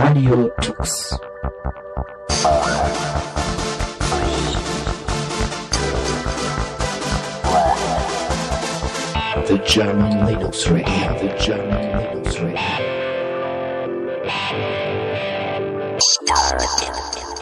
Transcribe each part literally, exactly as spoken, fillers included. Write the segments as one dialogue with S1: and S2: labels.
S1: Radio Tux. The German Linux Radio, the German Linux Radio. Start.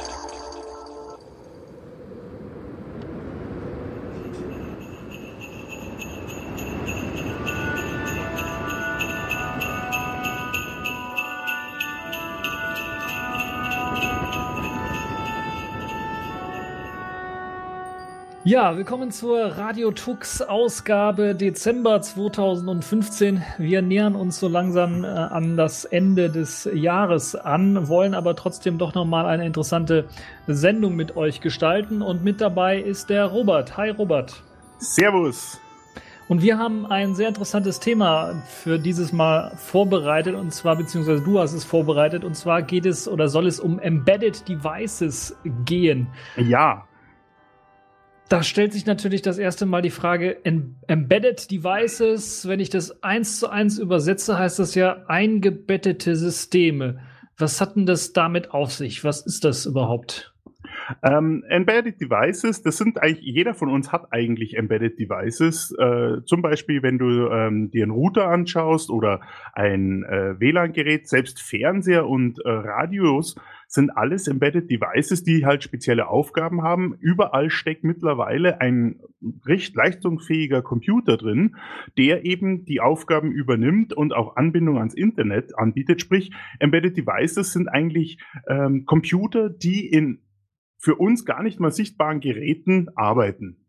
S2: Ja, willkommen zur Radio Tux Ausgabe Dezember zweitausendfünfzehn. Wir nähern uns so langsam äh, an das Ende des Jahres an, wollen aber trotzdem doch nochmal eine interessante Sendung mit euch gestalten. Und mit dabei ist der Robert. Hi Robert.
S3: Servus.
S2: Und wir haben ein sehr interessantes Thema für dieses Mal vorbereitet, und zwar, beziehungsweise du hast es vorbereitet, und zwar geht es oder soll es um Embedded Devices gehen.
S3: Ja.
S2: Da stellt sich natürlich das erste Mal die Frage, Embedded Devices, wenn ich das eins zu eins übersetze, heißt das ja eingebettete Systeme. Was hat denn das damit auf sich? Was ist das überhaupt?
S3: Ähm, Embedded Devices, das sind eigentlich, jeder von uns hat eigentlich Embedded Devices. Äh, zum Beispiel, wenn du ähm, dir einen Router anschaust oder ein äh, W L A N-Gerät, selbst Fernseher und äh, Radios sind alles Embedded Devices, die halt spezielle Aufgaben haben. Überall steckt mittlerweile ein recht leistungsfähiger Computer drin, der eben die Aufgaben übernimmt und auch Anbindung ans Internet anbietet. Sprich, Embedded Devices sind eigentlich ähm, Computer, die in für uns gar nicht mal sichtbaren Geräten arbeiten.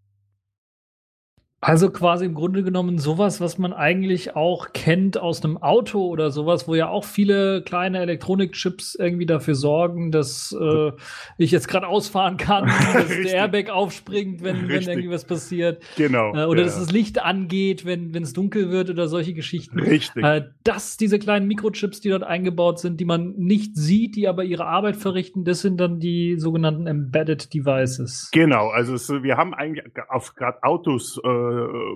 S2: Also quasi im Grunde genommen sowas, was man eigentlich auch kennt aus einem Auto oder sowas, wo ja auch viele kleine Elektronikchips irgendwie dafür sorgen, dass äh, ich jetzt gerade ausfahren kann, dass der Airbag aufspringt, wenn, wenn irgendwie was passiert.
S3: Genau.
S2: Äh, oder
S3: ja.
S2: dass das Licht angeht, wenn wenn es dunkel wird oder solche Geschichten.
S3: Richtig.
S2: Äh, dass diese kleinen Mikrochips, die dort eingebaut sind, die man nicht sieht, die aber ihre Arbeit verrichten, das sind dann die sogenannten Embedded Devices.
S3: Genau, also es, wir haben eigentlich auf gerade Autos, äh,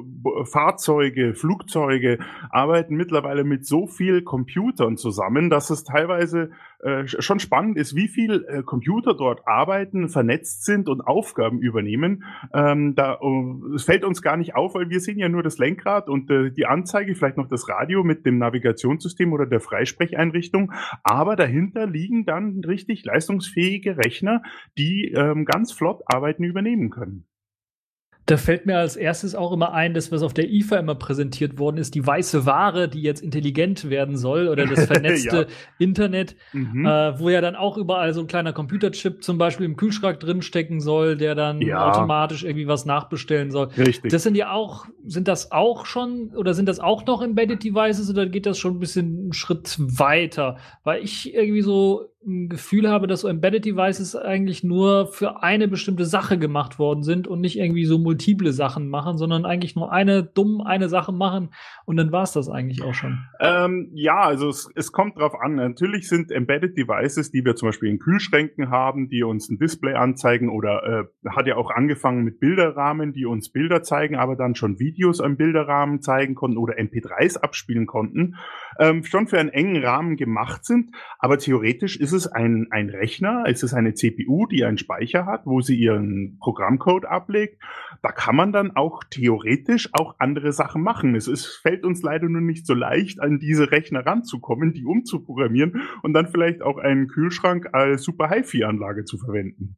S3: Fahrzeuge, Flugzeuge arbeiten mittlerweile mit so viel Computern zusammen, dass es teilweise äh, schon spannend ist, wie viel äh, Computer dort arbeiten, vernetzt sind und Aufgaben übernehmen. Ähm, da, uh, es fällt uns gar nicht auf, weil wir sehen ja nur das Lenkrad und äh, die Anzeige, vielleicht noch das Radio mit dem Navigationssystem oder der Freisprecheinrichtung, aber dahinter liegen dann richtig leistungsfähige Rechner, die ähm, ganz flott Arbeiten übernehmen können.
S2: Da fällt mir als erstes auch immer ein, das, was auf der I F A immer präsentiert worden ist, die weiße Ware, die jetzt intelligent werden soll, oder das vernetzte ja. Internet, mhm. äh, wo ja dann auch überall so ein kleiner Computerchip zum Beispiel im Kühlschrank drinstecken soll, der dann ja. automatisch irgendwie was nachbestellen soll.
S3: Richtig.
S2: Das sind ja auch, sind das auch schon, oder sind das auch noch Embedded Devices, oder geht das schon ein bisschen einen Schritt weiter? Weil ich irgendwie so ein Gefühl habe, dass so Embedded Devices eigentlich nur für eine bestimmte Sache gemacht worden sind und nicht irgendwie so multiple Sachen machen, sondern eigentlich nur eine dumm eine Sache machen und dann war es das eigentlich auch schon.
S3: Ähm, ja, also es, es kommt drauf an. Natürlich sind Embedded Devices, die wir zum Beispiel in Kühlschränken haben, die uns ein Display anzeigen oder äh, hat ja auch angefangen mit Bilderrahmen, die uns Bilder zeigen, aber dann schon Videos am Bilderrahmen zeigen konnten oder M P drei s abspielen konnten, ähm, schon für einen engen Rahmen gemacht sind, aber theoretisch ist es ein, ein Rechner, es ist eine C P U, die einen Speicher hat, wo sie ihren Programmcode ablegt. Da kann man dann auch theoretisch auch andere Sachen machen. Es ist, fällt uns leider nur nicht so leicht, an diese Rechner ranzukommen, die umzuprogrammieren und dann vielleicht auch einen Kühlschrank als Super Hi-Fi-Anlage zu verwenden.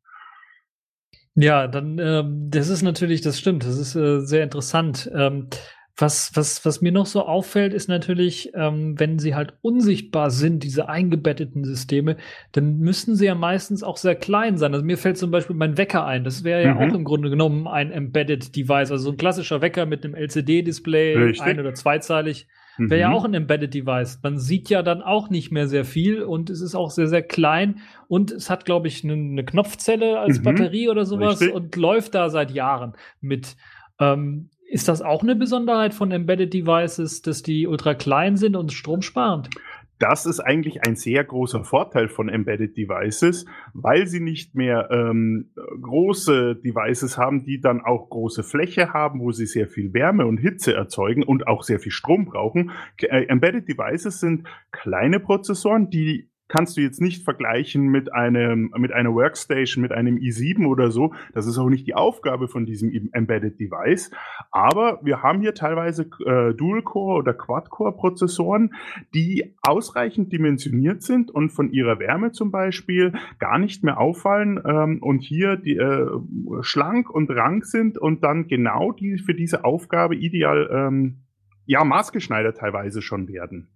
S2: Ja, dann, ähm, das ist natürlich, das stimmt, das ist äh, sehr interessant. Ähm, Was, was, was mir noch so auffällt, ist natürlich, ähm, wenn sie halt unsichtbar sind, diese eingebetteten Systeme, dann müssen sie ja meistens auch sehr klein sein. Also mir fällt zum Beispiel mein Wecker ein. Das wäre ja mhm. auch im Grunde genommen ein Embedded Device. Also so ein klassischer Wecker mit einem L C D-Display, ein- oder zweizeilig, wäre mhm. ja auch ein Embedded Device. Man sieht ja dann auch nicht mehr sehr viel und es ist auch sehr, sehr klein und es hat, glaube ich, eine, eine Knopfzelle als mhm. Batterie oder sowas Richtig. Und läuft da seit Jahren mit. Ähm, Ist das auch eine Besonderheit von Embedded Devices, dass die ultra klein sind und stromsparend?
S3: Das ist eigentlich ein sehr großer Vorteil von Embedded Devices, weil sie nicht mehr ähm, große Devices haben, die dann auch große Fläche haben, wo sie sehr viel Wärme und Hitze erzeugen und auch sehr viel Strom brauchen. Äh, Embedded Devices sind kleine Prozessoren, die kannst du jetzt nicht vergleichen mit einem, mit einer Workstation, mit einem i sieben oder so. Das ist auch nicht die Aufgabe von diesem Embedded Device. Aber wir haben hier teilweise äh, Dual-Core oder Quad-Core-Prozessoren, die ausreichend dimensioniert sind und von ihrer Wärme zum Beispiel gar nicht mehr auffallen ähm, und hier die, äh, schlank und rank sind und dann genau die für diese Aufgabe ideal ähm, ja maßgeschneidert teilweise schon werden.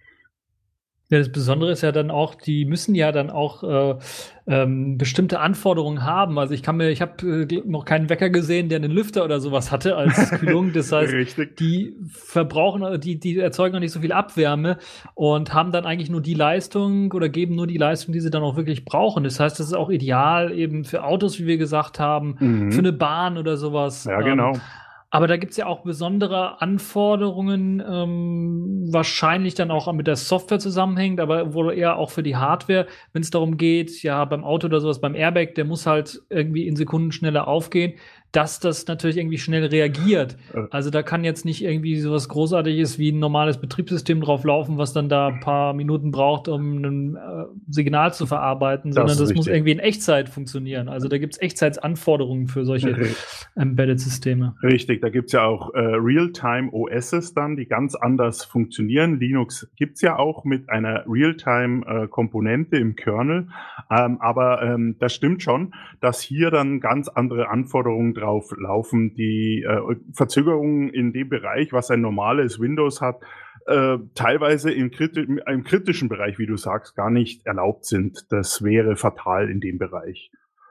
S2: Ja, das Besondere ist ja dann auch, die müssen ja dann auch äh, ähm, bestimmte Anforderungen haben. Also ich kann mir, ich habe äh, noch keinen Wecker gesehen, der einen Lüfter oder sowas hatte als Kühlung. Das heißt,
S3: Richtig.
S2: die verbrauchen, die, die erzeugen noch nicht so viel Abwärme und haben dann eigentlich nur die Leistung oder geben nur die Leistung, die sie dann auch wirklich brauchen. Das heißt, das ist auch ideal eben für Autos, wie wir gesagt haben,
S3: Mhm.
S2: für eine Bahn oder sowas.
S3: Ja, genau.
S2: Ähm, Aber da gibt's ja auch besondere Anforderungen, ähm, wahrscheinlich dann auch mit der Software zusammenhängt, aber wohl eher auch für die Hardware, wenn es darum geht, ja, beim Auto oder sowas, beim Airbag, der muss halt irgendwie in Sekunden schneller aufgehen, dass das natürlich irgendwie schnell reagiert. Also da kann jetzt nicht irgendwie sowas Großartiges wie ein normales Betriebssystem drauf laufen, was dann da ein paar Minuten braucht, um ein äh, Signal zu verarbeiten,
S3: Das
S2: sondern
S3: ist
S2: das
S3: richtig.
S2: muss irgendwie in Echtzeit funktionieren. Also da gibt's Echtzeitsanforderungen für solche Embedded-Systeme.
S3: Richtig, da gibt's ja auch äh, Real-Time-O Ss dann, die ganz anders funktionieren. Linux gibt's ja auch mit einer Real-Time-Komponente im Kernel. Ähm, aber ähm, das stimmt schon, dass hier dann ganz andere Anforderungen drauf laufen. Die äh, Verzögerungen in dem Bereich, was ein normales Windows hat, äh, teilweise im, kriti im kritischen Bereich, wie du sagst, gar nicht erlaubt sind. Das wäre fatal in dem Bereich.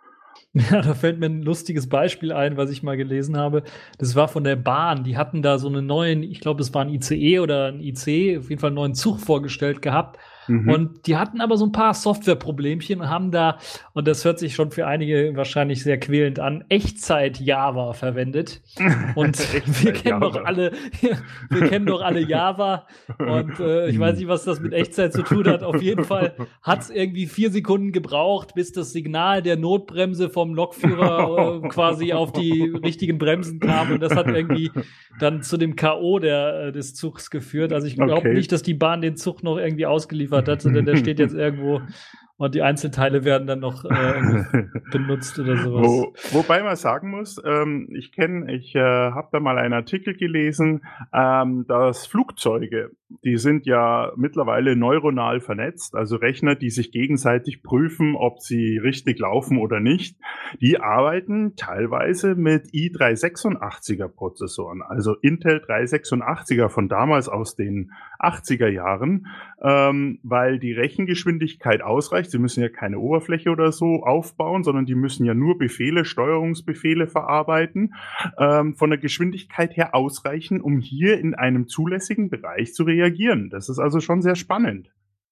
S2: Ja, da fällt mir ein lustiges Beispiel ein, was ich mal gelesen habe. Das war von der Bahn. Die hatten da so einen neuen, ich glaube, es war ein I C E oder ein I C, auf jeden Fall einen neuen Zug vorgestellt gehabt. Mhm. Und die hatten aber so ein paar Softwareproblemchen und haben da, und das hört sich schon für einige wahrscheinlich sehr quälend an, Echtzeit-Java verwendet. Und wir kennen doch alle, wir kennen doch alle Java. Und äh, ich weiß nicht, was das mit Echtzeit zu tun hat. Auf jeden Fall hat es irgendwie vier Sekunden gebraucht, bis das Signal der Notbremse vom Lokführer äh, quasi auf die richtigen Bremsen kam. Und das hat irgendwie dann zu dem K O der, äh, des Zugs geführt. Also ich glaube
S3: Okay.
S2: nicht, dass die Bahn den Zug noch irgendwie ausgeliefert hat, sondern der steht jetzt irgendwo und die Einzelteile werden dann noch äh, benutzt oder sowas.
S3: Wo, wobei man sagen muss, ähm, ich kenne, ich äh, habe da mal einen Artikel gelesen, ähm, dass Flugzeuge, die sind ja mittlerweile neuronal vernetzt, also Rechner, die sich gegenseitig prüfen, ob sie richtig laufen oder nicht, die arbeiten teilweise mit i drei sechsundachtziger Prozessoren, also Intel drei sechsundachtziger von damals aus den achtziger Jahren, ähm, weil die Rechengeschwindigkeit ausreicht. Sie müssen ja keine Oberfläche oder so aufbauen, sondern die müssen ja nur Befehle, Steuerungsbefehle verarbeiten, ähm, von der Geschwindigkeit her ausreichen, um hier in einem zulässigen Bereich zu reagieren. Das ist also schon sehr spannend.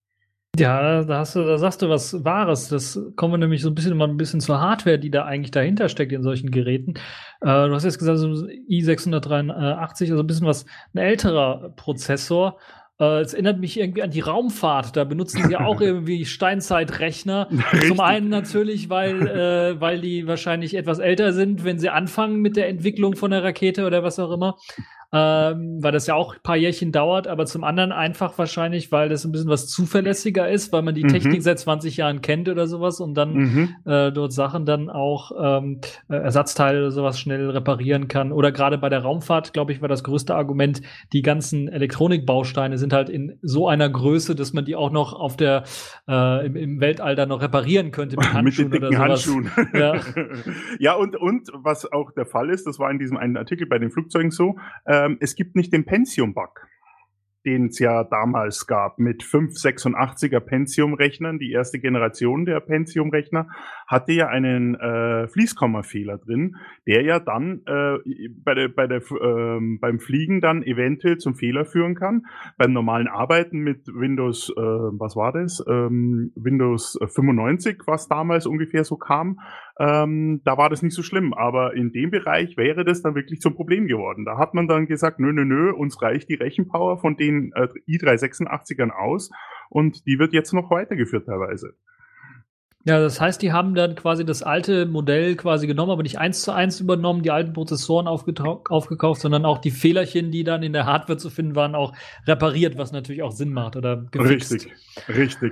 S2: Ja, da hast du, da sagst du was Wahres. Das kommen wir nämlich so ein bisschen mal ein bisschen zur Hardware, die da eigentlich dahinter steckt in solchen Geräten. Äh, du hast jetzt gesagt, so i sechshundertdreiundachtzig, also ein bisschen was, ein älterer Prozessor. Äh, es erinnert mich irgendwie an die Raumfahrt. Da benutzen sie auch irgendwie Steinzeitrechner.
S3: Richtig.
S2: Zum einen natürlich, weil, äh, weil die wahrscheinlich etwas älter sind, wenn sie anfangen mit der Entwicklung von der Rakete oder was auch immer. Ähm, weil das ja auch ein paar Jährchen dauert, aber zum anderen einfach wahrscheinlich, weil das ein bisschen was zuverlässiger ist, weil man die
S3: Mhm.
S2: Technik seit zwanzig Jahren kennt oder sowas und dann
S3: Mhm.
S2: äh, dort Sachen dann auch ähm, äh, Ersatzteile oder sowas schnell reparieren kann. Oder gerade bei der Raumfahrt, glaube ich, war das größte Argument, die ganzen Elektronikbausteine sind halt in so einer Größe, dass man die auch noch auf der äh, im, im Weltall dann noch reparieren könnte mit Handschuhen
S3: mit den
S2: oder
S3: dicken
S2: sowas.
S3: Handschuhen.
S2: Ja.
S3: Ja, und, und was auch der Fall ist, das war in diesem einen Artikel bei den Flugzeugen so, ähm, es gibt nicht den Pentium-Bug, den es ja damals gab mit fünf sechsundachtziger Pentium-Rechnern. Die erste Generation der Pentium-Rechner hatte ja einen äh, Fließkommafehler drin, der ja dann äh, bei der, bei der, ähm, beim Fliegen dann eventuell zum Fehler führen kann. Beim normalen Arbeiten mit Windows, äh, was war das? Ähm, Windows fünfundneunzig, was damals ungefähr so kam, ähm, da war das nicht so schlimm. Aber in dem Bereich wäre das dann wirklich zum Problem geworden. Da hat man dann gesagt, nö, nö, nö, uns reicht die Rechenpower von den äh, i drei sechsundachtzigern aus und die wird jetzt noch weitergeführt teilweise.
S2: Ja, das heißt, die haben dann quasi das alte Modell quasi genommen, aber nicht eins zu eins übernommen, die alten Prozessoren aufgekauft, sondern auch die Fehlerchen, die dann in der Hardware zu finden waren, auch repariert, was natürlich auch Sinn macht oder gefixt.
S3: Richtig, richtig.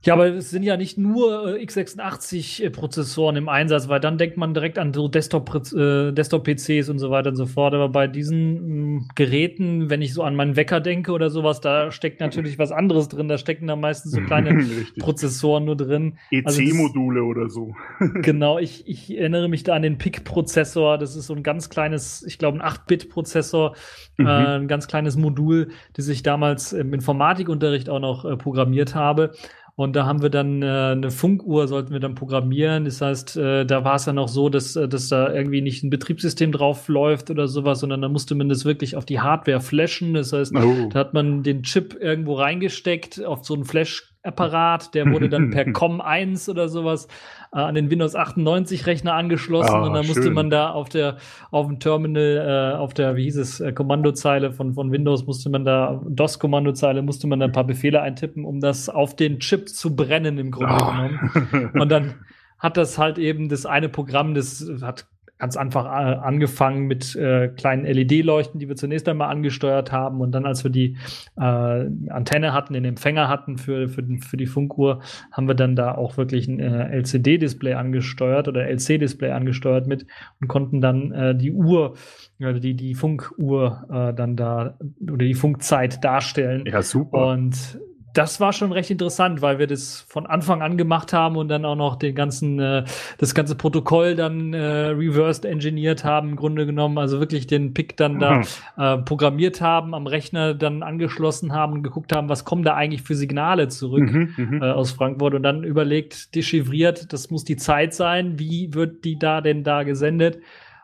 S2: Ja, aber es sind ja nicht nur äh, x sechsundachtzig-Prozessoren im Einsatz, weil dann denkt man direkt an so Desktop, äh, Desktop-P Cs und so weiter und so fort. Aber bei diesen mh, Geräten, wenn ich so an meinen Wecker denke oder sowas, da steckt natürlich was anderes drin. Da stecken da meistens so kleine Prozessoren nur drin.
S3: E C-Module also oder so.
S2: Genau, ich, ich erinnere mich da an den P I C-Prozessor. Das ist so ein ganz kleines, ich glaube, ein acht Bit Prozessor, mhm. äh, ein ganz kleines Modul, das ich damals im Informatikunterricht auch noch äh, programmiert habe. Und da haben wir dann äh, eine Funkuhr, sollten wir dann programmieren. Das heißt, äh, da war es dann auch so, dass, dass da irgendwie nicht ein Betriebssystem drauf läuft oder sowas, sondern da musste man das wirklich auf die Hardware flashen. Das heißt, oh. da hat man den Chip irgendwo reingesteckt auf so einen Flash-Apparat. Der wurde dann per Com eins oder sowas äh, an den Windows achtundneunzig Rechner angeschlossen. Oh, und dann musste schön. man da auf der auf dem Terminal, äh, auf der, wie hieß es, äh, Kommandozeile von, von Windows, musste man da, DOS-Kommandozeile, musste man da ein paar Befehle eintippen, um das auf den Chip zu brennen im Grunde oh. genommen. Und dann hat das halt eben das eine Programm, das hat ganz einfach äh, angefangen mit äh, kleinen L E D-Leuchten, die wir zunächst einmal angesteuert haben. Und dann, als wir die äh, Antenne hatten, den Empfänger hatten für, für, für die Funkuhr, haben wir dann da auch wirklich ein äh, L C D-Display angesteuert oder L C-Display angesteuert mit und konnten dann äh, die Uhr, äh, die, die Funkuhr äh, dann da oder die Funkzeit darstellen.
S3: Ja, super.
S2: Und das war schon recht interessant, weil wir das von Anfang an gemacht haben und dann auch noch den ganzen, äh, das ganze Protokoll dann äh, reversed engineert haben, im Grunde genommen, also wirklich den P I C dann da äh, programmiert haben, am Rechner dann angeschlossen haben und geguckt haben, was kommen da eigentlich für Signale zurück mhm, äh, aus Frankfurt und dann überlegt, dechiffriert, das muss die Zeit sein, wie wird die da denn da gesendet?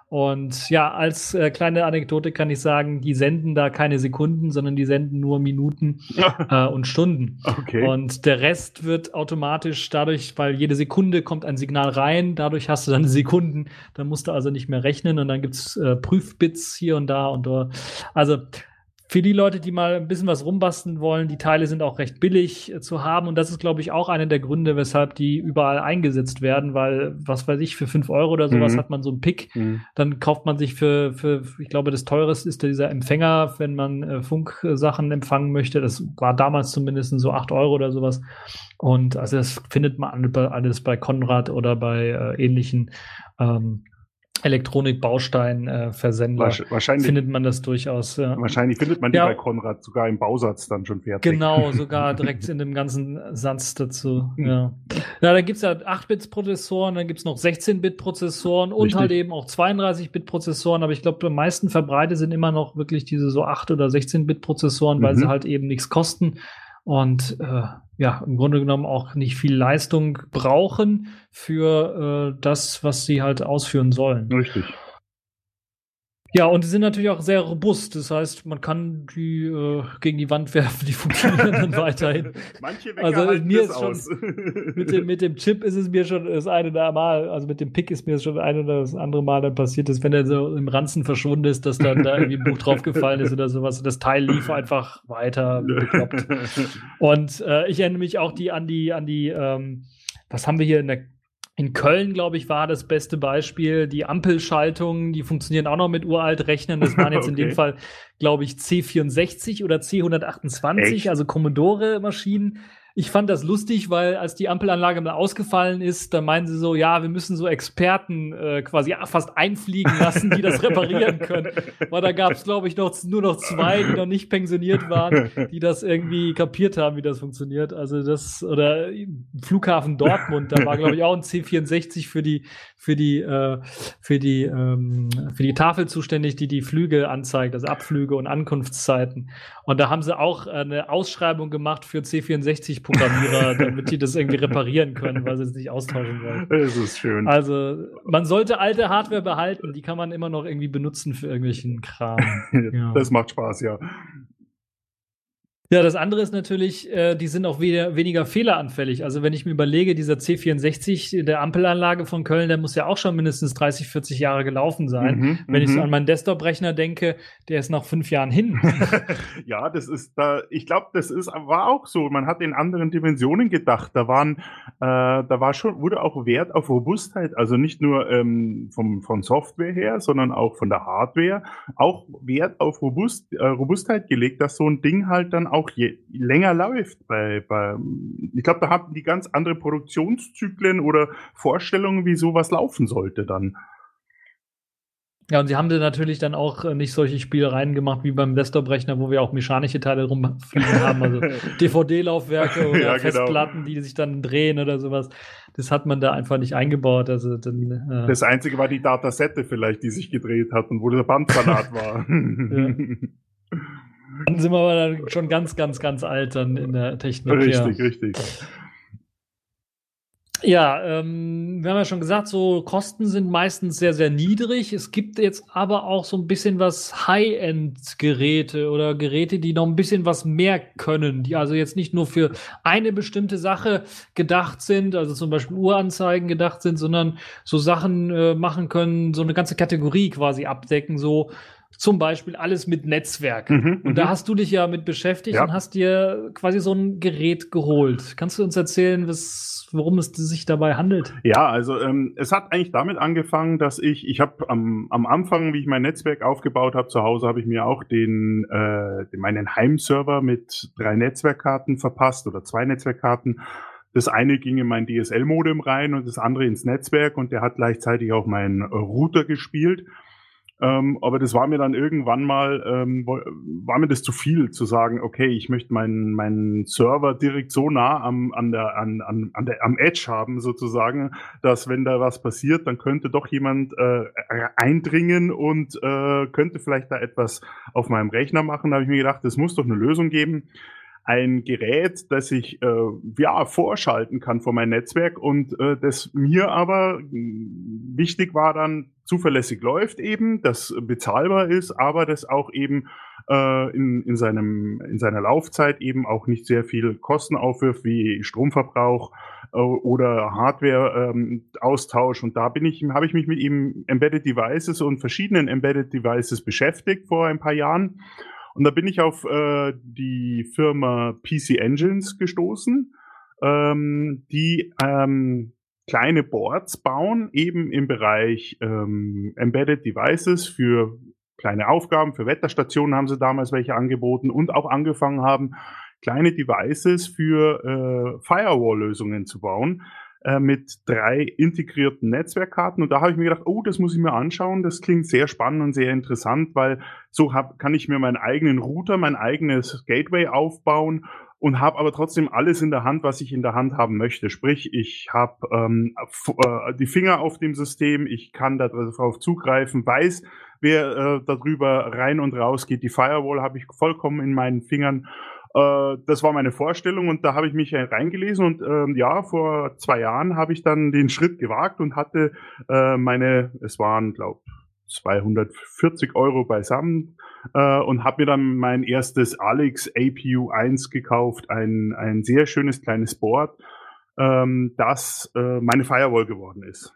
S2: Und ja, als äh, kleine Anekdote kann ich sagen, die senden da keine Sekunden, sondern die senden nur Minuten äh, und Stunden.
S3: Okay.
S2: Und der Rest wird automatisch dadurch, weil jede Sekunde kommt ein Signal rein, dadurch hast du dann Sekunden, dann musst du also nicht mehr rechnen und dann gibt's äh, Prüfbits hier und da und da. Also für die Leute, die mal ein bisschen was rumbasteln wollen, die Teile sind auch recht billig äh, zu haben. Und das ist, glaube ich, auch einer der Gründe, weshalb die überall eingesetzt werden, weil, was weiß ich, für fünf Euro oder sowas mhm. hat man so einen P I C. Mhm. Dann kauft man sich für, für, ich glaube, das teureste ist dieser Empfänger, wenn man äh, Funksachen empfangen möchte. Das war damals zumindest so acht Euro oder sowas. Und also das findet man alles bei Konrad oder bei äh, ähnlichen ähm, Elektronik-Baustein-Versender äh,
S3: wahrscheinlich
S2: findet man das durchaus. Ja.
S3: Wahrscheinlich findet man die
S2: ja.
S3: bei Konrad sogar im Bausatz dann schon fertig.
S2: Genau, sogar direkt in dem ganzen Satz dazu. Ja, ja da gibt's ja acht Bit Prozessoren, dann gibt's noch sechzehn Bit Prozessoren und Richtig. halt eben auch zweiunddreißig Bit Prozessoren, aber ich glaube, am meisten verbreitet sind immer noch wirklich diese so acht oder sechzehn Bit Prozessoren, weil mhm. sie halt eben nichts kosten. Und äh, ja, im Grunde genommen auch nicht viel Leistung brauchen für äh, das, was sie halt ausführen sollen.
S3: Richtig.
S2: Ja, und die sind natürlich auch sehr robust. Das heißt, man kann die äh, gegen die Wand werfen, die funktionieren dann weiterhin.
S3: Manche Wecker
S2: also
S3: halten
S2: mir
S3: das
S2: ist schon
S3: aus.
S2: mit dem mit dem Chip ist es mir schon das eine oder Mal, also mit dem P I C ist mir schon ein oder das andere Mal dann passiert, dass wenn er so im Ranzen verschwunden ist, dass dann da irgendwie ein Buch draufgefallen ist oder sowas. Und das Teil lief einfach weiter bekloppt. Und äh, ich erinnere mich auch die an die an die ähm, was haben wir hier in der In Köln, glaube ich, war das beste Beispiel. Die Ampelschaltungen, die funktionieren auch noch mit uralt Rechnern. Das waren jetzt okay. in dem Fall, glaube ich, C vierundsechzig oder C hundertachtundzwanzig, Echt? Also Commodore-Maschinen. Ich fand das lustig, weil als die Ampelanlage mal ausgefallen ist, da meinen sie so, ja, wir müssen so Experten äh, quasi fast einfliegen lassen, die das reparieren können. Weil da gab es, glaube ich, noch nur noch zwei, die noch nicht pensioniert waren, die das irgendwie kapiert haben, wie das funktioniert. Also das, oder Flughafen Dortmund, da war, glaube ich, auch ein C vierundsechzig für die für die äh, für die ähm, für die Tafel zuständig, die die Flüge anzeigt, also Abflüge und Ankunftszeiten. Und da haben sie auch eine Ausschreibung gemacht für C vierundsechzig Programmierer, damit die das irgendwie reparieren können, weil sie es nicht austauschen wollen.
S3: Das ist schön.
S2: Also man sollte alte Hardware behalten, die kann man immer noch irgendwie benutzen für irgendwelchen Kram. Ja.
S3: Das macht Spaß, ja.
S2: Ja, das andere ist natürlich, äh, die sind auch weniger, weniger fehleranfällig. Also wenn ich mir überlege, dieser C vierundsechzig der Ampelanlage von Köln, der muss ja auch schon mindestens dreißig, vierzig Jahre gelaufen sein. Mhm, wenn ich so an meinen Desktop-Rechner denke, der ist nach fünf Jahren hin.
S3: Ja, das ist da, ich glaube, das ist, war auch so. Man hat in anderen Dimensionen gedacht. Da waren, äh, da war schon, wurde auch Wert auf Robustheit, also nicht nur ähm, vom, von Software her, sondern auch von der Hardware, auch Wert auf Robust, äh, Robustheit gelegt, dass so ein Ding halt dann auch auch je länger läuft. Bei, bei, ich glaube, da haben die ganz andere Produktionszyklen oder Vorstellungen, wie sowas laufen sollte dann.
S2: Ja, und sie haben da natürlich dann auch äh, nicht solche Spielereien gemacht wie beim Desktop-Rechner, wo wir auch mechanische Teile rumfliegen haben, also D V D-Laufwerke oder
S3: Ja, genau.
S2: Festplatten, die sich dann drehen oder sowas. Das hat man da einfach nicht eingebaut. Also dann, äh,
S3: Das Einzige war die Datasette vielleicht, die sich gedreht hat und wo der Bandsalat war.
S2: Dann sind wir aber dann schon ganz, ganz, ganz alt dann in der Technik.
S3: Richtig,
S2: ja.
S3: richtig.
S2: Ja, ähm, wir haben ja schon gesagt, so Kosten sind meistens sehr, sehr niedrig. Es gibt jetzt aber auch so ein bisschen was High-End-Geräte oder Geräte, die noch ein bisschen was mehr können, die also jetzt nicht nur für eine bestimmte Sache gedacht sind, also zum Beispiel Uhranzeigen gedacht sind, sondern so Sachen äh, machen können, so eine ganze Kategorie quasi abdecken, so zum Beispiel alles mit Netzwerk.
S3: Mhm,
S2: und da
S3: mhm.
S2: hast du dich ja mit beschäftigt
S3: Ja.
S2: und hast dir quasi so ein Gerät geholt. Kannst du uns erzählen, was, worum es sich dabei handelt?
S3: Ja, also ähm, es hat eigentlich damit angefangen, dass ich, ich habe am, am Anfang, wie ich mein Netzwerk aufgebaut habe zu Hause, habe ich mir auch den, äh, den meinen Heimserver mit drei Netzwerkkarten verpasst oder zwei Netzwerkkarten. Das eine ging in mein D S L-Modem rein und das andere ins Netzwerk und der hat gleichzeitig auch meinen Router gespielt. Ähm, aber das war mir dann irgendwann mal, ähm, war mir das zu viel, zu sagen, okay, ich möchte meinen meinen Server direkt so nah am an der an an an der am Edge haben sozusagen, dass wenn da was passiert, dann könnte doch jemand äh, eindringen und äh, könnte vielleicht da etwas auf meinem Rechner machen. Da habe ich mir gedacht, das muss doch eine Lösung geben. Ein Gerät, das ich äh, ja vorschalten kann vor mein Netzwerk und äh, das mir aber mh, wichtig war dann zuverlässig läuft eben, das bezahlbar ist, aber das auch eben äh, in, in seinem in seiner Laufzeit eben auch nicht sehr viel Kosten aufwirft wie Stromverbrauch äh, oder Hardware ähm, Austausch und da bin ich habe ich mich mit ihm Embedded Devices und verschiedenen Embedded Devices beschäftigt vor ein paar Jahren. Und da bin ich auf äh, die Firma P C Engines gestoßen, ähm, die ähm, kleine Boards bauen, eben im Bereich ähm, Embedded Devices für kleine Aufgaben, für Wetterstationen haben sie damals welche angeboten und auch angefangen haben, kleine Devices für äh, Firewall-Lösungen zu bauen äh, mit drei integrierten Netzwerkkarten. Und da habe ich mir gedacht, oh, das muss ich mir anschauen. Das klingt sehr spannend und sehr interessant, weil so hab, kann ich mir meinen eigenen Router, mein eigenes Gateway aufbauen und habe aber trotzdem alles in der Hand, was ich in der Hand haben möchte. Sprich, ich habe ähm, äh, die Finger auf dem System, ich kann darauf zugreifen, weiß, wer äh, darüber rein und raus geht. Die Firewall habe ich vollkommen in meinen Fingern. Äh, das war meine Vorstellung und da habe ich mich reingelesen und ähm, ja, vor zwei Jahren habe ich dann den Schritt gewagt und hatte äh, meine, es waren, glaube zweihundertvierzig Euro beisammen äh, und habe mir dann mein erstes Alex A P U eins gekauft, ein, ein sehr schönes kleines Board, ähm, das äh, meine Firewall geworden ist.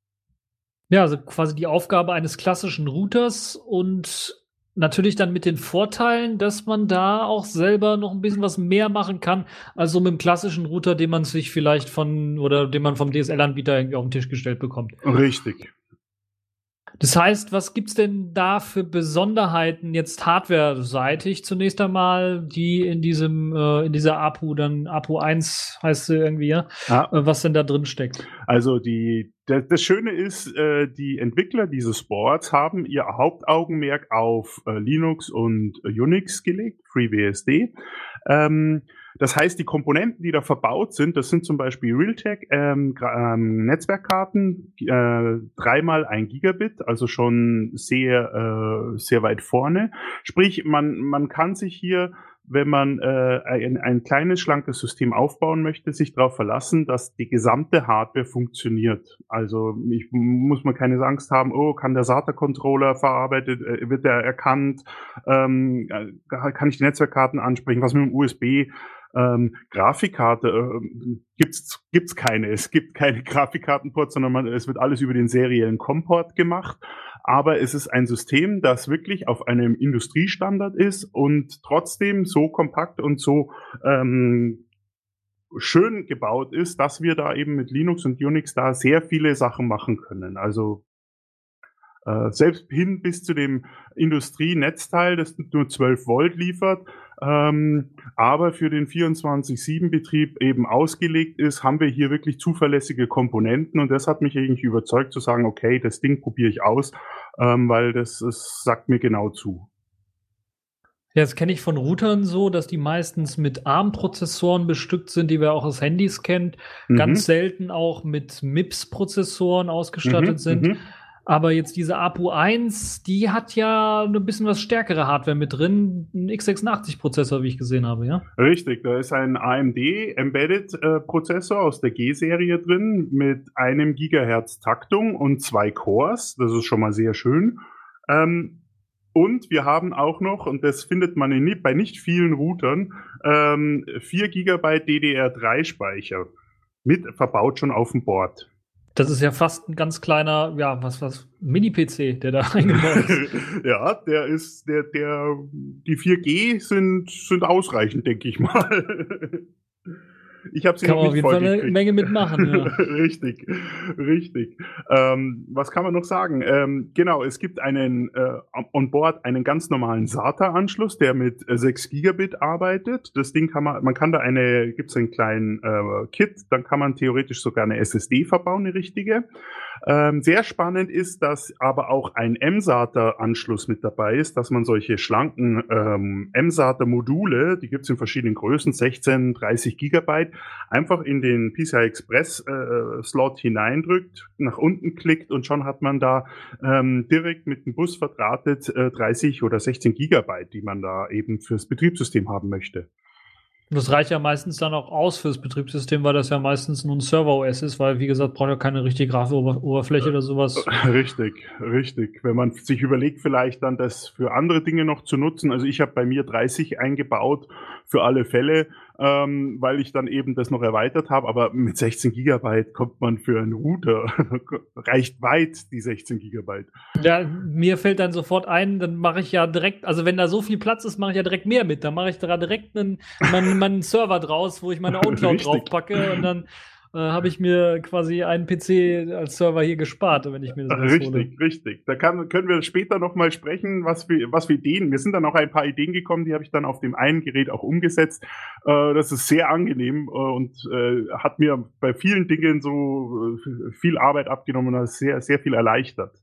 S2: Ja, also quasi die Aufgabe eines klassischen Routers und natürlich dann mit den Vorteilen, dass man da auch selber noch ein bisschen was mehr machen kann, als so mit dem klassischen Router, den man sich vielleicht von oder den man vom D S L-Anbieter irgendwie auf den Tisch gestellt bekommt.
S3: Richtig.
S2: Das heißt, was gibt's denn da für Besonderheiten jetzt hardware-seitig zunächst einmal, die in diesem äh, in dieser A P U dann A P U eins heißt sie irgendwie, ja,
S3: Ja.
S2: äh, was denn da drin steckt?
S3: Also die das, das Schöne ist, äh, die Entwickler dieses Boards haben ihr Hauptaugenmerk auf äh, Linux und äh, Unix gelegt, FreeBSD. Ähm, das heißt, die Komponenten, die da verbaut sind, das sind zum Beispiel Realtek ähm, ähm, Netzwerkkarten, äh, dreimal ein Gigabit, also schon sehr äh, sehr weit vorne. Sprich, man man kann sich hier, wenn man äh, ein, ein kleines, schlankes System aufbauen möchte, sich darauf verlassen, dass die gesamte Hardware funktioniert. Also ich, muss man keine Angst haben, oh, kann der SATA-Controller verarbeitet, äh, wird der erkannt, ähm, kann ich die Netzwerkkarten ansprechen, was mit dem U S B, ähm, Grafikkarte, äh, gibt's gibt's keine. Es gibt keine Grafikkartenports, sondern man, es wird alles über den seriellen COM-Port gemacht. Aber es ist ein System, das wirklich auf einem Industriestandard ist und trotzdem so kompakt und so ähm, schön gebaut ist, dass wir da eben mit Linux und Unix da sehr viele Sachen machen können. Also äh, selbst hin bis zu dem Industrienetzteil, das nur zwölf Volt liefert, ähm, aber für den vierundzwanzig sieben Betrieb eben ausgelegt ist, haben wir hier wirklich zuverlässige Komponenten und das hat mich eigentlich überzeugt zu sagen, okay, das Ding probiere ich aus, ähm, weil das, das sagt mir genau zu.
S2: Ja, das kenne ich von Routern so, dass die meistens mit ARM-Prozessoren bestückt sind, die wir auch aus Handys kennt.
S3: Mhm.
S2: Ganz selten auch mit M I P S-Prozessoren ausgestattet
S3: Mhm,
S2: sind.
S3: mhm.
S2: Aber jetzt diese A P U eins, die hat ja ein bisschen was stärkere Hardware mit drin. Ein x sechsundachtzig-Prozessor, wie ich gesehen habe, ja?
S3: Richtig, da ist ein A M D Embedded äh, Prozessor aus der G-Serie drin mit einem Gigahertz Taktung und zwei Cores. Das ist schon mal sehr schön. Ähm, und wir haben auch noch, und das findet man in, bei nicht vielen Routern, ähm, vier Gigabyte D D R drei Speicher mit verbaut schon auf dem Board.
S2: Das ist ja fast ein ganz kleiner, ja, was, was, Mini-P C, der da eingebaut ist.
S3: Ja, der ist, der, der, die vier G sind, sind ausreichend, denke ich mal. Ich habe sie
S2: Kann
S3: noch
S2: man
S3: nicht
S2: auf jeden Fall eine
S3: vollgekriegt.
S2: Menge mitmachen, ja.
S3: Richtig, richtig. Ähm, was kann man noch sagen? Ähm, genau, es gibt einen äh, on board einen ganz normalen SATA-Anschluss, der mit äh, sechs Gigabit arbeitet. Das Ding kann man, man kann da eine, gibt's einen kleinen äh, Kit, dann kann man theoretisch sogar eine S S D verbauen, eine richtige. Ähm, sehr spannend ist, dass aber auch ein M SATA-Anschluss mit dabei ist, dass man solche schlanken ähm, M SATA-Module, die gibt's in verschiedenen Größen, sechzehn, dreißig Gigabyte, einfach in den P C I Express äh, Slot hineindrückt, nach unten klickt und schon hat man da ähm, direkt mit dem Bus verdrahtet äh, dreißig oder sechzehn Gigabyte, die man da eben fürs Betriebssystem haben möchte.
S2: Und das reicht ja meistens dann auch aus fürs Betriebssystem, weil das ja meistens nur ein Server-O S ist, weil, wie gesagt, braucht ja keine richtige Grafoberfläche oder sowas.
S3: Richtig, richtig. Wenn man sich überlegt, vielleicht dann das für andere Dinge noch zu nutzen. Also ich habe bei mir dreißig eingebaut für alle Fälle, ähm, weil ich dann eben das noch erweitert habe. Aber mit sechzehn Gigabyte kommt man für einen Router, reicht weit die sechzehn Gigabyte.
S2: Ja, mir fällt dann sofort ein, dann mache ich ja direkt, also wenn da so viel Platz ist, mache ich ja direkt mehr mit. Dann mache ich da direkt einen, meinen, meinen Server draus, wo ich meine OwnCloud
S3: Richtig.
S2: draufpacke und dann äh, habe ich mir quasi einen P C als Server hier gespart, wenn ich mir das
S3: Richtig,
S2: hole.
S3: richtig. Da kann, können wir später noch mal sprechen, was wir, was wir Ideen. Mir sind dann auch ein paar Ideen gekommen, die habe ich dann auf dem einen Gerät auch umgesetzt. Äh, das ist sehr angenehm äh, und äh, hat mir bei vielen Dingen so äh, viel Arbeit abgenommen und hat sehr, sehr viel erleichtert.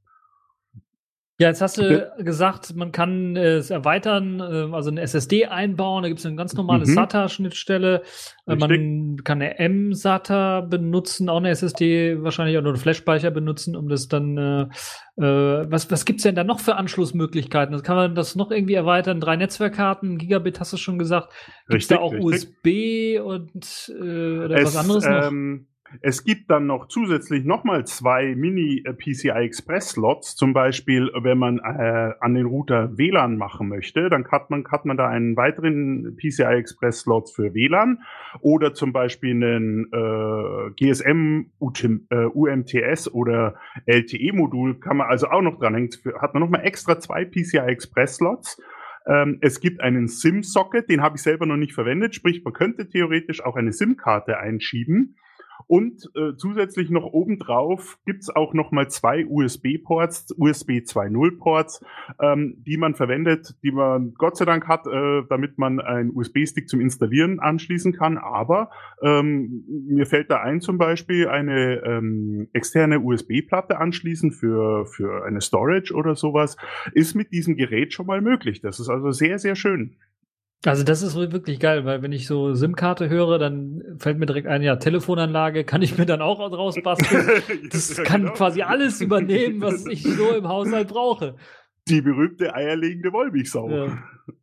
S2: Ja, jetzt hast du gesagt, man kann äh, es erweitern, äh, also eine S S D einbauen, da gibt es eine ganz normale
S3: Mhm.
S2: SATA-Schnittstelle. Äh, man kann eine M SATA benutzen, auch eine S S D wahrscheinlich auch nur einen Flash-Speicher benutzen, um das dann äh, äh, was, was gibt's denn da noch für Anschlussmöglichkeiten? Das kann man das noch irgendwie erweitern? Drei Netzwerkkarten, Gigabit hast du schon gesagt. Gibt's
S3: Richtig,
S2: da auch
S3: richtig.
S2: U S B und äh, oder
S3: Es,
S2: was anderes noch?
S3: ähm, es gibt dann noch zusätzlich nochmal zwei Mini-P C I Express-Slots. Zum Beispiel, wenn man äh, an den Router W L A N machen möchte, dann hat man, hat man da einen weiteren P C I Express-Slot für W L A N oder zum Beispiel einen äh, G S M, U M T S oder L T E-Modul kann man also auch noch dranhängen. Hat man nochmal extra zwei P C I Express-Slots. Ähm, es gibt einen SIM-Socket, den habe ich selber noch nicht verwendet, sprich, man könnte theoretisch auch eine SIM-Karte einschieben. Und äh, zusätzlich noch obendrauf gibt's auch noch mal zwei U S B-Ports, U S B zwei Punkt null-Ports, ähm, die man verwendet, die man Gott sei Dank hat, äh, damit man einen U S B-Stick zum Installieren anschließen kann. Aber ähm, mir fällt da ein, zum Beispiel eine ähm, externe U S B-Platte anschließen für, für eine Storage oder sowas, ist mit diesem Gerät schon mal möglich. Das ist also sehr, sehr schön.
S2: Also das ist wirklich geil, weil wenn ich so SIM-Karte höre, dann fällt mir direkt ein, ja, Telefonanlage kann ich mir dann auch draus basteln. Das
S3: Ja,
S2: kann
S3: genau.
S2: quasi alles übernehmen, was ich so im Haushalt brauche.
S3: Die berühmte eierlegende Wollmilchsau.
S2: Ja.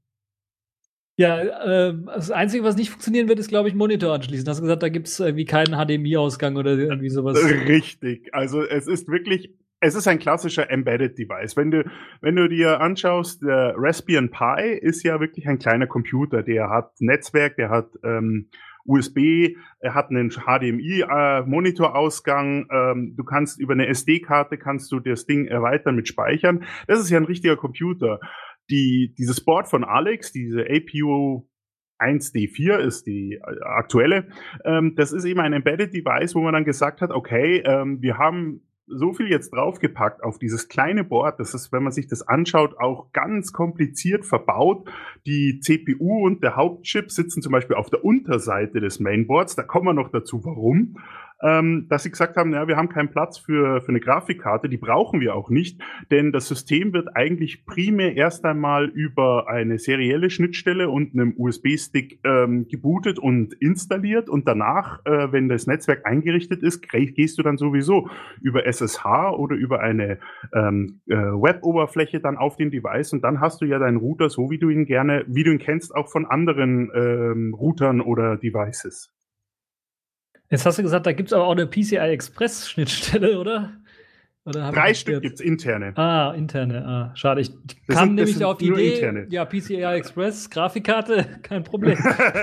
S2: Ja, äh, das Einzige, was nicht funktionieren wird, ist, glaube ich, Monitor anschließen. Du hast gesagt, da gibt's irgendwie keinen H D M I-Ausgang oder irgendwie sowas.
S3: Richtig. Also es ist wirklich, es ist ein klassischer Embedded Device. Wenn du, wenn du dir anschaust, der Raspbian Pi ist ja wirklich ein kleiner Computer. Der hat Netzwerk, der hat ähm, U S B, er hat einen H D M I-Monitorausgang. Äh, ähm, du kannst über eine S D-Karte kannst du das Ding erweitern mit Speichern. Das ist ja ein richtiger Computer. Die, dieses Board von Alex, diese A P U eins D vier ist die aktuelle. Ähm, das ist eben ein Embedded Device, wo man dann gesagt hat, okay, ähm, wir haben so viel jetzt draufgepackt auf dieses kleine Board, das ist, wenn man sich das anschaut, auch ganz kompliziert verbaut. Die C P U und der Hauptchip sitzen zum Beispiel auf der Unterseite des Mainboards. Da kommen wir noch dazu, warum. Ähm, dass sie gesagt haben, ja, wir haben keinen Platz für, für eine Grafikkarte, die brauchen wir auch nicht, denn das System wird eigentlich primär erst einmal über eine serielle Schnittstelle und einem U S B-Stick ähm, gebootet und installiert und danach, äh, wenn das Netzwerk eingerichtet ist, gehst du dann sowieso über S S H oder über eine ähm, äh, Web-Oberfläche dann auf den Device und dann hast du ja deinen Router so, wie du ihn gerne, wie du ihn kennst, auch von anderen ähm, Routern oder Devices.
S2: Jetzt hast du gesagt, da gibt es aber auch eine P C I Express Schnittstelle, oder? oder
S3: Drei Stück gibt es interne.
S2: Ah, interne. Ah, schade. Ich
S3: das
S2: kam
S3: sind,
S2: nämlich auf die Idee,
S3: interne.
S2: ja, P C I Express, Grafikkarte, kein Problem.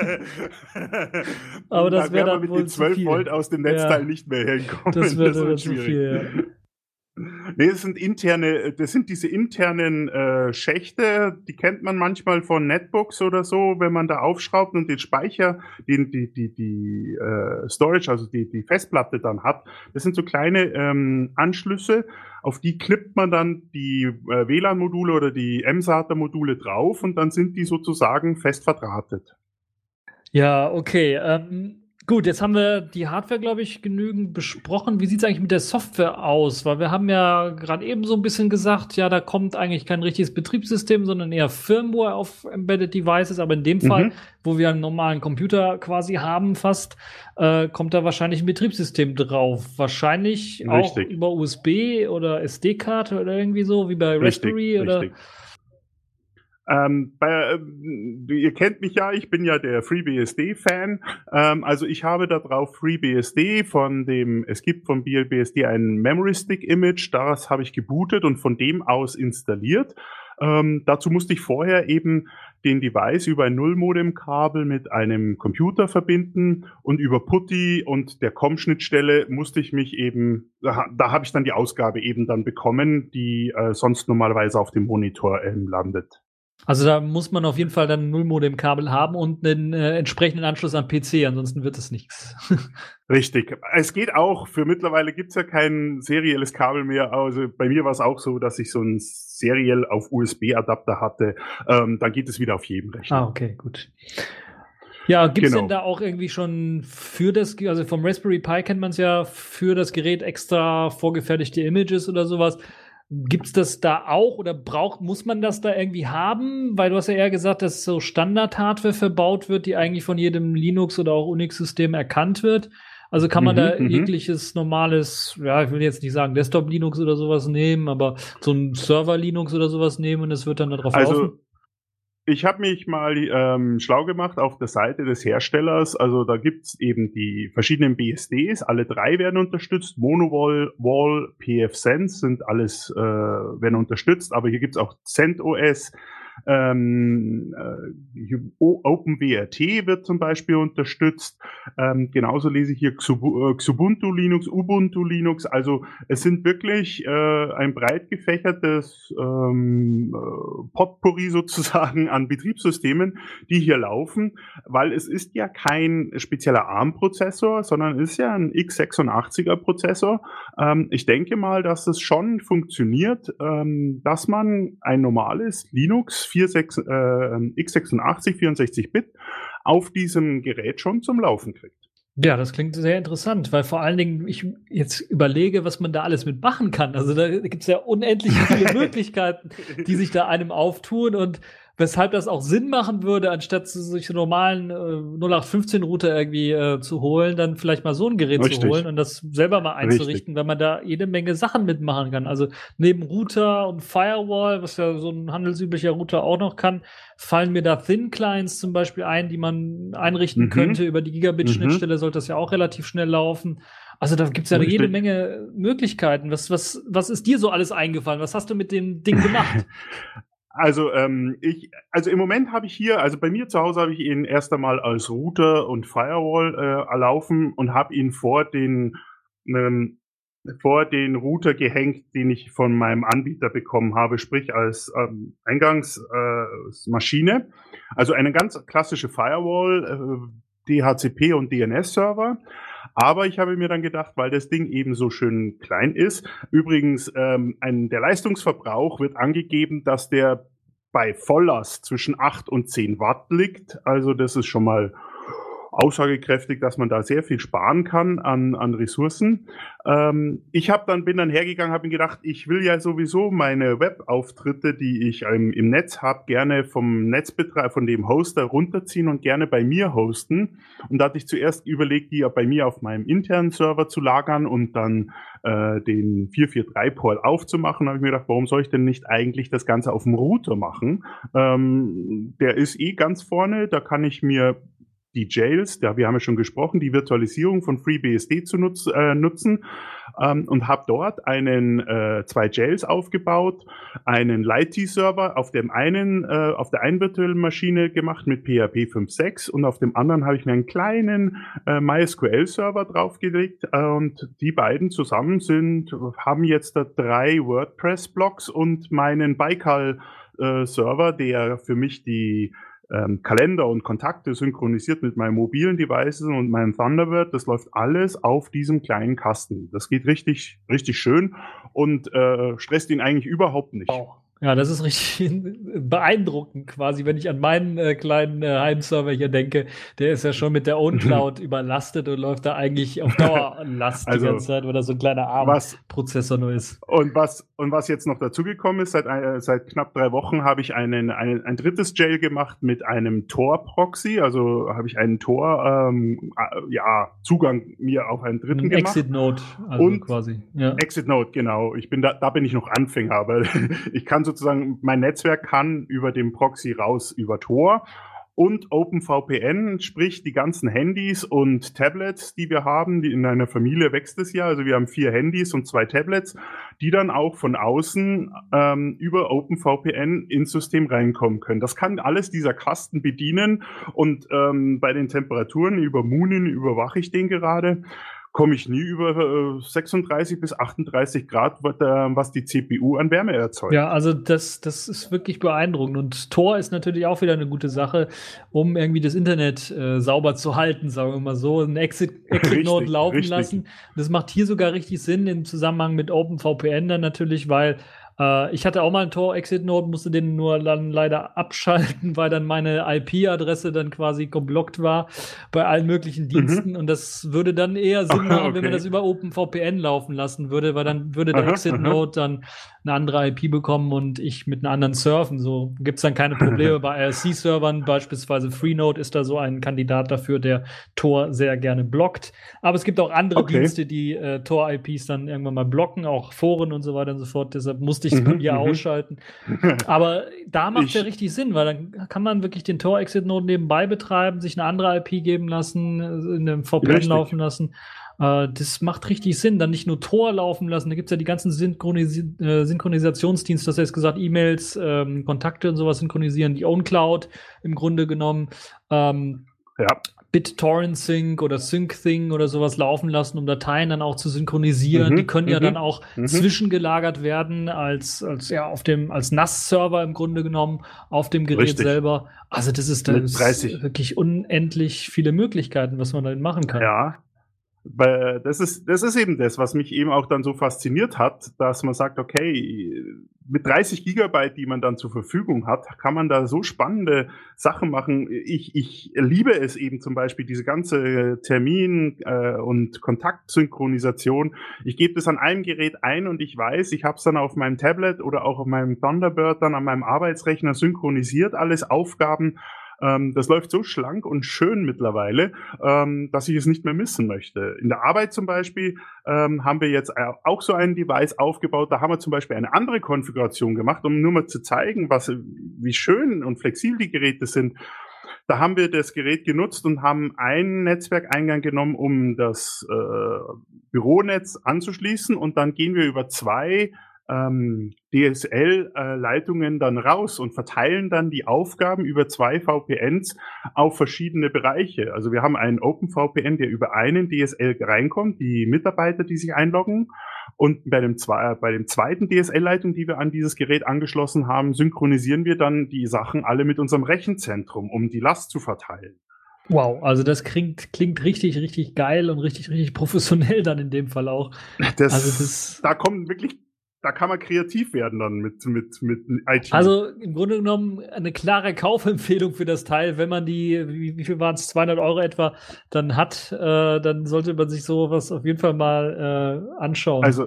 S2: aber das wäre dann
S3: mit
S2: wohl
S3: den zwölf Volt aus dem Netzteil ja. nicht mehr hinkommen.
S2: Das wäre wär zu viel, ja.
S3: Nee, das sind interne, das sind diese internen äh, Schächte, die kennt man manchmal von Netbooks oder so, wenn man da aufschraubt und den Speicher, den, die, die, die äh, Storage, also die, die Festplatte dann hat. Das sind so kleine ähm, Anschlüsse, auf die klippt man dann die äh, W L A N-Module oder die M SATA-Module drauf und dann sind die sozusagen fest verdrahtet.
S2: Ja, okay. Ähm Gut, jetzt haben wir die Hardware, glaube ich, genügend besprochen. Wie sieht es eigentlich mit der Software aus? Weil wir haben ja gerade eben so ein bisschen gesagt, ja, da kommt eigentlich kein richtiges Betriebssystem, sondern eher Firmware auf Embedded Devices. Aber in dem mhm. Fall, wo wir einen normalen Computer quasi haben fast, äh, kommt da wahrscheinlich ein Betriebssystem drauf. Wahrscheinlich richtig. Auch über U S B oder S D-Karte oder irgendwie so, wie bei
S3: richtig,
S2: Raspberry oder...
S3: Richtig. Ähm, bei, ähm, ihr kennt mich ja, ich bin ja der FreeBSD-Fan. Ähm, also ich habe da drauf FreeBSD von dem, es gibt von B L B S D ein Memory Stick Image, das habe ich gebootet und von dem aus installiert. Ähm, dazu musste ich vorher eben den Device über ein Null-Modem-Kabel mit einem Computer verbinden und über PuTTY und der C O M-Schnittstelle musste ich mich eben, da, da habe ich dann die Ausgabe eben dann bekommen, die äh, sonst normalerweise auf dem Monitor ähm, landet.
S2: Also da muss man auf jeden Fall dann ein Null-Modem-Kabel haben und einen äh, entsprechenden Anschluss am P C, ansonsten wird es nichts.
S3: Richtig. Es geht auch, für mittlerweile gibt's ja kein serielles Kabel mehr. Also bei mir war es auch so, dass ich so ein seriell auf U S B-Adapter hatte. Ähm, dann geht es wieder auf jedem Rechner.
S2: Ah, okay, gut. Ja, gibt's
S3: genau.
S2: denn da auch irgendwie schon für das, also vom Raspberry Pi kennt man es ja, für das Gerät extra vorgefertigte Images oder sowas? Gibt's das da auch oder braucht, muss man das da irgendwie haben? Weil du hast ja eher gesagt, dass so Standard-Hardware verbaut wird, die eigentlich von jedem Linux- oder auch Unix-System erkannt wird. Also kann man mhm, da jegliches normales, ja, ich will jetzt nicht sagen Desktop-Linux oder sowas nehmen, aber so ein Server-Linux oder sowas nehmen und es wird dann da drauf
S3: also
S2: laufen?
S3: Ich habe mich mal ähm, schlau gemacht auf der Seite des Herstellers. Also da gibt's eben die verschiedenen B S Ds. Alle drei werden unterstützt. Monowall, Wall, pfSense sind alles äh, werden unterstützt. Aber hier gibt's auch CentOS. Ähm, äh, OpenWrt wird zum Beispiel unterstützt. Ähm, genauso lese ich hier Xub- Xubuntu Linux, Ubuntu Linux. Also es sind wirklich äh, ein breit gefächertes ähm, Potpourri sozusagen an Betriebssystemen, die hier laufen, weil es ist ja kein spezieller ARM-Prozessor, sondern es ist ja ein x sechsundachtziger Prozessor. Ähm, ich denke mal, dass es schon funktioniert, ähm, dass man ein normales Linux vier Komma sechs, äh, x sechsundachtzig, vierundsechzig Bit auf diesem Gerät schon zum Laufen kriegt.
S2: Ja, das klingt sehr interessant, weil vor allen Dingen ich jetzt überlege, was man da alles mitmachen kann. Also da gibt es ja unendlich viele Möglichkeiten, die sich da einem auftun und weshalb das auch Sinn machen würde, anstatt sich einen normalen äh, null acht fünfzehn Router irgendwie äh, zu holen, dann vielleicht mal so ein Gerät Richtig. zu holen und das selber mal einzurichten, Richtig. weil man da jede Menge Sachen mitmachen kann. Also neben Router und Firewall, was ja so ein handelsüblicher Router auch noch kann, fallen mir da Thin Clients zum Beispiel ein, die man einrichten mhm. könnte. Über die Gigabit-Schnittstelle mhm. sollte das ja auch relativ schnell laufen. Also da gibt's ja Richtig. jede Menge Möglichkeiten. Was, was, was ist dir so alles eingefallen? Was hast du mit dem Ding gemacht?
S3: Also ähm, ich, also im Moment habe ich hier, also bei mir zu Hause habe ich ihn erst einmal als Router und Firewall äh, laufen und habe ihn vor den ähm, vor den Router gehängt, den ich von meinem Anbieter bekommen habe, sprich als ähm, Eingangsmaschine. Äh, also eine ganz klassische Firewall, äh, D H C P und D N S-Server. Aber ich habe mir dann gedacht, weil das Ding eben so schön klein ist, übrigens, ähm, ein, der Leistungsverbrauch wird angegeben, dass der bei Volllast zwischen acht und zehn Watt liegt. Also das ist schon mal aussagekräftig, dass man da sehr viel sparen kann an, an Ressourcen. Ähm, ich habe dann bin dann hergegangen, habe mir gedacht, ich will ja sowieso meine Webauftritte, die ich im, im Netz habe, gerne vom Netzbetreiber, von dem Hoster runterziehen und gerne bei mir hosten. Und da hatte ich zuerst überlegt, die ja bei mir auf meinem internen Server zu lagern und dann äh, den vier vier drei Port aufzumachen. Da habe ich mir gedacht, warum soll ich denn nicht eigentlich das Ganze auf dem Router machen? Ähm, der ist eh ganz vorne, da kann ich mir die Jails, ja, wir haben ja schon gesprochen, die Virtualisierung von FreeBSD zu nutz, äh, nutzen ähm, und habe dort einen äh, zwei Jails aufgebaut, einen Lighty-Server auf dem einen, äh, auf der einen virtuellen Maschine gemacht mit P H P fünf Punkt sechs und auf dem anderen habe ich mir einen kleinen äh, MySQL-Server draufgelegt äh, und die beiden zusammen sind, haben jetzt da drei WordPress-Blogs und meinen Baikal-Server, der für mich die Ähm, Kalender und Kontakte synchronisiert mit meinen mobilen Devices und meinem Thunderbird. Das läuft alles auf diesem kleinen Kasten. Das geht richtig, richtig schön und äh, stresst ihn eigentlich überhaupt nicht.
S2: Wow. Ja, das ist richtig beeindruckend quasi, wenn ich an meinen äh, kleinen äh, Heimserver hier denke. Der ist ja schon mit der OwnCloud überlastet und läuft da eigentlich auf Dauerlast
S3: also,
S2: die ganze Zeit, weil da so ein kleiner ARM-Prozessor nur ist.
S3: Und was, und was jetzt noch dazugekommen ist, seit, äh, seit knapp drei Wochen habe ich einen, einen, ein drittes Jail gemacht mit einem Tor-Proxy. Also habe ich einen Tor, ähm, äh, ja, Zugang mir auf einen dritten
S2: ein
S3: gemacht.
S2: Exit-Node, also
S3: und
S2: quasi. Ja.
S3: Exit-Node, genau. Ich bin da, da bin ich noch Anfänger, aber ich kann sozusagen, mein Netzwerk kann über den Proxy raus über Tor. Und OpenVPN, sprich die ganzen Handys und Tablets, die wir haben, die in einer Familie wächst es ja, also wir haben vier Handys und zwei Tablets, die dann auch von außen ähm, über OpenVPN ins System reinkommen können. Das kann alles dieser Kasten bedienen und ähm, bei den Temperaturen über Munin überwache ich den gerade. Komme ich nie über äh, sechsunddreißig bis achtunddreißig Grad, was die C P U an Wärme erzeugt.
S2: Ja, also das, das ist wirklich beeindruckend. Und Tor ist natürlich auch wieder eine gute Sache, um irgendwie das Internet äh, sauber zu halten, sagen wir mal so. Ein Exit-Node laufen richtig. lassen. Das macht hier sogar richtig Sinn im Zusammenhang mit OpenVPN dann natürlich, weil äh, ich hatte auch mal einen Tor-Exit-Node, musste den nur dann leider abschalten, weil dann meine I P-Adresse dann quasi geblockt war bei allen möglichen Diensten. Mhm. Und das würde dann eher Sinn machen, okay. wenn man das über OpenVPN laufen lassen würde, weil dann würde der Exit-Node dann eine andere I P bekommen und ich mit einer anderen surfen. So gibt's dann keine Probleme. Bei I R C-Servern, beispielsweise Freenode, ist da so ein Kandidat dafür, der Tor sehr gerne blockt. Aber es gibt auch andere okay. Dienste, die äh, Tor-I Ps dann irgendwann mal blocken, auch Foren und so weiter und so fort. Deshalb musste ich es bei mir ausschalten. Aber da macht es ja richtig Sinn, weil dann kann man wirklich den Tor-Exit-Node nebenbei betreiben, sich eine andere I P geben lassen, in einem V P N richtig. laufen lassen. Das macht richtig Sinn, dann nicht nur Tor laufen lassen, da gibt's ja die ganzen Synchronis- äh, Synchronisationsdienste, das heißt gesagt, E-Mails, ähm, Kontakte und sowas synchronisieren, die OwnCloud im Grunde genommen, ähm,
S3: ja.
S2: BitTorrent Sync oder SyncThing oder sowas laufen lassen, um Dateien dann auch zu synchronisieren. Mhm, die können ja mhm, dann auch mhm. zwischengelagert werden als, als, ja, auf dem, als N A S-Server im Grunde genommen auf dem Gerät Richtig. selber. Also das ist, das ist wirklich unendlich viele Möglichkeiten, was man damit machen kann.
S3: Ja. Weil das ist, das ist eben das, was mich eben auch dann so fasziniert hat, dass man sagt, okay, mit dreißig Gigabyte, die man dann zur Verfügung hat, kann man da so spannende Sachen machen. Ich, ich liebe es eben zum Beispiel, diese ganze Termin- äh, und Kontaktsynchronisation. Ich gebe das an einem Gerät ein und ich weiß, ich habe es dann auf meinem Tablet oder auch auf meinem Thunderbird dann an meinem Arbeitsrechner synchronisiert, alles Aufgaben. Das läuft so schlank und schön mittlerweile, ähm, dass ich es nicht mehr missen möchte. In der Arbeit zum Beispiel ähm, haben wir jetzt auch so ein Device aufgebaut. Da haben wir zum Beispiel eine andere Konfiguration gemacht, um nur mal zu zeigen, was, wie schön und flexibel die Geräte sind. Da haben wir das Gerät genutzt und haben einen Netzwerkeingang genommen, um das äh, Büronetz anzuschließen. Und dann gehen wir über zwei Ähm, D S L-Leitungen äh, dann raus und verteilen dann die Aufgaben über zwei V P Ns auf verschiedene Bereiche. Also wir haben einen OpenVPN, der über einen D S L reinkommt, die Mitarbeiter, die sich einloggen. Und bei dem, zwei, bei dem zweiten D S L-Leitung, die wir an dieses Gerät angeschlossen haben, synchronisieren wir dann die Sachen alle mit unserem Rechenzentrum, um die Last zu verteilen.
S2: Wow, also das klingt, klingt richtig, richtig geil und richtig, richtig professionell dann in dem Fall auch.
S3: Das,
S2: also das,
S3: da kommen wirklich, da kann man kreativ werden dann mit, mit, mit I T.
S2: Also im Grunde genommen eine klare Kaufempfehlung für das Teil, wenn man die, wie, wie viel waren es, zweihundert Euro etwa, dann hat, äh, dann sollte man sich sowas auf jeden Fall mal äh, anschauen.
S3: Also,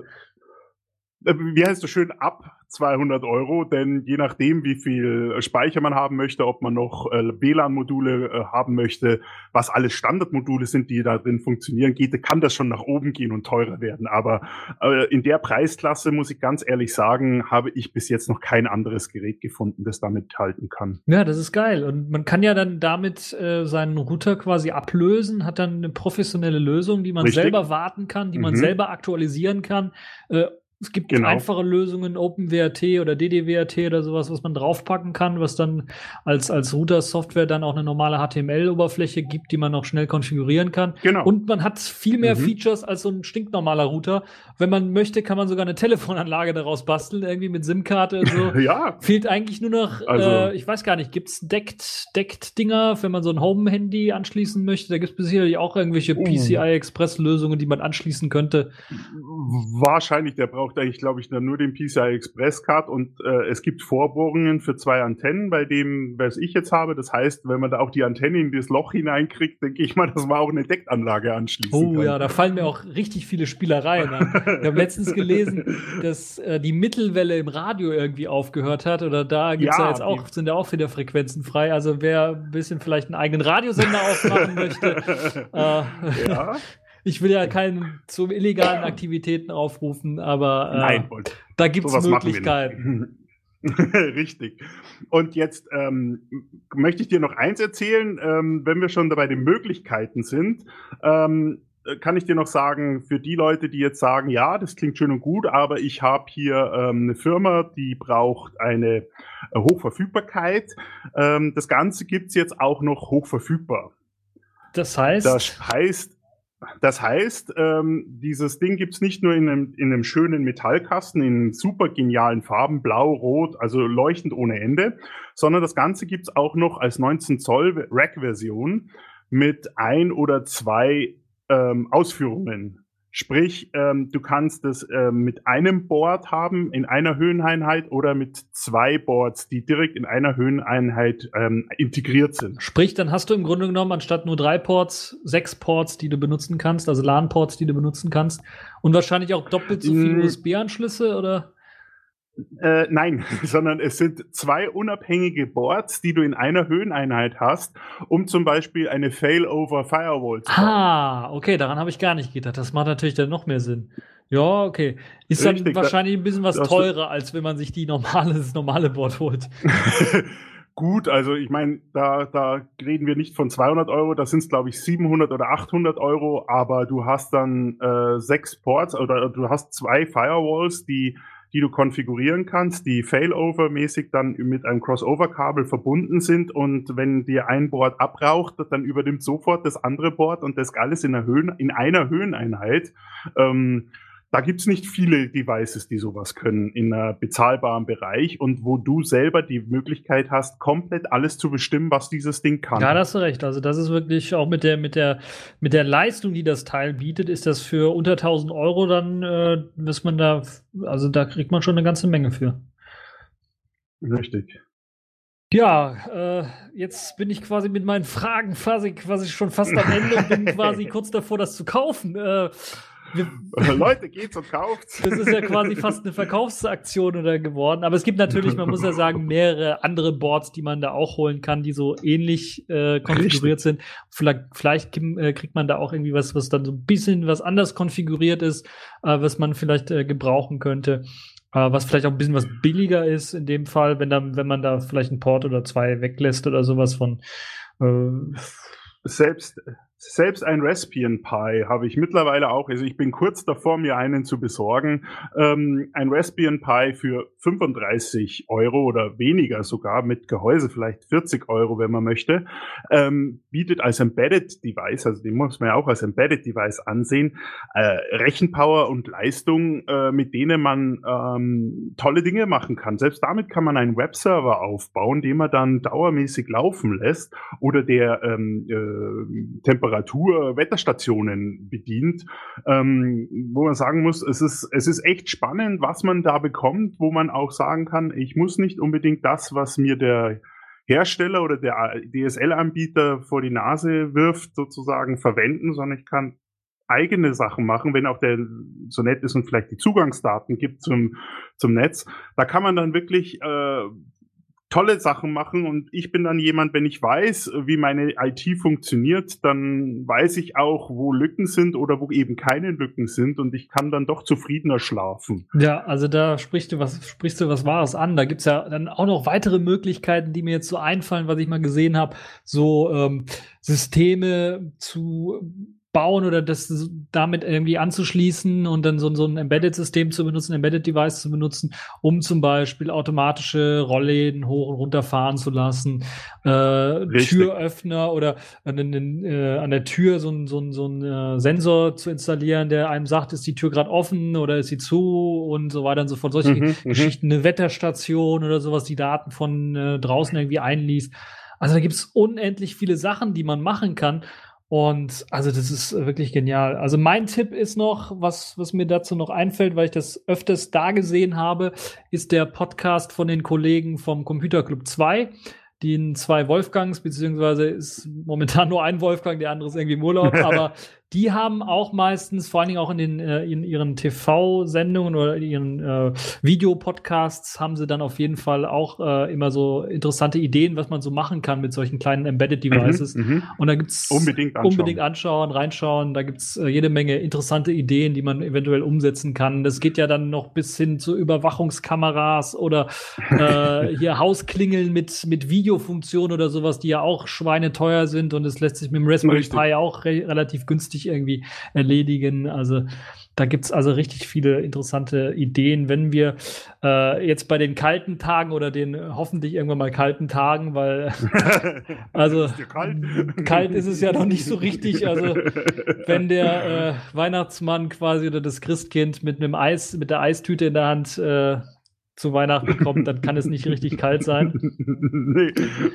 S3: äh, wie heißt das schön, ab zweihundert Euro, denn je nachdem, wie viel Speicher man haben möchte, ob man noch äh, W L A N-Module äh, haben möchte, was alles Standardmodule sind, die da drin funktionieren, geht, kann das schon nach oben gehen und teurer werden. Aber äh, in der Preisklasse, muss ich ganz ehrlich sagen, habe ich bis jetzt noch kein anderes Gerät gefunden, das damit halten kann.
S2: Ja, das ist geil. Und man kann ja dann damit äh, seinen Router quasi ablösen, hat dann eine professionelle Lösung, die man
S3: Richtig.
S2: selber warten kann, die man
S3: Mhm.
S2: selber aktualisieren kann. Äh, Es gibt
S3: Genau.
S2: einfache Lösungen, OpenWrt oder D D W R T oder sowas, was man draufpacken kann, was dann als, als Router-Software dann auch eine normale H T M L-Oberfläche gibt, die man noch schnell konfigurieren kann.
S3: Genau.
S2: Und man hat viel mehr
S3: Mhm.
S2: Features als so ein stinknormaler Router. Wenn man möchte, kann man sogar eine Telefonanlage daraus basteln, irgendwie mit SIM-Karte und so.
S3: Ja.
S2: Fehlt eigentlich nur noch,
S3: Also-
S2: äh, ich weiß gar nicht, gibt's deckt, deckt Dinger, wenn man so ein Home-Handy anschließen möchte? Da gibt's sicherlich auch irgendwelche
S3: Uh.
S2: P C I-Express-Lösungen, die man anschließen könnte.
S3: Wahrscheinlich, der braucht eigentlich, glaube ich, nur den P C I Express Card und äh, es gibt Vorbohrungen für zwei Antennen, bei dem, was ich jetzt habe. Das heißt, wenn man da auch die Antenne in das Loch hineinkriegt, denke ich mal, dass man auch eine Deckanlage anschließen
S2: Oh
S3: kann.
S2: ja, da fallen mir auch richtig viele Spielereien an. Ich habe letztens gelesen, dass äh, die Mittelwelle im Radio irgendwie aufgehört hat oder da gibt's ja,
S3: Ja,
S2: jetzt auch,
S3: die-
S2: sind ja auch wieder Frequenzen frei. Also wer ein bisschen vielleicht einen eigenen Radiosender aufmachen möchte, äh,
S3: Ja.
S2: ich will ja keinen zu illegalen Aktivitäten aufrufen, aber äh,
S3: Nein, wollte
S2: da gibt's
S3: sowas machen wir
S2: Möglichkeiten.
S3: nicht. Richtig. Und jetzt ähm, möchte ich dir noch eins erzählen, ähm, wenn wir schon bei den Möglichkeiten sind. Ähm, äh, kann ich dir noch sagen, für die Leute, die jetzt sagen, ja, das klingt schön und gut, aber ich habe hier ähm, eine Firma, die braucht eine äh, Hochverfügbarkeit. Ähm, das Ganze gibt's jetzt auch noch hochverfügbar.
S2: Das heißt,
S3: Das heißt, das heißt, ähm, dieses Ding gibt's nicht nur in einem, in einem schönen Metallkasten in super genialen Farben, blau, rot, also leuchtend ohne Ende, sondern das Ganze gibt's auch noch als neunzehn Zoll Rack-Version mit ein oder zwei ähm, Ausführungen. Sprich, ähm, du kannst es ähm, mit einem Board haben in einer Höheneinheit oder mit zwei Boards, die direkt in einer Höheneinheit ähm, integriert sind.
S2: sprich, dann hast du im Grunde genommen anstatt nur drei Ports, sechs Ports, die du benutzen kannst, also LAN-Ports, die du benutzen kannst und wahrscheinlich auch doppelt so viele
S3: Mm.
S2: U S B-Anschlüsse, oder?
S3: Äh, nein, sondern es sind zwei unabhängige Boards, die du in einer Höheneinheit hast, um zum Beispiel eine Failover-Firewall zu bauen.
S2: Ah, okay, daran habe ich gar nicht gedacht. Das macht natürlich dann noch mehr Sinn. Ja, okay. Ist dann
S3: Richtig, da-
S2: wahrscheinlich ein bisschen was
S3: das-
S2: teurer, als wenn man sich die normale, das normale Board holt.
S3: Gut, also ich meine, da, da reden wir nicht von zweihundert Euro, das sind glaube ich siebenhundert oder achthundert Euro, aber du hast dann äh, sechs Ports oder du hast zwei Firewalls, die die du konfigurieren kannst, die Failover-mäßig dann mit einem Crossover-Kabel verbunden sind und wenn dir ein Board abraucht, dann übernimmt sofort das andere Board und das alles in einer, Höhen, in einer Höheneinheit. Ähm, da gibt's nicht viele Devices, die sowas können in einem bezahlbaren Bereich und wo du selber die Möglichkeit hast, komplett alles zu bestimmen, was dieses Ding kann.
S2: Ja, da hast du recht. Also das ist wirklich auch mit der, mit der, mit der Leistung, die das Teil bietet, ist das für unter tausend Euro dann, äh, dass man da, also da kriegt man schon eine ganze Menge für.
S3: Richtig.
S2: Ja, äh, jetzt bin ich quasi mit meinen Fragen quasi, quasi schon fast am Ende und bin quasi kurz davor, das zu kaufen. Äh, wir,
S3: Leute, geht's und kauft's.
S2: Das ist ja quasi fast eine Verkaufsaktion oder geworden. Aber es gibt natürlich, man muss ja sagen, mehrere andere Boards, die man da auch holen kann, die so ähnlich äh, konfiguriert sind. Vielleicht, vielleicht äh, kriegt man da auch irgendwie was, was dann so ein bisschen was anders konfiguriert ist, äh, was man vielleicht äh, gebrauchen könnte. Äh, was vielleicht auch ein bisschen was billiger ist in dem Fall, wenn dann, wenn man da vielleicht einen Port oder zwei weglässt oder sowas von. Äh,
S3: Selbst, Selbst ein Raspbian Pi habe ich mittlerweile auch, also ich bin kurz davor, mir einen zu besorgen. Ähm, ein Raspbian Pi für fünfunddreißig Euro oder weniger sogar, mit Gehäuse vielleicht vierzig Euro, wenn man möchte, ähm, bietet als Embedded Device, also den muss man ja auch als Embedded Device ansehen, äh, Rechenpower und Leistung, äh, mit denen man ähm, tolle Dinge machen kann. Selbst damit kann man einen Webserver aufbauen, den man dann dauermäßig laufen lässt oder der ähm, äh, Temperatur Wetterstationen bedient, ähm, wo man sagen muss, es ist, es ist echt spannend, was man da bekommt, wo man auch sagen kann, ich muss nicht unbedingt das, was mir der Hersteller oder der D S L-Anbieter vor die Nase wirft, sozusagen verwenden, sondern ich kann eigene Sachen machen, wenn auch der so nett ist und vielleicht die Zugangsdaten gibt zum, zum Netz. Da kann man dann wirklich äh, tolle Sachen machen und ich bin dann jemand, wenn ich weiß, wie meine I T funktioniert, dann weiß ich auch, wo Lücken sind oder wo eben keine Lücken sind und ich kann dann doch zufriedener schlafen.
S2: Ja, also da sprichst du was, sprichst du was Wahres an. Da gibt's ja dann auch noch weitere Möglichkeiten, die mir jetzt so einfallen, was ich mal gesehen habe, so ähm, Systeme zu bauen oder das damit irgendwie anzuschließen und dann so, so ein Embedded-System zu benutzen, ein Embedded-Device zu benutzen, um zum Beispiel automatische Rollläden hoch und runter fahren zu lassen, äh, Türöffner oder an, den, äh, an der Tür so ein, so ein, so ein äh, Sensor zu installieren, der einem sagt, ist die Tür gerade offen oder ist sie zu und so weiter und so fort. Solche
S3: Mhm,
S2: Geschichten, eine Wetterstation oder sowas, die Daten von äh, draußen irgendwie einliest. Also da gibt's unendlich viele Sachen, die man machen kann. Und also das ist wirklich genial. Also mein Tipp ist noch, was, was mir dazu noch einfällt, weil ich das öfters da gesehen habe, ist der Podcast von den Kollegen vom Computer Club zwei. Den zwei Wolfgangs, beziehungsweise ist momentan nur ein Wolfgang, der andere ist irgendwie im Urlaub, aber die haben auch meistens, vor allen Dingen auch in den äh, in ihren T V-Sendungen oder in ihren äh, Videopodcasts, haben sie dann auf jeden Fall auch äh, immer so interessante Ideen, was man so machen kann mit solchen kleinen Embedded Devices.
S3: Mhm,
S2: und da gibt's
S3: unbedingt anschauen,
S2: unbedingt anschauen reinschauen. Da gibt's äh, jede Menge interessante Ideen, die man eventuell umsetzen kann. Das geht ja dann noch bis hin zu Überwachungskameras oder äh, hier Hausklingeln mit mit Videofunktion oder sowas, die ja auch schweineteuer sind und es lässt sich mit dem Raspberry
S3: Richtig.
S2: Pi auch re- relativ günstig irgendwie erledigen. Also da gibt's also richtig viele interessante Ideen, wenn wir äh, jetzt bei den kalten Tagen oder den äh, hoffentlich irgendwann mal kalten Tagen, weil also
S3: Ist dir kalt?
S2: kalt ist es ja noch nicht so richtig. Also wenn der äh, Weihnachtsmann quasi oder das Christkind mit einem Eis, mit der Eistüte in der Hand äh, zu Weihnachten kommt, dann kann es nicht richtig kalt sein.
S3: Nee.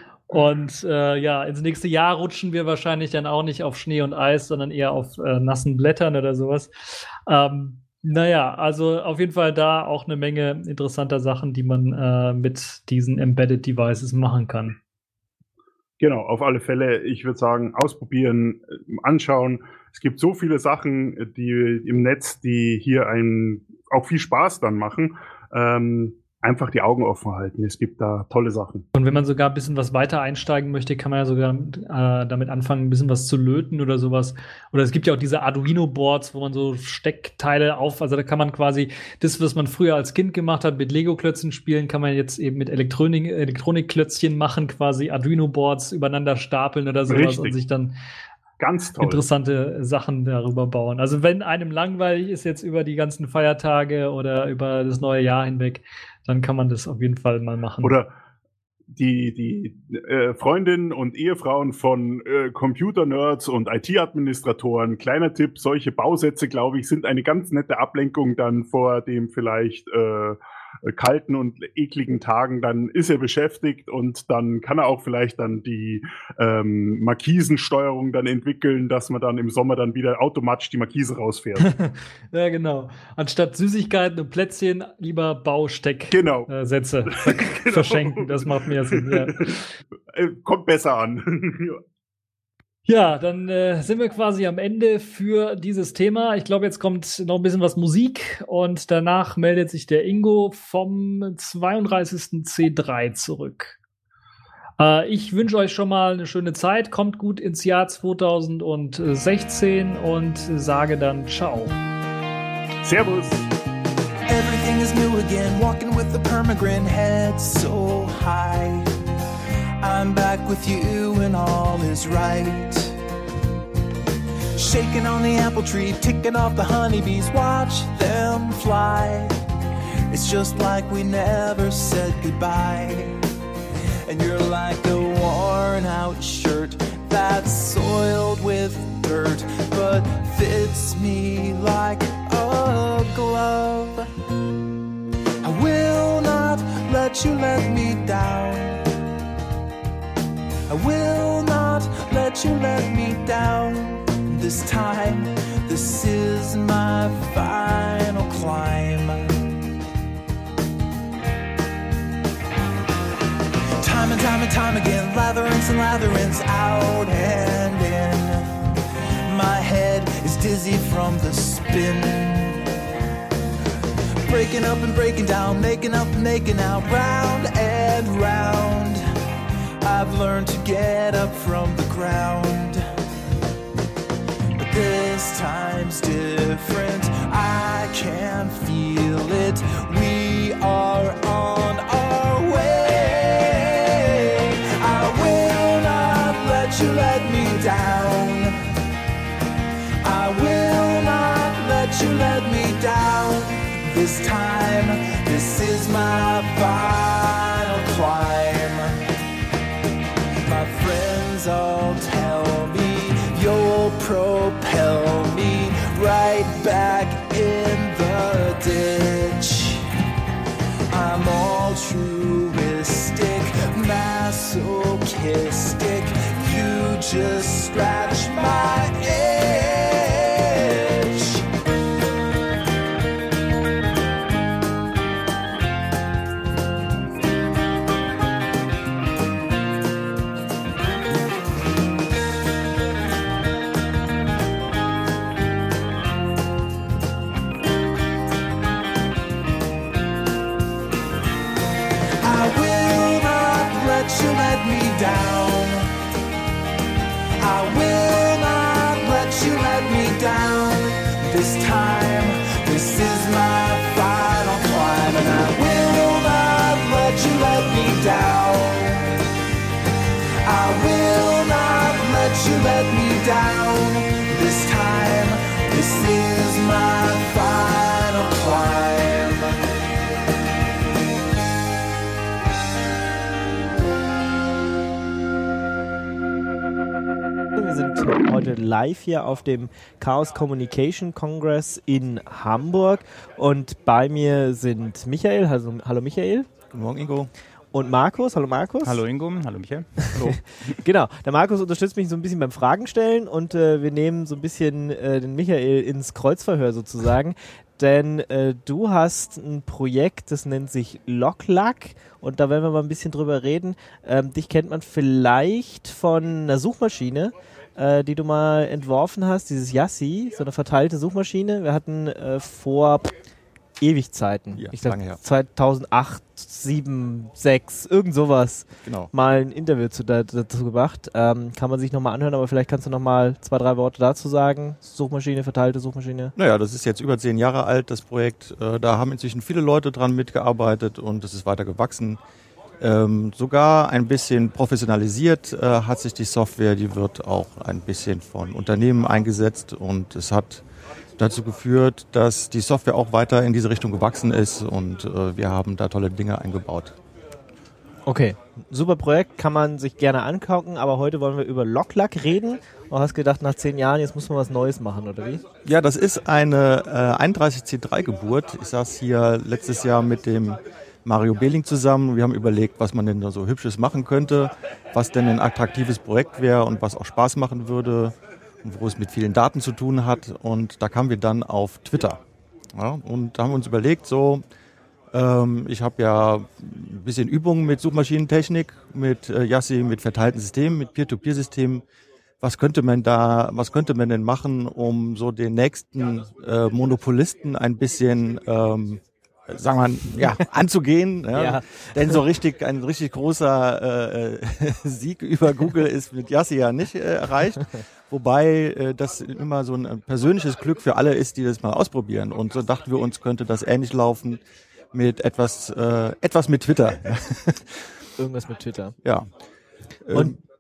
S2: Und äh, ja, ins nächste Jahr rutschen wir wahrscheinlich dann auch nicht auf Schnee und Eis, sondern eher auf äh, nassen Blättern oder sowas. Ähm, naja, also auf jeden Fall da auch eine Menge interessanter Sachen, die man äh, mit diesen Embedded Devices machen kann.
S3: Genau, auf alle Fälle. Ich würde sagen, ausprobieren, anschauen. Es gibt so viele Sachen, die im Netz, die hier einen auch viel Spaß dann machen. Ähm, einfach die Augen offen halten. Es gibt da tolle Sachen.
S2: Und wenn man sogar ein bisschen was weiter einsteigen möchte, kann man ja sogar äh, damit anfangen, ein bisschen was zu löten oder sowas. Oder es gibt ja auch diese Arduino-Boards, wo man so Steckteile auf, also da kann man quasi das, was man früher als Kind gemacht hat, mit Lego-Klötzen spielen, kann man jetzt eben mit Elektronik, Elektronikklötzchen machen, quasi Arduino-Boards übereinander stapeln oder sowas.
S3: Richtig.
S2: Und sich dann
S3: Ganz toll.
S2: interessante Sachen darüber bauen. Also wenn einem langweilig ist jetzt über die ganzen Feiertage oder über das neue Jahr hinweg, dann kann man das auf jeden Fall mal machen.
S3: Oder die, die äh, Freundinnen und Ehefrauen von äh, Computer-Nerds und I T-Administratoren, kleiner Tipp, solche Bausätze, glaube ich, sind eine ganz nette Ablenkung dann vor dem vielleicht äh, kalten und ekligen Tagen. Dann ist er beschäftigt und dann kann er auch vielleicht dann die ähm, Markisensteuerung dann entwickeln, dass man dann im Sommer dann wieder automatisch die Markise rausfährt.
S2: Ja, genau. Anstatt Süßigkeiten und Plätzchen lieber Bausteck
S3: Genau.
S2: äh, Sätze ver
S3: Genau.
S2: verschenken. Das macht mehr Sinn. Ja.
S3: Äh, Kommt besser an.
S2: Ja, dann äh, sind wir quasi am Ende für dieses Thema. Ich glaube, jetzt kommt noch ein bisschen was Musik und danach meldet sich der Ingo vom zweiunddreißigsten C drei zurück. Äh, ich wünsche euch schon mal eine schöne Zeit. Kommt gut ins Jahr zweitausendsechzehn und sage dann ciao.
S3: Servus.
S4: Everything is new again, walking with the permagrin head so high. I'm back with you and all is right. Shaking on the apple tree, ticking off the honeybees, watch them fly. It's just like we never said goodbye. And you're like a worn out shirt that's soiled with dirt, but fits me like a glove. I will not let you let me down. I will not let you let me down. This time, this is my final climb. Time and time and time again, latherings and latherings, out and in. My head is dizzy from the spin. Breaking up and breaking down, making up and making out, round and round. I've learned to get up from the ground. But this time's different, I can feel it. We are on our way. You let me down. I will not let you let me down. This time, this is my final climb. My friends all tell me you'll propel me right back in the ditch. I'm altruistic, masochistic. You just scratch my itch. I will not let you let me down. I will not let you let me down. This time, this is my final climb. And I will not let you let me down. I will not let you let me down. This time, this is my final climb.
S5: Wir sind heute live hier auf dem Chaos Communication Congress in Hamburg und bei mir sind Michael. Also, hallo Michael.
S6: Guten Morgen, Ingo.
S5: Und Markus. Hallo Markus.
S6: Hallo Ingo. Hallo Michael. Hallo.
S5: Genau, der Markus unterstützt mich so ein bisschen beim Fragen stellen und äh, wir nehmen so ein bisschen äh, den Michael ins Kreuzverhör sozusagen. Denn äh, du hast ein Projekt, das nennt sich LogLack und da werden wir mal ein bisschen drüber reden. Ähm, dich kennt man vielleicht von einer Suchmaschine, äh, die du mal entworfen hast, dieses Yassi, so eine verteilte Suchmaschine. Wir hatten äh, vor Ewigzeiten,
S6: Ja,
S5: ich glaube
S6: lange her.
S5: zweitausendacht, sieben, sechs, irgend sowas,
S6: Genau.
S5: mal ein Interview zu, da, dazu gemacht. Ähm, kann man sich nochmal anhören, aber vielleicht kannst du nochmal zwei, drei Worte dazu sagen. Suchmaschine, verteilte Suchmaschine.
S6: Naja, das ist jetzt über zehn Jahre alt, das Projekt. Äh, da haben inzwischen viele Leute dran mitgearbeitet und es ist weiter gewachsen. Ähm, sogar ein bisschen professionalisiert äh, hat sich die Software, die wird auch ein bisschen von Unternehmen eingesetzt und es hat dazu geführt, dass die Software auch weiter in diese Richtung gewachsen ist und äh, wir haben da tolle Dinge eingebaut.
S5: Okay, super Projekt, kann man sich gerne angucken, aber heute wollen wir über LogLack reden. Du hast gedacht, nach zehn Jahren, jetzt muss man was Neues machen, oder wie?
S6: Ja, das ist eine äh, einunddreißig C drei Geburt. Ich saß hier letztes Jahr mit dem Mario Behling zusammen. Wir haben überlegt, was man denn da so Hübsches machen könnte, was denn ein attraktives Projekt wäre und was auch Spaß machen würde, wo es mit vielen Daten zu tun hat. Und da kamen wir dann auf Twitter. Ja, und da haben wir uns überlegt, so, ähm, ich habe ja ein bisschen Übungen mit Suchmaschinentechnik, mit äh, Yassi, mit verteilten Systemen, mit Peer-to-Peer-Systemen. Was könnte man da, was könnte man denn machen, um so den nächsten äh, Monopolisten ein bisschen ähm, sagen wir, ja, anzugehen. Ja.
S5: Ja.
S6: Denn so richtig, ein richtig großer äh, Sieg über Google ist mit Yassi ja nicht äh, erreicht. Wobei äh, das immer so ein persönliches Glück für alle ist, die das mal ausprobieren. Und so dachten wir uns, könnte das ähnlich laufen mit etwas, äh, etwas mit Twitter.
S5: Irgendwas mit Twitter.
S6: Ja.
S5: Und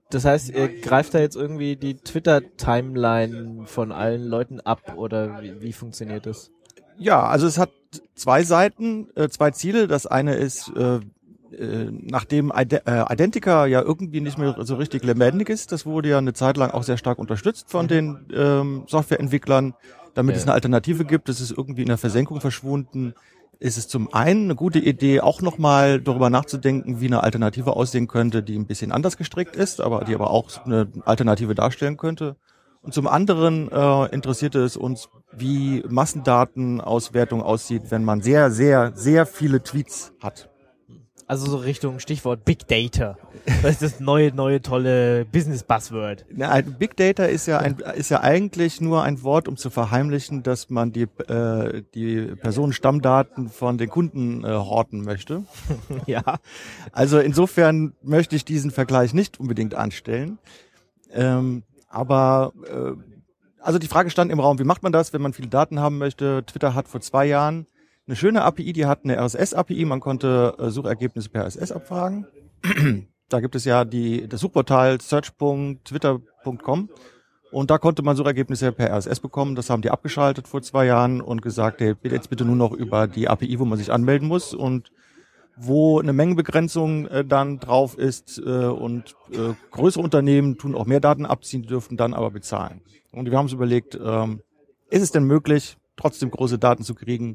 S5: Das heißt, ihr greift da jetzt irgendwie die Twitter-Timeline von allen Leuten ab oder wie, wie funktioniert das?
S6: Ja, also es hat zwei Seiten, äh, zwei Ziele. Das eine ist, äh, äh, nachdem Ide- äh, Identica ja irgendwie nicht mehr so richtig lebendig ist, das wurde ja eine Zeit lang auch sehr stark unterstützt von den ähm, Softwareentwicklern, damit
S5: Ja.
S6: es eine Alternative gibt. Das ist irgendwie in der Versenkung verschwunden. Ist es zum einen eine gute Idee, auch nochmal darüber nachzudenken, wie eine Alternative aussehen könnte, die ein bisschen anders gestrickt ist, aber die aber auch eine Alternative darstellen könnte. Und zum anderen äh, interessierte es uns, wie Massendatenauswertung aussieht, wenn man sehr, sehr, sehr viele Tweets hat.
S5: Also so Richtung Stichwort Big Data. Das ist das neue, neue, tolle Business-Buzzword.
S6: Na, Big Data ist ja ein, ist ja eigentlich nur ein Wort, um zu verheimlichen, dass man die, äh, die Personenstammdaten von den Kunden äh, horten möchte.
S5: Ja.
S6: Also insofern möchte ich diesen Vergleich nicht unbedingt anstellen. Ähm, aber äh, also die Frage stand im Raum, wie macht man das, wenn man viele Daten haben möchte? Twitter hat vor zwei Jahren eine schöne A P I, die hat eine R S S-A P I, man konnte äh, Suchergebnisse per R S S abfragen. Da gibt es ja die das Suchportal search punkt twitter punkt com und da konnte man Suchergebnisse per R S S bekommen. Das haben die abgeschaltet vor zwei Jahren und gesagt, hey, jetzt bitte nur noch über die A P I, wo man sich anmelden muss und wo eine Mengenbegrenzung äh, dann drauf ist äh, und äh, größere Unternehmen tun auch mehr Daten abziehen, die dürften dann aber bezahlen. Und wir haben uns überlegt, ähm, ist es denn möglich, trotzdem große Daten zu kriegen?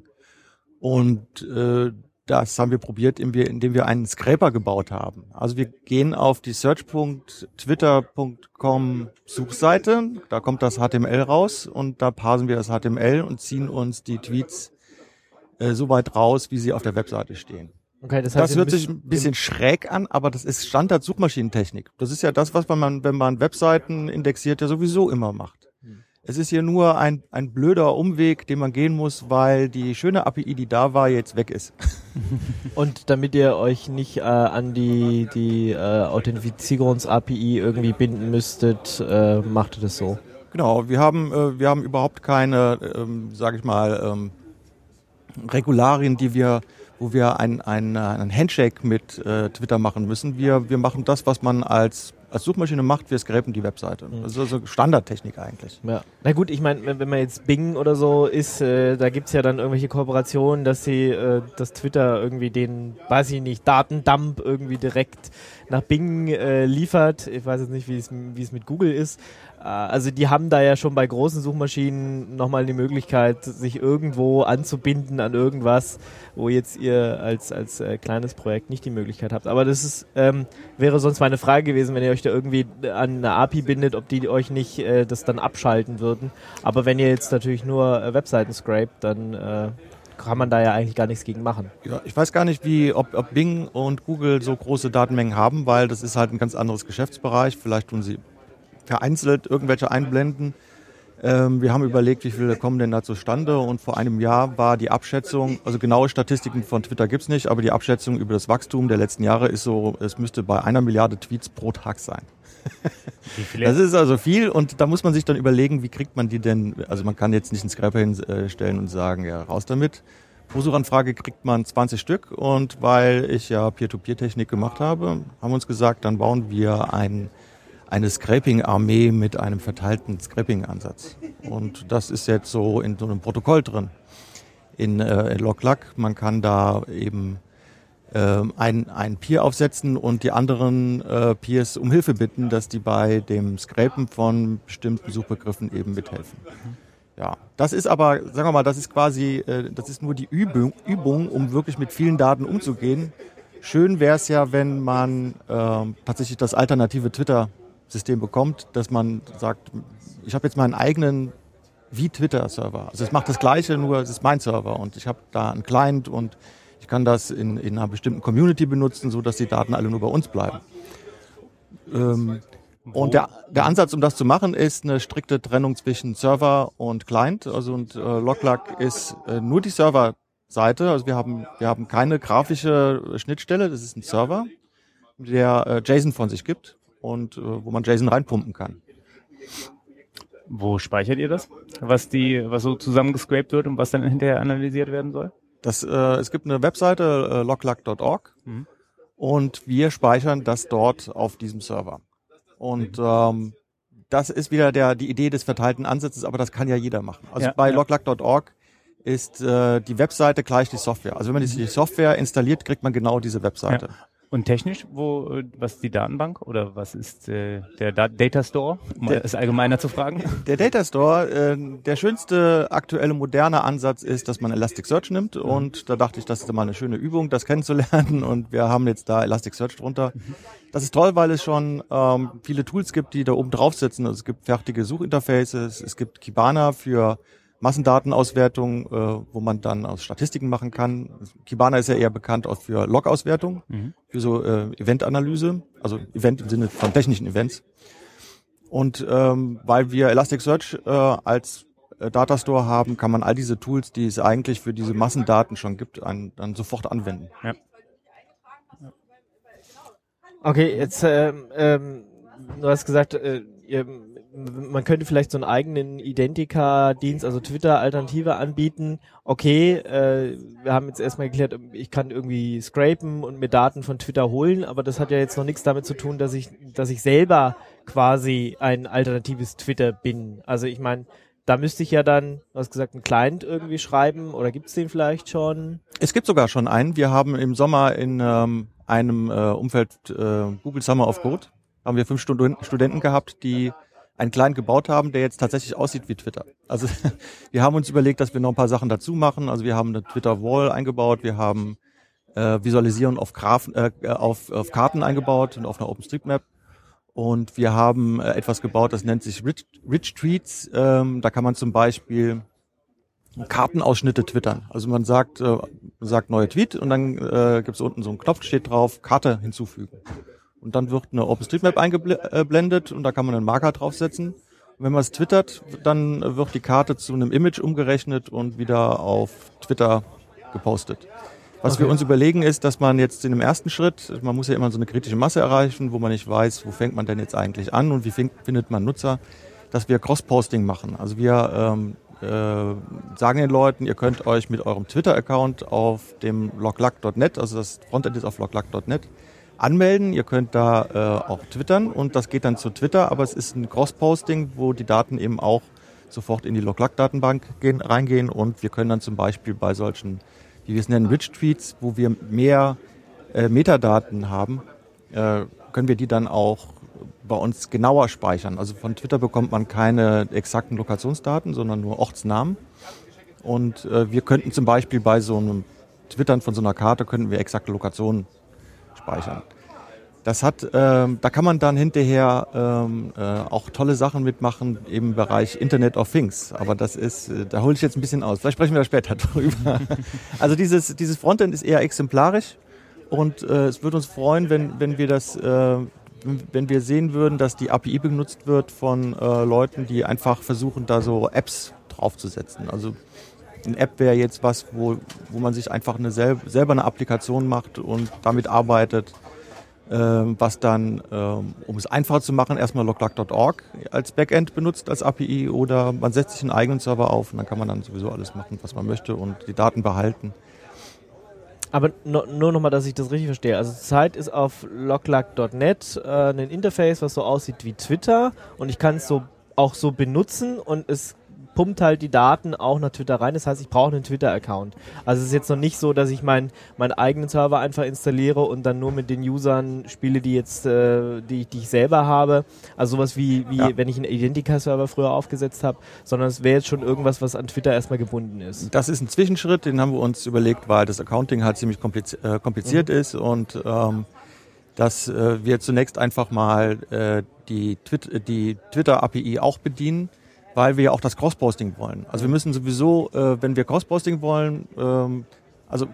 S6: Und äh, das haben wir probiert, indem wir, indem wir einen Scraper gebaut haben. Also wir gehen auf die search punkt twitter punkt com Suchseite, da kommt das H T M L raus und da parsen wir das H T M L und ziehen uns die Tweets äh, so weit raus, wie sie auf der Webseite stehen.
S5: Okay, das heißt,
S6: Das hört sich ein bisschen schräg an, aber das ist Standard-Suchmaschinentechnik. Das ist ja das, was man, wenn man Webseiten indexiert, ja sowieso immer macht. Es ist hier nur ein, ein blöder Umweg, den man gehen muss, weil die schöne A P I, die da war, jetzt weg ist.
S5: Und damit ihr euch nicht äh, an die, die äh, Authentifizierungs-A P I irgendwie binden müsstet, äh, macht ihr das so.
S6: Genau, wir haben, äh, wir haben überhaupt keine, ähm, sage ich mal, ähm, Regularien, die wir, wo wir ein, ein, ein Handshake mit äh, Twitter machen müssen. Wir, wir machen das, was man als als Suchmaschine macht, wir scrapen die Webseite. Das ist also Standardtechnik eigentlich.
S5: Ja. Na gut, ich meine, wenn man jetzt Bing oder so ist, äh, da gibt's ja dann irgendwelche Kooperationen, dass sie, äh, dass Twitter irgendwie den, weiß ich nicht, Datendump irgendwie direkt nach Bing äh, liefert. Ich weiß jetzt nicht, wie es wie es mit Google ist. Äh, also die haben da ja schon bei großen Suchmaschinen nochmal die Möglichkeit, sich irgendwo anzubinden an irgendwas, wo jetzt ihr als als äh, kleines Projekt nicht die Möglichkeit habt. Aber das ist ähm, wäre sonst meine Frage gewesen, wenn ihr euch da irgendwie an eine A P I bindet, ob die euch nicht äh, das dann abschalten würden. Aber wenn ihr jetzt natürlich nur äh, Webseiten scrapt, dann äh, kann man da ja eigentlich gar nichts gegen machen.
S6: Ja, ich weiß gar nicht, wie ob, ob Bing und Google so große Datenmengen haben, weil das ist halt ein ganz anderes Geschäftsbereich. Vielleicht tun sie vereinzelt irgendwelche einblenden. Ähm, wir haben überlegt, wie viele kommen denn da zustande und vor einem Jahr war die Abschätzung, also genaue Statistiken von Twitter gibt's nicht, aber die Abschätzung über das Wachstum der letzten Jahre ist so, es müsste bei einer Milliarde Tweets pro Tag sein.
S5: Wie viele?
S6: Das ist also viel und da muss man sich dann überlegen, wie kriegt man die denn, also man kann jetzt nicht einen Scraper hinstellen und sagen, ja, raus damit. Pro Suchanfrage kriegt man zwanzig Stück und weil ich ja Peer-to-Peer-Technik gemacht habe, haben wir uns gesagt, dann bauen wir ein eine Scraping-Armee mit einem verteilten Scraping-Ansatz. Und das ist jetzt so in so einem Protokoll drin, in, äh, in LogLug. Man kann da eben äh, ein, ein Peer aufsetzen und die anderen äh, Peers um Hilfe bitten, dass die bei dem Scrapen von bestimmten Suchbegriffen eben mithelfen. Ja, das ist aber, sagen wir mal, das ist quasi, äh, das ist nur die Übung, Übung, um wirklich mit vielen Daten umzugehen. Schön wäre es ja, wenn man äh, tatsächlich das alternative Twitter System bekommt, dass man sagt, ich habe jetzt meinen eigenen wie Twitter-Server. Also es macht das Gleiche, nur es ist mein Server und ich habe da einen Client und ich kann das in, in einer bestimmten Community benutzen, so dass die Daten alle nur bei uns bleiben. Ähm, und der, der Ansatz, um das zu machen, ist eine strikte Trennung zwischen Server und Client. Also und äh, LogLug ist äh, nur die Serverseite. Also wir haben wir haben keine grafische Schnittstelle. Das ist ein Server, der äh, JSON von sich gibt und äh, wo man JSON reinpumpen kann.
S7: Wo speichert ihr das? Was die, was so zusammengescraped wird und was dann hinterher analysiert werden soll?
S6: Das, äh, es gibt eine Webseite, äh, loglug punkt org, mhm. und wir speichern das dort auf diesem Server. Und ähm, das ist wieder der die Idee des verteilten Ansatzes, aber das kann ja jeder machen. Also
S7: Ja,
S6: bei
S7: ja.
S6: logluck Punkt org ist äh, die Webseite gleich die Software. Also wenn man die Software installiert, kriegt man genau diese Webseite.
S7: Ja. Und technisch, wo, äh, was ist die Datenbank oder was ist äh, der Da- Data Store, um
S6: Der-
S7: es allgemeiner zu fragen?
S6: Der Data Store, äh, der schönste aktuelle moderne Ansatz ist, dass man Elasticsearch nimmt und da dachte ich, das ist mal eine schöne Übung, das kennenzulernen und wir haben jetzt da Elasticsearch drunter. Das ist toll, weil es schon ähm, viele Tools gibt, die da oben drauf sitzen. Also es gibt fertige Suchinterfaces, es gibt Kibana für Massendatenauswertung, äh, wo man dann aus Statistiken machen kann. Kibana ist ja eher bekannt auch für Log-Auswertung,
S7: Mhm.
S6: für so äh, Eventanalyse, also Event im Sinne von technischen Events. Und ähm, weil wir Elasticsearch äh, als äh, Datastore haben, kann man all diese Tools, die es eigentlich für diese Massendaten schon gibt, an, dann sofort anwenden.
S7: Ja.
S5: Okay, jetzt, ähm, ähm, du hast gesagt, äh, ihr, man könnte vielleicht so einen eigenen Identica-Dienst, also Twitter-Alternative anbieten. Okay, äh, wir haben jetzt erstmal geklärt, ich kann irgendwie scrapen und mir Daten von Twitter holen, aber das hat ja jetzt noch nichts damit zu tun, dass ich, dass ich selber quasi ein alternatives Twitter bin. Also ich meine, da müsste ich ja dann, du hast gesagt, einen Client irgendwie schreiben oder gibt's den vielleicht schon?
S6: Es gibt sogar schon einen. Wir haben im Sommer in ähm, einem äh, Umfeld äh, Google Summer of Code, haben wir fünf Studen- Studenten gehabt, die einen Client gebaut haben, der jetzt tatsächlich aussieht wie Twitter. Also wir haben uns überlegt, dass wir noch ein paar Sachen dazu machen. Also wir haben eine Twitter-Wall eingebaut, wir haben äh, Visualisierung auf, Graphen, äh, auf, auf Karten eingebaut und auf einer OpenStreetMap. Und wir haben äh, etwas gebaut, das nennt sich Rich, Rich Tweets. Ähm, da kann man zum Beispiel Kartenausschnitte twittern. Also man sagt, äh, sagt neue Tweet und dann äh, gibt es unten so einen Knopf, steht drauf, Karte hinzufügen. Und dann wird eine OpenStreetMap eingeblendet und da kann man einen Marker draufsetzen. Und wenn man es twittert, dann wird die Karte zu einem Image umgerechnet und wieder auf Twitter gepostet. Was
S5: Okay.
S6: wir uns überlegen ist, dass man jetzt in dem ersten Schritt, man muss ja immer so eine kritische Masse erreichen, wo man nicht weiß, wo fängt man denn jetzt eigentlich an und wie fing, findet man Nutzer, dass wir Cross-Posting machen. Also wir ähm, äh, sagen den Leuten, ihr könnt euch mit eurem Twitter-Account auf dem logluck Punkt net, also das Frontend ist auf logluck Punkt net, anmelden. Ihr könnt da äh, auch twittern und das geht dann zu Twitter, aber es ist ein Cross-Posting, wo die Daten eben auch sofort in die logluck-Datenbank gehen, reingehen und wir können dann zum Beispiel bei solchen, wie wir es nennen, Rich Tweets, wo wir mehr äh, Metadaten haben, äh, können wir die dann auch bei uns genauer speichern. Also von Twitter bekommt man keine exakten Lokationsdaten, sondern nur Ortsnamen. Und äh, wir könnten zum Beispiel bei so einem Twittern von so einer Karte, könnten wir exakte Lokationen speichern. Das hat, ähm, da kann man dann hinterher ähm, äh, auch tolle Sachen mitmachen im Bereich Internet of Things. Aber das ist, äh, da hole ich jetzt ein bisschen aus. Vielleicht sprechen wir da später drüber. Also dieses, dieses Frontend ist eher exemplarisch und äh, es würde uns freuen, wenn, wenn wir das, äh, wenn wir sehen würden, dass die A P I benutzt wird von äh, Leuten, die einfach versuchen, da so Apps draufzusetzen. Also eine App wäre jetzt was, wo, wo man sich einfach eine sel- selber eine Applikation macht und damit arbeitet. Ähm, was dann, ähm, um es einfacher zu machen, erstmal logluck Punkt org als Backend benutzt als A P I oder man setzt sich einen eigenen Server auf und dann kann man dann sowieso alles machen, was man möchte und die Daten behalten.
S5: Aber no, nur nochmal, dass ich das richtig verstehe. Also zurzeit ist auf logluck Punkt net äh, ein Interface, was so aussieht wie Twitter und ich kann es so auch so benutzen und es pumpt halt die Daten auch nach Twitter rein. Das heißt, ich brauche einen Twitter-Account. Also es ist jetzt noch nicht so, dass ich mein, meinen eigenen Server einfach installiere und dann nur mit den Usern spiele, die jetzt, äh, die, die ich selber habe. Also sowas wie, wie
S6: Ja.
S5: wenn ich einen Identica-Server früher aufgesetzt habe, sondern es wäre jetzt schon irgendwas, was an Twitter erstmal gebunden ist.
S6: Das ist ein Zwischenschritt, den haben wir uns überlegt, weil das Accounting halt ziemlich kompliz- äh, kompliziert
S5: Mhm.
S6: ist und ähm, dass äh, wir zunächst einfach mal äh, die, Twit- die Twitter-A P I auch bedienen, weil wir ja auch das Cross-Posting wollen. Also wir müssen sowieso, äh, wenn wir Cross-Posting wollen, ähm, also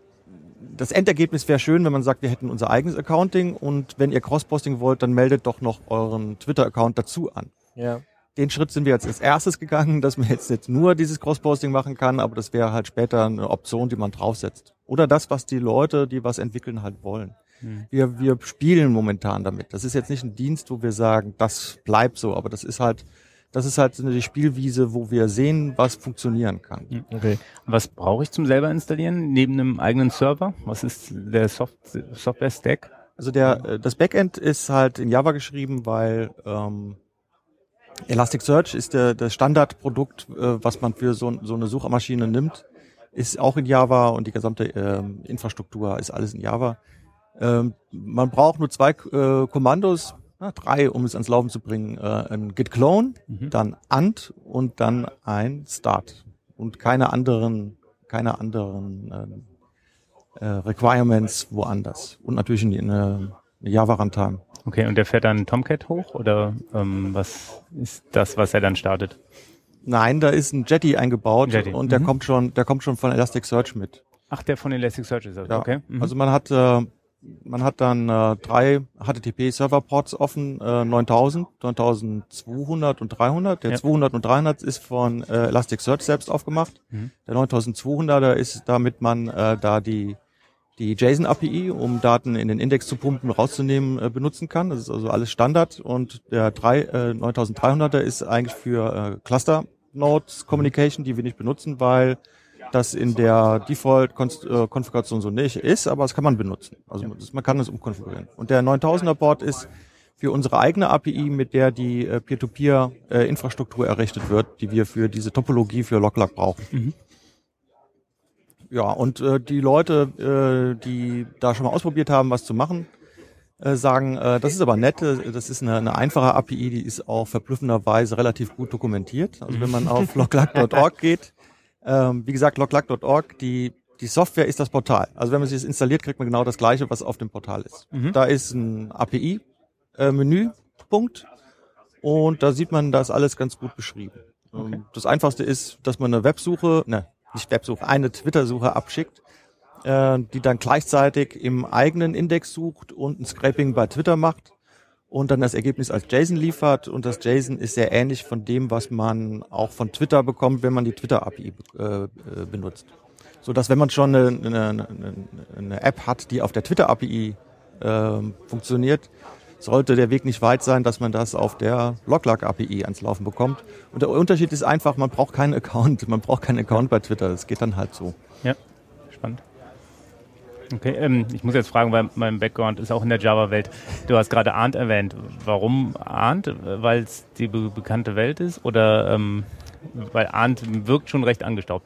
S6: das Endergebnis wäre schön, wenn man sagt, wir hätten unser eigenes Accounting und wenn ihr Cross-Posting wollt, dann meldet doch noch euren Twitter-Account dazu an.
S5: Ja.
S6: Den Schritt sind wir jetzt als erstes gegangen, dass man jetzt, jetzt nur dieses Cross-Posting machen kann, aber das wäre halt später eine Option, die man draufsetzt. Oder das, was die Leute, die was entwickeln, halt wollen.
S7: Hm.
S6: Wir, wir spielen momentan damit. Das ist jetzt nicht ein Dienst, wo wir sagen, das bleibt so, aber das ist halt Das ist halt eine Spielwiese, wo wir sehen, was funktionieren kann.
S5: Okay.
S7: Was brauche ich zum selber installieren? Neben einem eigenen Server? Was ist der Soft- Software-Stack?
S6: Also der, äh, das Backend ist halt in Java geschrieben, weil ähm, Elasticsearch ist der, das Standardprodukt, äh, was man für so, so eine Suchmaschine nimmt, ist auch in Java und die gesamte ähm, Infrastruktur ist alles in Java. Ähm, man braucht nur zwei äh, Kommandos, na, drei, um es ans Laufen zu bringen. Äh, ein git clone, mhm. dann ant und dann ein start und keine anderen, keine anderen äh, äh, Requirements woanders und natürlich eine, eine Java Runtime.
S7: Okay, und der fährt dann Tomcat hoch oder ähm, was ist das, was er dann startet?
S6: Nein, da ist ein Jetty eingebaut
S7: Jetty.
S6: und der
S7: mhm.
S6: kommt schon, der kommt schon von Elasticsearch mit.
S7: Ach, der von Elasticsearch ist das,
S6: ja.
S7: okay. Mhm.
S6: Also man hat, äh, man hat dann äh, drei H T T P-Server-Ports offen, äh, neuntausend, neuntausendzweihundert und dreihundert. Der
S7: ja.
S6: zweihundert und dreihundert ist von äh, Elasticsearch selbst aufgemacht. Mhm. Der neuntausendzweihunderter ist, damit man äh, da die die JSON-A P I, um Daten in den Index zu pumpen, rauszunehmen, äh, benutzen kann. Das ist also alles Standard. Und der drei, äh, neuntausenddreihunderter ist eigentlich für äh, Cluster-Nodes-Communication, die wir nicht benutzen, weil das in der Default-Konfiguration so nicht ist, aber das kann man benutzen. Also das, man kann es umkonfigurieren. Und der neuntausender-Board ist für unsere eigene A P I, mit der die äh, Peer-to-Peer-Infrastruktur äh, errichtet wird, die wir für diese Topologie für LogLog brauchen. Mhm. Ja, und äh, die Leute, äh, die da schon mal ausprobiert haben, was zu machen, äh, sagen, äh, das ist aber nett, das ist eine, eine einfache A P I, die ist auch verblüffenderweise relativ gut dokumentiert. Also wenn man auf loglog punkt org geht, ähm, wie gesagt, loglog punkt org, die die Software ist das Portal. Also wenn man sich das installiert, kriegt man genau das Gleiche, was auf dem Portal ist. Mhm. Da ist ein A P I-Menüpunkt äh, und da sieht man, da ist alles ganz gut beschrieben. Okay. Das Einfachste ist, dass man eine Websuche, ne, nicht Websuche, eine Twitter-Suche abschickt, äh, die dann gleichzeitig im eigenen Index sucht und ein Scraping bei Twitter macht und dann das Ergebnis als JSON liefert. Und das JSON ist sehr ähnlich von dem, was man auch von Twitter bekommt, wenn man die Twitter-A P I äh, benutzt. So dass wenn man schon eine, eine, eine App hat, die auf der Twitter-A P I äh, funktioniert, sollte der Weg nicht weit sein, dass man das auf der LogLog-A P I ans Laufen bekommt. Und der Unterschied ist einfach, man braucht keinen Account. Man braucht keinen Account bei Twitter. Das geht dann halt so.
S7: Ja, spannend. Okay, ähm, ich muss jetzt fragen, weil mein Background ist auch in der Java-Welt. Du hast gerade Arndt erwähnt. Warum Arndt? Weil es die be- bekannte Welt ist? Oder ähm, weil Arndt wirkt schon recht angestaubt?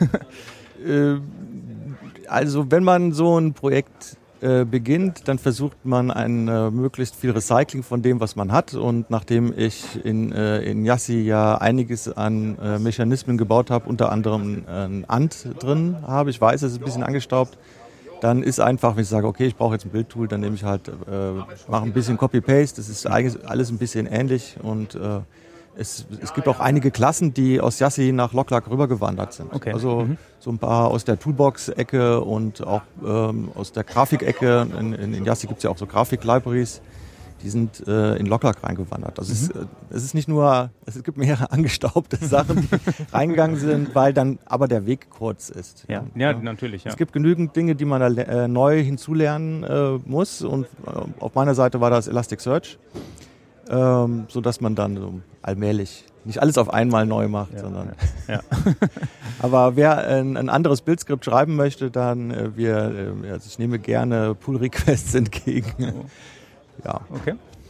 S6: äh, also wenn man so ein Projekt beginnt, dann versucht man ein äh, möglichst viel Recycling von dem, was man hat. Und nachdem ich in, äh, in Yassi ja einiges an äh, Mechanismen gebaut habe, unter anderem äh, ein Ant drin habe, ich weiß, es ist ein bisschen angestaubt, dann ist einfach, wenn ich sage, okay, ich brauche jetzt ein Bildtool, dann nehme ich halt, äh, mache ein bisschen Copy-Paste, das ist eigentlich alles ein bisschen ähnlich und äh, Es, es gibt auch einige Klassen, die aus Yassi nach LogLog rübergewandert sind.
S7: Okay.
S6: Also
S7: mhm.
S6: so ein paar aus der Toolbox-Ecke und auch ähm, aus der Grafik-Ecke. In, in, in Yassi gibt es ja auch so Grafik-Libraries, die sind äh, in LogLog reingewandert. Also mhm. es, äh, es ist nicht nur, es gibt mehrere angestaubte Sachen, die reingegangen sind, weil dann aber der Weg kurz ist.
S7: Ja, ja, ja. natürlich. Ja.
S6: Es gibt genügend Dinge, die man da äh, neu hinzulernen äh, muss und äh, auf meiner Seite war das Elasticsearch. Ähm, so dass man dann so allmählich nicht alles auf einmal neu macht, ja, sondern
S7: ja. Ja.
S6: aber wer ein, ein anderes Bildskript schreiben möchte, dann äh, wir, äh, also ich nehme gerne Pull Requests entgegen.
S7: Oh.
S6: Ja.
S7: Okay.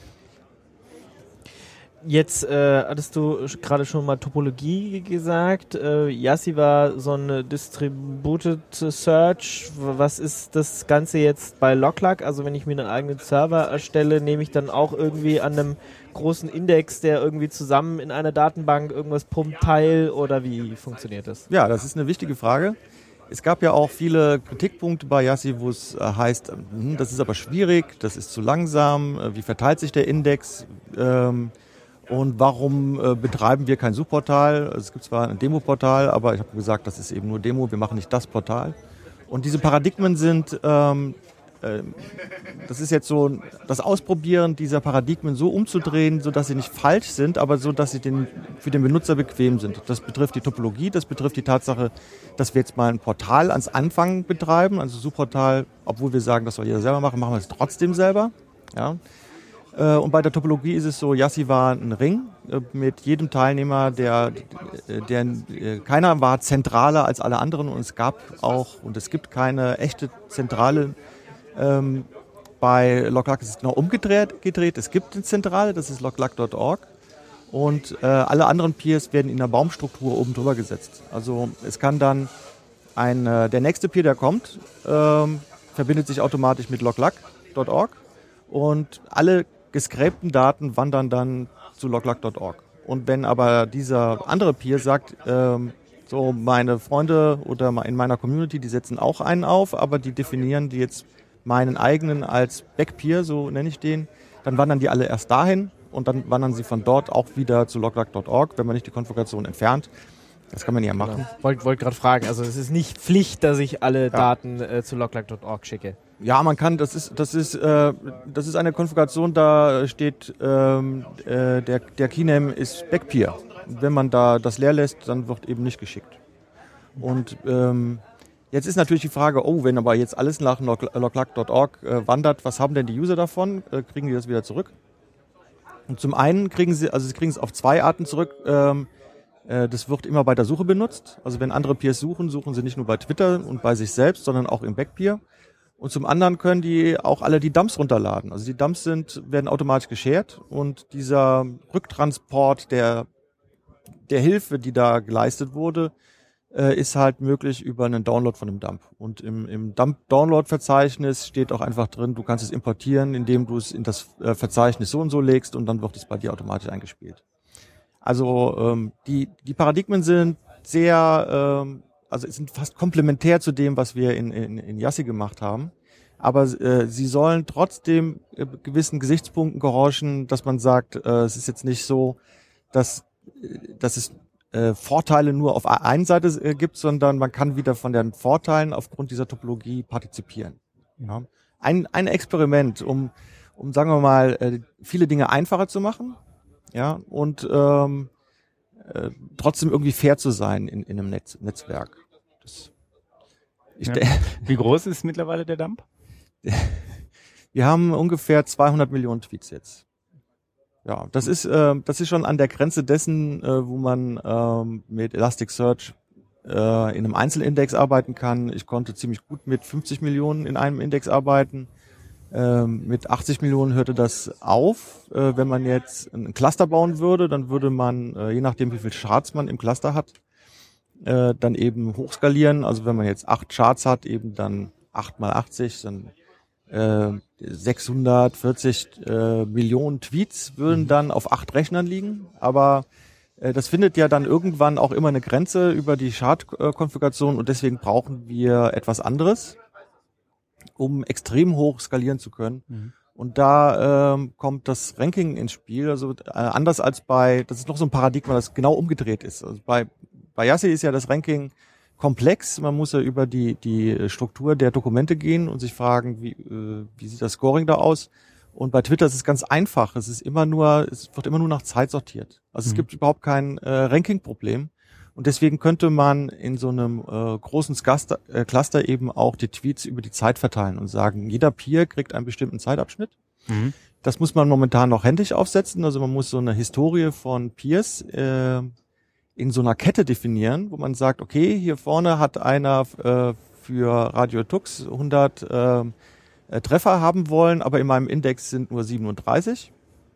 S5: Jetzt äh, hattest du gerade schon mal Topologie gesagt. Äh, Yassi war so eine Distributed Search. Was ist das Ganze jetzt bei LogLog? Also wenn ich mir einen eigenen Server erstelle, nehme ich dann auch irgendwie an einem großen Index, der irgendwie zusammen in einer Datenbank irgendwas pumpt, teil oder wie funktioniert das?
S6: Ja, das ist eine wichtige Frage. Es gab ja auch viele Kritikpunkte bei Yassi, wo es äh, heißt, hm, das ist aber schwierig, das ist zu langsam, äh, wie verteilt sich der Index? Ähm, Und warum äh, betreiben wir kein Suchportal? Es gibt zwar ein Demo-Portal, aber ich habe gesagt, das ist eben nur Demo, wir machen nicht das Portal. Und diese Paradigmen sind, ähm, äh, das ist jetzt so das Ausprobieren dieser Paradigmen so umzudrehen, sodass sie nicht falsch sind, aber so, dass sie den, für den Benutzer bequem sind. Das betrifft die Topologie, das betrifft die Tatsache, dass wir jetzt mal ein Portal ans Anfang betreiben, also Suchportal, obwohl wir sagen, das soll jeder selber machen, machen wir es trotzdem selber. Ja. Und bei der Topologie ist es so, Yassi war ein Ring mit jedem Teilnehmer, der, der keiner war zentraler als alle anderen und es gab auch und es gibt keine echte zentrale ähm, bei LogLac ist es genau umgedreht. Gedreht. Es gibt eine Zentrale, das ist loglac punkt org. Und äh, alle anderen Peers werden in der Baumstruktur oben drüber gesetzt. Also es kann dann ein, äh, der nächste Peer, der kommt, ähm, verbindet sich automatisch mit loglac punkt org und alle gescrapten Daten wandern dann zu loglac punkt org. Und wenn aber dieser andere Peer sagt, ähm, so meine Freunde oder in meiner Community, die setzen auch einen auf, aber die definieren die jetzt meinen eigenen als Backpeer, so nenne ich den, dann wandern die alle erst dahin und dann wandern sie von dort auch wieder zu loglac punkt org, wenn man nicht die Konfiguration entfernt. Das kann man ja machen.
S5: Genau. Wollte wollt gerade fragen, also es ist nicht Pflicht, dass ich alle ja. Daten äh, zu loglac punkt org schicke.
S6: Ja, man kann, das ist, das ist, äh, das ist eine Konfiguration, da steht, ähm, äh, der, der Keyname ist Backpeer. Wenn man da das leer lässt, dann wird eben nicht geschickt. Und ähm, jetzt ist natürlich die Frage, oh, wenn aber jetzt alles nach loglac punkt org äh, wandert, was haben denn die User davon? Äh, kriegen die das wieder zurück? Und zum einen kriegen sie, also sie kriegen es auf zwei Arten zurück. Ähm, äh, das wird immer bei der Suche benutzt. Also wenn andere Peers suchen, suchen sie nicht nur bei Twitter und bei sich selbst, sondern auch im Backpeer. Und zum anderen können die auch alle die Dumps runterladen. Also die Dumps sind, werden automatisch geshared und dieser Rücktransport der, der Hilfe, die da geleistet wurde, äh, ist halt möglich über einen Download von einem Dump. Und im, im Dump-Download-Verzeichnis steht auch einfach drin, du kannst es importieren, indem du es in das äh, Verzeichnis so und so legst und dann wird es bei dir automatisch eingespielt. Also ähm, die, die Paradigmen sind sehr... Ähm, Also es sind fast komplementär zu dem, was wir in, in, in Yassi gemacht haben. Aber äh, sie sollen trotzdem äh, gewissen Gesichtspunkten gehorchen, dass man sagt, äh, es ist jetzt nicht so, dass, dass es äh, Vorteile nur auf einer Seite äh, gibt, sondern man kann wieder von den Vorteilen aufgrund dieser Topologie partizipieren. Ja. Ein, ein Experiment, um, um sagen wir mal, äh, viele Dinge einfacher zu machen, ja, und ähm, Äh, trotzdem irgendwie fair zu sein in, in einem Netz, Netzwerk. Das, ich
S7: ja.
S6: de-
S7: Wie groß ist mittlerweile der Dump?
S6: Wir haben ungefähr zweihundert Millionen Tweets jetzt. Ja, das ist äh, das ist schon an der Grenze dessen, äh, wo man ähm, mit Elasticsearch äh, in einem Einzelindex arbeiten kann. Ich konnte ziemlich gut mit fünfzig Millionen in einem Index arbeiten. Ähm, mit achtzig Millionen hörte das auf. Äh, wenn man jetzt ein Cluster bauen würde, dann würde man, äh, je nachdem wie viele Charts man im Cluster hat, äh, dann eben hochskalieren. Also wenn man jetzt acht Charts hat, eben dann acht mal achtzig, dann äh, sechshundertvierzig äh, Millionen Tweets würden dann auf acht Rechnern liegen. Aber äh, das findet ja dann irgendwann auch immer eine Grenze über die Chart-Konfiguration und deswegen brauchen wir etwas anderes, um extrem hoch skalieren zu können. Mhm. Und da ähm, kommt das Ranking ins Spiel. Also äh, anders als bei, das ist noch so ein Paradigma, das genau umgedreht ist. Also bei, bei Yassi ist ja das Ranking komplex. Man muss ja über die, die Struktur der Dokumente gehen und sich fragen, wie, äh, wie sieht das Scoring da aus? Und bei Twitter ist es ganz einfach. Es ist immer nur, es wird immer nur nach Zeit sortiert. Also mhm. es gibt überhaupt kein äh, Ranking-Problem. Und deswegen könnte man in so einem äh, großen Cluster, äh, Cluster eben auch die Tweets über die Zeit verteilen und sagen, jeder Peer kriegt einen bestimmten Zeitabschnitt. Mhm. Das muss man momentan noch händisch aufsetzen. Also man muss so eine Historie von Peers äh, in so einer Kette definieren, wo man sagt, okay, hier vorne hat einer äh, für Radio Tux hundert äh, äh, Treffer haben wollen, aber in meinem Index sind nur siebenunddreißig.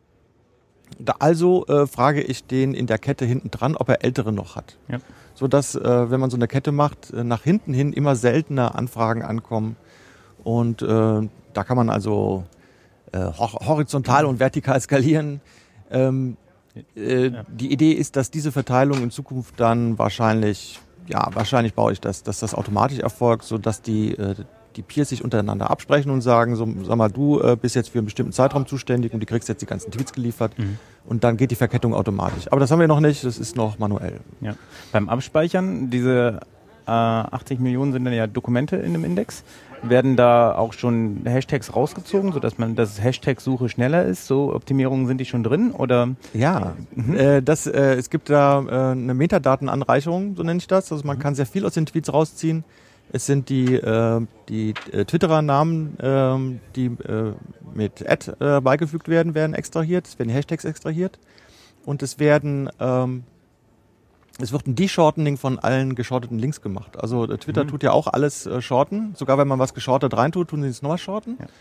S6: Da also äh, frage ich den in der Kette hinten dran, ob er ältere noch hat. Ja. So dass, äh, wenn man so eine Kette macht, äh, nach hinten hin immer seltener Anfragen ankommen. Und äh, da kann man also äh, hor- horizontal und vertikal skalieren. Ähm, äh, ja. Die Idee ist, dass diese Verteilung in Zukunft dann wahrscheinlich, ja, wahrscheinlich baue ich das, dass das automatisch erfolgt, so dass die äh, die Peers sich untereinander absprechen und sagen, so, sag mal, du äh, bist jetzt für einen bestimmten Zeitraum zuständig und du kriegst jetzt die ganzen Tweets geliefert mhm. und dann geht die Verkettung automatisch. Aber das haben wir noch nicht, das ist noch manuell. Ja.
S7: Beim Abspeichern, diese äh, achtzig Millionen sind dann ja Dokumente in einem Index, werden da auch schon Hashtags rausgezogen, sodass man das Hashtag-Suche schneller ist? So Optimierungen sind die schon drin? Oder?
S6: Ja, mhm. äh, das, äh, es gibt da äh, eine Metadatenanreicherung, so nenne ich das. Also man mhm. kann sehr viel aus den Tweets rausziehen. Es sind die, äh, die äh, Twitterer-Namen, äh, die äh, mit Ad äh, beigefügt werden, werden extrahiert. Es werden die Hashtags extrahiert. Und es werden, ähm, es wird ein De-Shortening von allen geschorteten Links gemacht. Also äh, Twitter mhm. tut ja auch alles äh, shorten. Sogar wenn man was geschortet reintut, tun sie es nochmal shorten. Ja.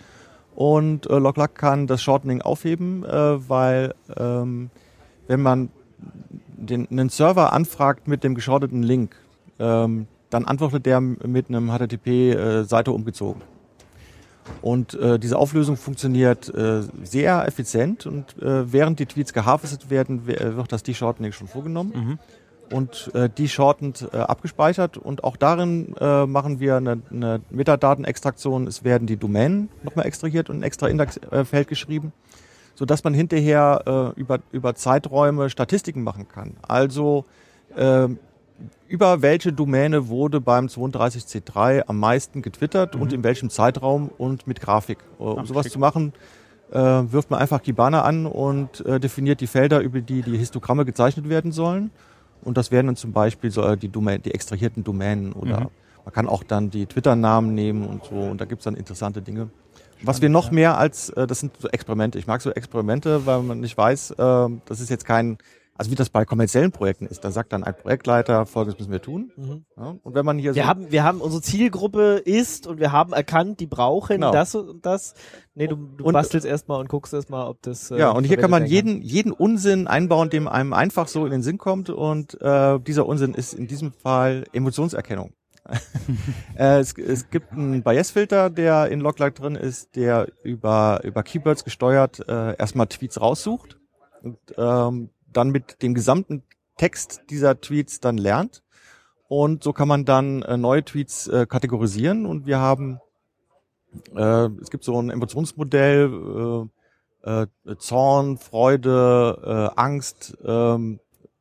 S6: Und äh, LogLog kann das Shortening aufheben, äh, weil ähm, wenn man den, einen Server anfragt mit dem geschorteten Link, ähm, dann antwortet der mit einem H T T P-Seite äh, umgezogen. Und äh, diese Auflösung funktioniert äh, sehr effizient und äh, während die Tweets geharvestet werden, wird das De-Shortening schon vorgenommen mhm. und äh, de-shortend äh, abgespeichert. Und auch darin äh, machen wir eine, eine Metadatenextraktion. Es werden die Domänen nochmal extrahiert und ein extra Indexfeld äh, geschrieben, sodass man hinterher äh, über, über Zeiträume Statistiken machen kann. Also äh, über welche Domäne wurde beim zweiunddreißig C drei am meisten getwittert mhm. und in welchem Zeitraum und mit Grafik. Um Ach, sowas schick. zu machen, äh, wirft man einfach Kibana an und äh, definiert die Felder, über die die Histogramme gezeichnet werden sollen. Und das wären dann zum Beispiel so die, Domain, die extrahierten Domänen oder mhm. man kann auch dann die Twitter-Namen nehmen und so. Und da gibt's dann interessante Dinge. Spannend, was wir noch ja. mehr als, äh, das sind so Experimente. Ich mag so Experimente, weil man nicht weiß, äh, das ist jetzt kein... Also wie das bei kommerziellen Projekten ist, da sagt dann ein Projektleiter, Folgendes müssen wir tun. Mhm. Ja, und wenn man hier
S5: wir
S6: so
S5: haben, wir haben unsere Zielgruppe ist und wir haben erkannt, die brauchen genau. das und das. Nee, du, du und, bastelst erstmal und guckst erstmal, ob das. Äh,
S6: ja, und hier kann man jeden jeden Unsinn einbauen, dem einem einfach so in den Sinn kommt. Und äh, dieser Unsinn ist in diesem Fall Emotionserkennung. äh, es, es gibt einen Bias-Filter, der in LogLog drin ist, der über über Keywords gesteuert äh, erstmal Tweets raussucht und ähm, dann mit dem gesamten Text dieser Tweets dann lernt. Und so kann man dann äh, neue Tweets äh, kategorisieren. Und wir haben, äh, es gibt so ein Emotionsmodell, äh, äh, Zorn, Freude, äh, Angst, äh,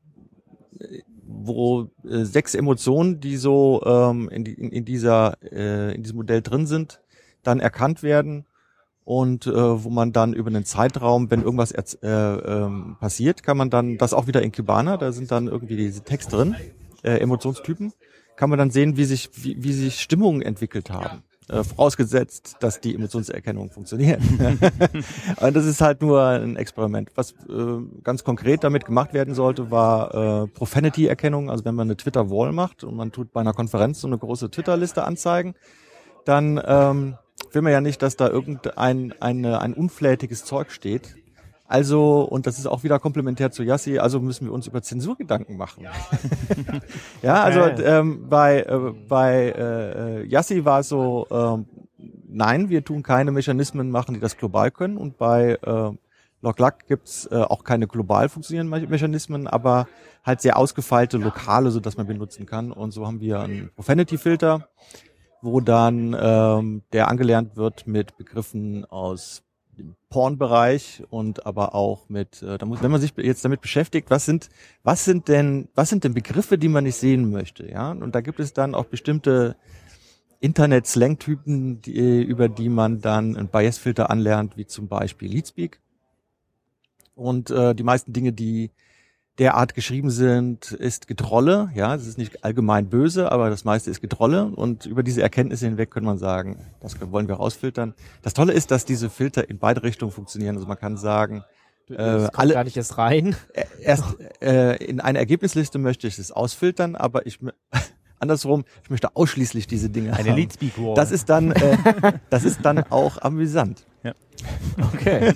S6: wo äh, sechs Emotionen, die so ähm, in, die, in, in dieser äh, in diesem Modell drin sind, dann erkannt werden. Und äh, wo man dann über einen Zeitraum, wenn irgendwas äh, ähm, passiert, kann man dann, das auch wieder in Kibana, da sind dann irgendwie diese Texte drin, äh, Emotionstypen, kann man dann sehen, wie sich wie, wie sich Stimmungen entwickelt haben. Äh, vorausgesetzt, dass die Emotionserkennung funktioniert. Und das ist halt nur ein Experiment. Was äh, ganz konkret damit gemacht werden sollte, war äh, Profanity-Erkennung. Also wenn man eine Twitter-Wall macht und man tut bei einer Konferenz so eine große Twitter-Liste anzeigen, dann ähm, will man ja nicht, dass da irgendein eine, ein unflätiges Zeug steht. Also, und das ist auch wieder komplementär zu Yassi, also müssen wir uns über Zensur Gedanken machen. ja, also ähm, bei äh, bei äh, Yassi war es so, ähm, nein, wir tun keine Mechanismen machen, die das global können. Und bei äh, LogLog gibt's äh, auch keine global funktionierenden Mechanismen, aber halt sehr ausgefeilte lokale, so dass man benutzen kann. Und so haben wir einen Profanity-Filter, wo dann ähm, der angelernt wird mit Begriffen aus dem Porn-Bereich und aber auch mit, äh, da muss, wenn man sich jetzt damit beschäftigt, was sind, was sind denn, was sind denn Begriffe, die man nicht sehen möchte, ja? Und da gibt es dann auch bestimmte Internet-Slang-Typen, die, über die man dann einen Bias-Filter anlernt, wie zum Beispiel Leadspeak. Und äh, die meisten Dinge, die derart geschrieben sind, ist Getrolle. Ja, es ist nicht allgemein böse, aber das meiste ist Getrolle. Und über diese Erkenntnisse hinweg kann man sagen, das wollen wir rausfiltern. Das Tolle ist, dass diese Filter in beide Richtungen funktionieren. Also man kann sagen,
S5: äh, alle gar nicht erst rein.
S6: Erst äh, in eine Ergebnisliste möchte ich es ausfiltern, aber ich andersrum, ich möchte ausschließlich diese Dinge
S7: eine
S6: haben.
S7: Leadspeak Wall.
S6: Das ist dann, äh, das ist dann auch amüsant.
S7: Ja.
S5: Okay.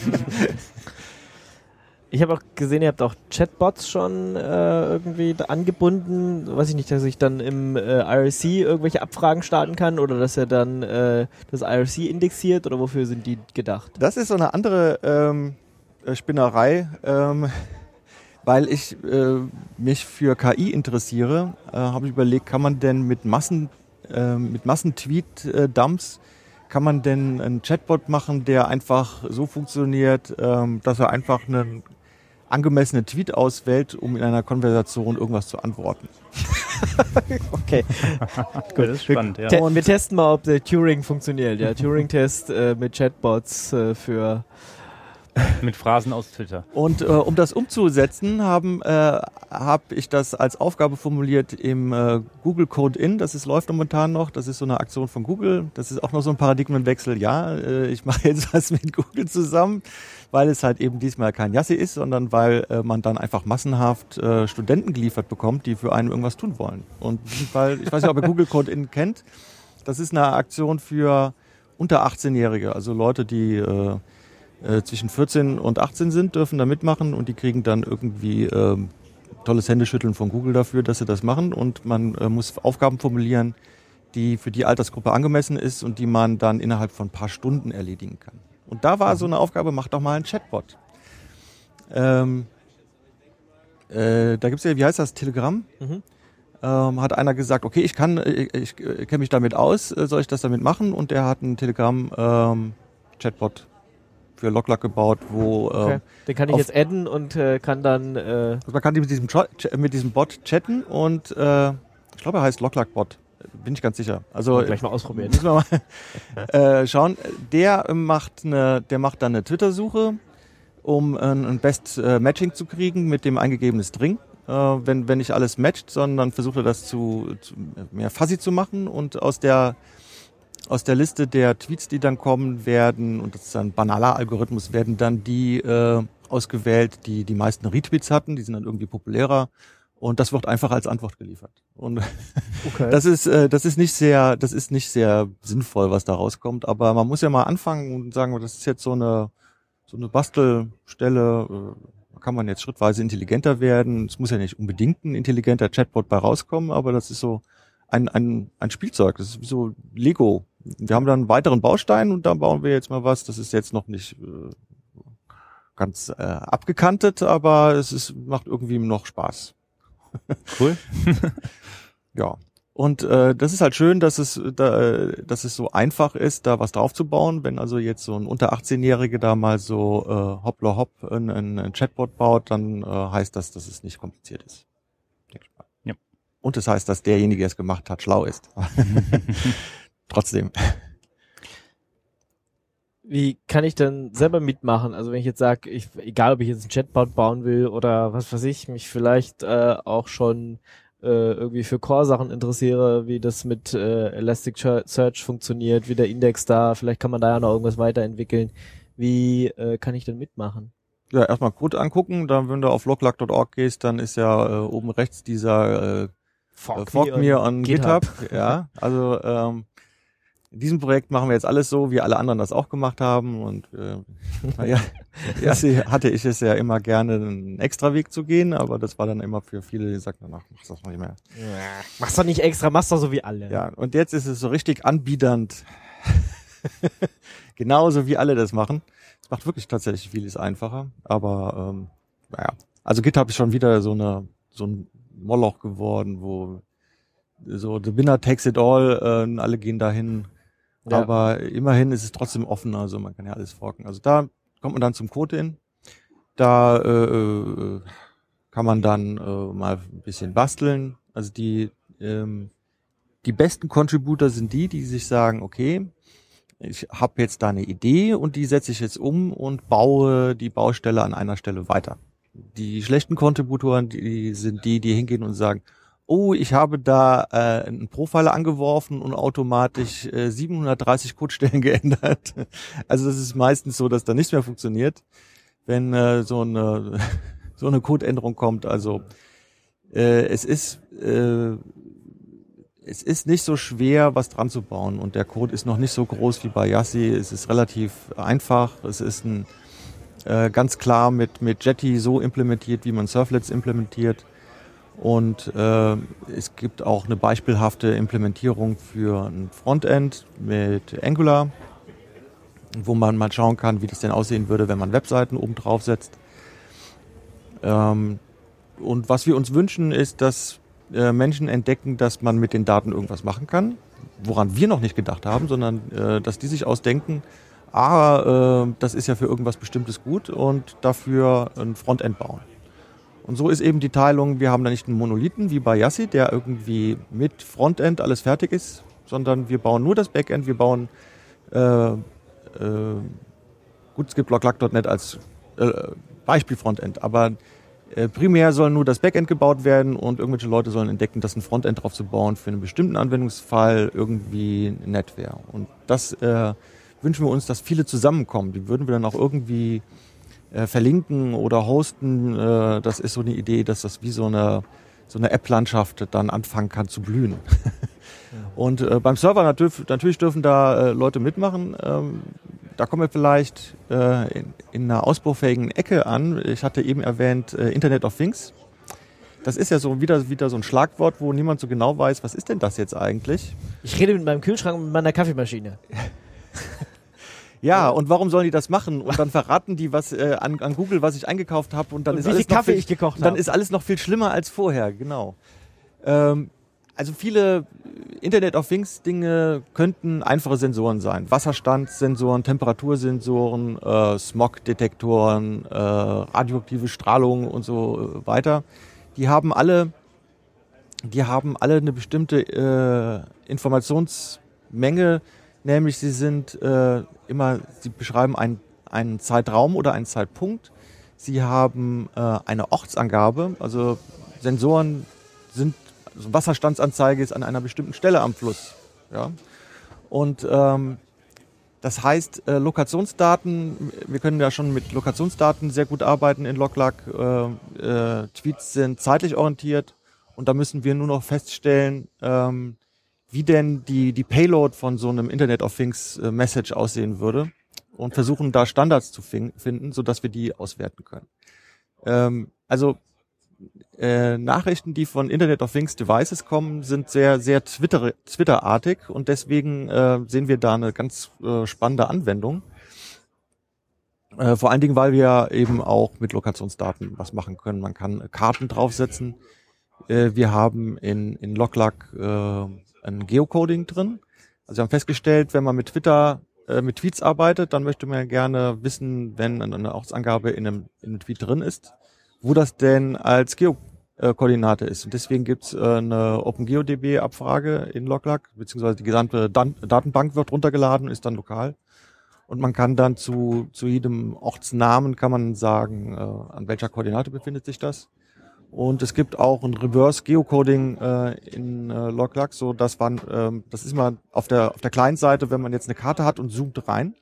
S5: Ich habe auch gesehen, ihr habt auch Chatbots schon äh, irgendwie angebunden. Weiß ich nicht, dass ich dann im äh, I R C irgendwelche Abfragen starten kann oder dass er dann äh, das I R C indexiert oder wofür sind die gedacht?
S6: Das ist so eine andere ähm, Spinnerei, ähm, weil ich äh, mich für K I interessiere. Äh, habe ich überlegt, kann man denn mit Massen, äh, mit Massentweet-Dumps kann man denn einen Chatbot machen, der einfach so funktioniert, ähm, dass er einfach einen angemessenen Tweet auswählt, um in einer Konversation irgendwas zu antworten.
S5: Okay.
S7: Gut, das ist spannend, ja.
S5: Te- wir testen mal, ob der Turing funktioniert. Ja, Turing-Test äh, mit Chatbots äh, für
S7: mit Phrasen aus Twitter.
S6: Und äh, um das umzusetzen, haben äh, habe ich das als Aufgabe formuliert im äh, Google Code In. Das ist, läuft momentan noch. Das ist so eine Aktion von Google. Das ist auch noch so ein Paradigmenwechsel. Ja, äh, ich mache jetzt was mit Google zusammen, weil es halt eben diesmal kein Yassi ist, sondern weil äh, man dann einfach massenhaft äh, Studenten geliefert bekommt, die für einen irgendwas tun wollen. Und in diesem Fall, ich weiß nicht, ob ihr Google Code In kennt. Das ist eine Aktion für unter achtzehnjährige, also Leute, die äh, äh, zwischen vierzehn und achtzehn sind, dürfen da mitmachen und die kriegen dann irgendwie äh, tolles Händeschütteln von Google dafür, dass sie das machen und man äh, muss Aufgaben formulieren, die für die Altersgruppe angemessen ist und die man dann innerhalb von ein paar Stunden erledigen kann. Und da war so eine Aufgabe, mach doch mal einen Chatbot. Ähm, äh, da gibt's ja, wie heißt das, Telegram? Mhm. Ähm, hat einer gesagt, okay, ich kann, ich, ich, ich kenne mich damit aus, soll ich das damit machen? Und der hat einen Telegram ähm, Chatbot für Logluck gebaut, wo
S5: okay.
S6: ähm,
S5: den kann ich jetzt adden und äh, kann dann äh
S6: also man kann mit diesem mit diesem Bot chatten und äh, ich glaube, er heißt Logluck Bot. Bin ich ganz sicher. Also
S5: gleich mal ausprobieren.
S6: Müssen wir mal äh, schauen. Der macht eine, der macht dann eine Twitter-Suche, um ein, ein Best äh, Matching zu kriegen mit dem eingegebenen String. Äh, wenn wenn nicht alles matcht, sondern versucht er das zu, zu mehr fuzzy zu machen und aus der aus der Liste der Tweets, die dann kommen, werden, und das ist ein banaler Algorithmus, werden dann die äh, ausgewählt, die die meisten Retweets hatten. Die sind dann irgendwie populärer. Und das wird einfach als Antwort geliefert. Und okay. das ist äh, das ist nicht sehr das ist nicht sehr sinnvoll, was da rauskommt. Aber man muss ja mal anfangen und sagen, das ist jetzt so eine so eine Bastelstelle. Da kann man jetzt schrittweise intelligenter werden. Es muss ja nicht unbedingt ein intelligenter Chatbot bei rauskommen, aber das ist so ein ein ein Spielzeug. Das ist wie so Lego. Wir haben dann einen weiteren Baustein und da bauen wir jetzt mal was. Das ist jetzt noch nicht äh, ganz äh, abgekantet, aber es ist macht irgendwie noch Spaß.
S7: Cool.
S6: Ja. Und äh, das ist halt schön, dass es da, dass es so einfach ist, da was draufzubauen. Wenn also jetzt so ein unter achtzehnjährige da mal so äh, hoppla hopp einen, einen Chatbot baut, dann äh, heißt das, dass es nicht kompliziert ist.
S7: Ja.
S6: Und das heißt, dass derjenige, der es gemacht hat, schlau ist. Trotzdem.
S5: Wie kann ich denn selber mitmachen? Also wenn ich jetzt sage, ich, egal ob ich jetzt einen Chatbot bauen will oder was weiß ich, mich vielleicht äh, auch schon äh, irgendwie für Core-Sachen interessiere, wie das mit äh, Elasticsearch funktioniert, wie der Index da, vielleicht kann man da ja noch irgendwas weiterentwickeln. Wie äh, kann ich denn mitmachen?
S6: Ja, erstmal Code angucken, dann wenn du auf logluck punkt org gehst, dann ist ja äh, oben rechts dieser äh, Fork, Fork me on GitHub. GitHub. Ja, also ähm, in diesem Projekt machen wir jetzt alles so, wie alle anderen das auch gemacht haben. Und äh, naja, erst hatte ich es ja immer gerne, einen extra Weg zu gehen, aber das war dann immer für viele, die sagten, ach, mach's das mal nicht mehr.
S5: Ja, mach's doch nicht extra, mach's doch so wie alle.
S6: Ja, und jetzt ist es so richtig anbiedernd. Genauso wie alle das machen. Es macht wirklich tatsächlich vieles einfacher. Aber ähm, naja, also GitHub ist schon wieder so eine so ein Moloch geworden, wo so the winner takes it all, äh, alle gehen dahin. Ja. Aber immerhin ist es trotzdem offen, also man kann ja alles forken. Also da kommt man dann zum Code hin. Da äh, kann man dann äh, mal ein bisschen basteln. Also die ähm, die besten Contributor sind die, die sich sagen, okay, ich habe jetzt da eine Idee und die setze ich jetzt um und baue die Baustelle an einer Stelle weiter. Die schlechten Contributoren, die sind die, die hingehen und sagen, oh, ich habe da äh, einen Profiler angeworfen und automatisch äh, siebenhundertdreißig Codestellen geändert. Also das ist meistens so, dass da nichts mehr funktioniert, wenn äh, so eine so eine Codeänderung kommt. Also äh, es ist äh, es ist nicht so schwer, was dran zu bauen und der Code ist noch nicht so groß wie bei Yassi. Es ist relativ einfach. Es ist ein äh, ganz klar mit mit Jetty so implementiert, wie man Servlets implementiert. Und äh, es gibt auch eine beispielhafte Implementierung für ein Frontend mit Angular, wo man mal schauen kann, wie das denn aussehen würde, wenn man Webseiten oben drauf setzt. Ähm, und was wir uns wünschen, ist, dass äh, Menschen entdecken, dass man mit den Daten irgendwas machen kann, woran wir noch nicht gedacht haben, sondern äh, dass die sich ausdenken, ah, äh, das ist ja für irgendwas Bestimmtes gut und dafür ein Frontend bauen. Und so ist eben die Teilung, wir haben da nicht einen Monolithen wie bei Yassi, der irgendwie mit Frontend alles fertig ist, sondern wir bauen nur das Backend, wir bauen, äh, äh, gut, es gibt logluck punkt net als äh, Beispiel Frontend, aber äh, primär soll nur das Backend gebaut werden und irgendwelche Leute sollen entdecken, dass ein Frontend drauf zu bauen für einen bestimmten Anwendungsfall irgendwie nett wäre. Und das äh, wünschen wir uns, dass viele zusammenkommen. Die würden wir dann auch irgendwie Äh, verlinken oder hosten, äh, das ist so eine Idee, dass das wie so eine so eine App-Landschaft dann anfangen kann zu blühen. Und äh, beim Server natürlich, natürlich dürfen da äh, Leute mitmachen. Ähm, da kommen wir vielleicht äh, in, in einer ausbaufähigen Ecke an. Ich hatte eben erwähnt äh, Internet of Things. Das ist ja so wieder, wieder so ein Schlagwort, wo niemand so genau weiß, was ist denn das jetzt eigentlich?
S5: Ich rede mit meinem Kühlschrank und mit meiner Kaffeemaschine.
S6: Ja, und warum sollen die das machen? Und dann verraten die was äh, an, an Google, was ich eingekauft habe, und dann
S5: Und
S6: ist
S5: wie
S6: alles
S5: viel
S6: noch
S5: Kaffee
S6: viel,
S5: ich gekocht
S6: dann
S5: habe.
S6: ist alles noch viel schlimmer als vorher, genau. Ähm, also viele Internet of Things Dinge könnten einfache Sensoren sein. Wasserstandssensoren, Temperatursensoren, äh, Smogdetektoren, äh, radioaktive Strahlung und so weiter. Die haben alle, die haben alle eine bestimmte äh, Informationsmenge, nämlich sie sind äh, immer, sie beschreiben einen, einen Zeitraum oder einen Zeitpunkt. Sie haben äh, eine Ortsangabe, also Sensoren sind, also Wasserstandsanzeige ist an einer bestimmten Stelle am Fluss. Ja? Und ähm, das heißt, äh, Lokationsdaten, wir können ja schon mit Lokationsdaten sehr gut arbeiten in Logluck. Äh, äh, Tweets sind zeitlich orientiert und da müssen wir nur noch feststellen, ähm, wie denn die, die Payload von so einem Internet of Things äh, Message aussehen würde und versuchen da Standards zu fin- finden, sodass wir die auswerten können. Ähm, also äh, Nachrichten, die von Internet of Things Devices kommen, sind sehr, sehr Twitter, Twitter-artig und deswegen äh, sehen wir da eine ganz äh, spannende Anwendung. Äh, vor allen Dingen, weil wir eben auch mit Lokationsdaten was machen können. Man kann Karten draufsetzen. Äh, wir haben in, in Logluck äh, ein Geocoding drin. Also wir haben festgestellt, wenn man mit Twitter, äh, mit Tweets arbeitet, dann möchte man gerne wissen, wenn eine Ortsangabe in einem, in einem Tweet drin ist, wo das denn als Geokoordinate ist. Und deswegen gibt's äh, eine OpenGeoDB-Abfrage in Logluck, beziehungsweise die gesamte Dan- Datenbank wird runtergeladen, ist dann lokal. Und man kann dann zu, zu jedem Ortsnamen kann man sagen, äh, an welcher Koordinate befindet sich das. Und es gibt auch ein Reverse Geocoding äh, in äh, Logluck, so dass man, ähm, das ist mal auf der auf der Client-Seite, wenn man jetzt eine Karte hat und zoomt rein,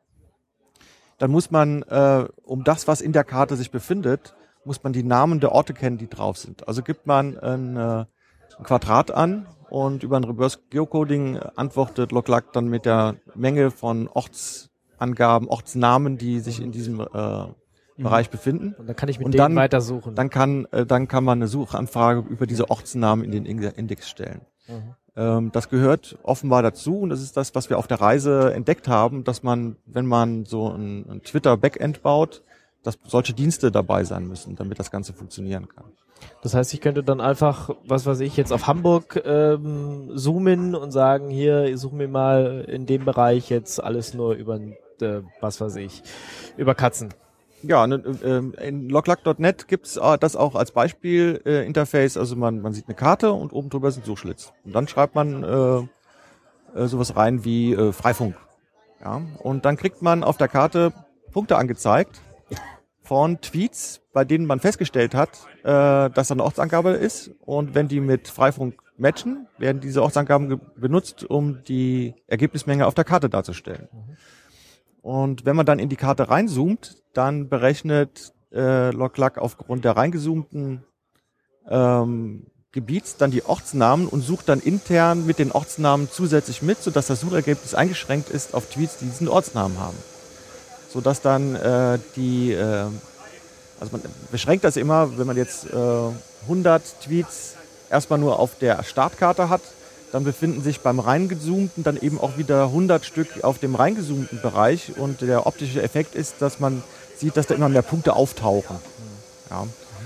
S6: dann muss man, äh, um das, was in der Karte sich befindet, muss man die Namen der Orte kennen, die drauf sind. Also gibt man ein, äh, ein Quadrat an und über ein Reverse Geocoding antwortet Logluck dann mit der Menge von Ortsangaben, Ortsnamen, die sich in diesem äh, Bereich befinden.
S5: Und dann kann ich mit
S6: und
S5: denen
S6: dann,
S5: weitersuchen.
S6: Dann kann, äh, dann kann man eine Suchanfrage über diese Ortsnamen in den Index stellen.
S5: Mhm.
S6: Ähm, das gehört offenbar dazu und das ist das, was wir auf der Reise entdeckt haben, dass man, wenn man so ein, ein Twitter-Backend baut, dass solche Dienste dabei sein müssen, damit das Ganze funktionieren kann.
S5: Das heißt, ich könnte dann einfach, was weiß ich, jetzt auf Hamburg ähm, zoomen und sagen, hier, such mir mal in dem Bereich jetzt alles nur über, äh, was weiß ich, über Katzen.
S6: Ja, ne, äh, in Logluck Punkt net gibt's äh, das auch als Beispiel-Interface. Äh, also man, man sieht eine Karte und oben drüber ist ein Suchschlitz. Und dann schreibt man äh, äh, sowas rein wie äh, Freifunk. Ja, und dann kriegt man auf der Karte Punkte angezeigt von Tweets, bei denen man festgestellt hat, äh, dass da eine Ortsangabe ist. Und wenn die mit Freifunk matchen, werden diese Ortsangaben ge- benutzt, um die Ergebnismenge auf der Karte darzustellen. Mhm. Und wenn man dann in die Karte reinzoomt, dann berechnet äh, Logluck aufgrund der reingezoomten ähm, Gebiets dann die Ortsnamen und sucht dann intern mit den Ortsnamen zusätzlich mit, sodass das Suchergebnis eingeschränkt ist auf Tweets, die diesen Ortsnamen haben. Sodass dann äh, die, äh, also man beschränkt das immer, wenn man jetzt äh, hundert Tweets erstmal nur auf der Startkarte hat, dann befinden sich beim reingezoomten dann eben auch wieder hundert Stück auf dem reingezoomten Bereich und der optische Effekt ist, dass man sieht, dass da immer mehr Punkte auftauchen. Ja.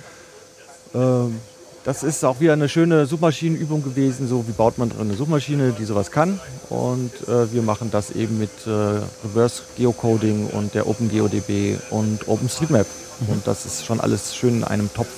S6: Ähm, das ist auch wieder eine schöne Suchmaschinenübung gewesen, so wie baut man eine Suchmaschine, die sowas kann und äh, wir machen das eben mit äh, Reverse Geocoding und der OpenGeoDB und OpenStreetMap mhm. und das ist schon alles schön in einem Topf.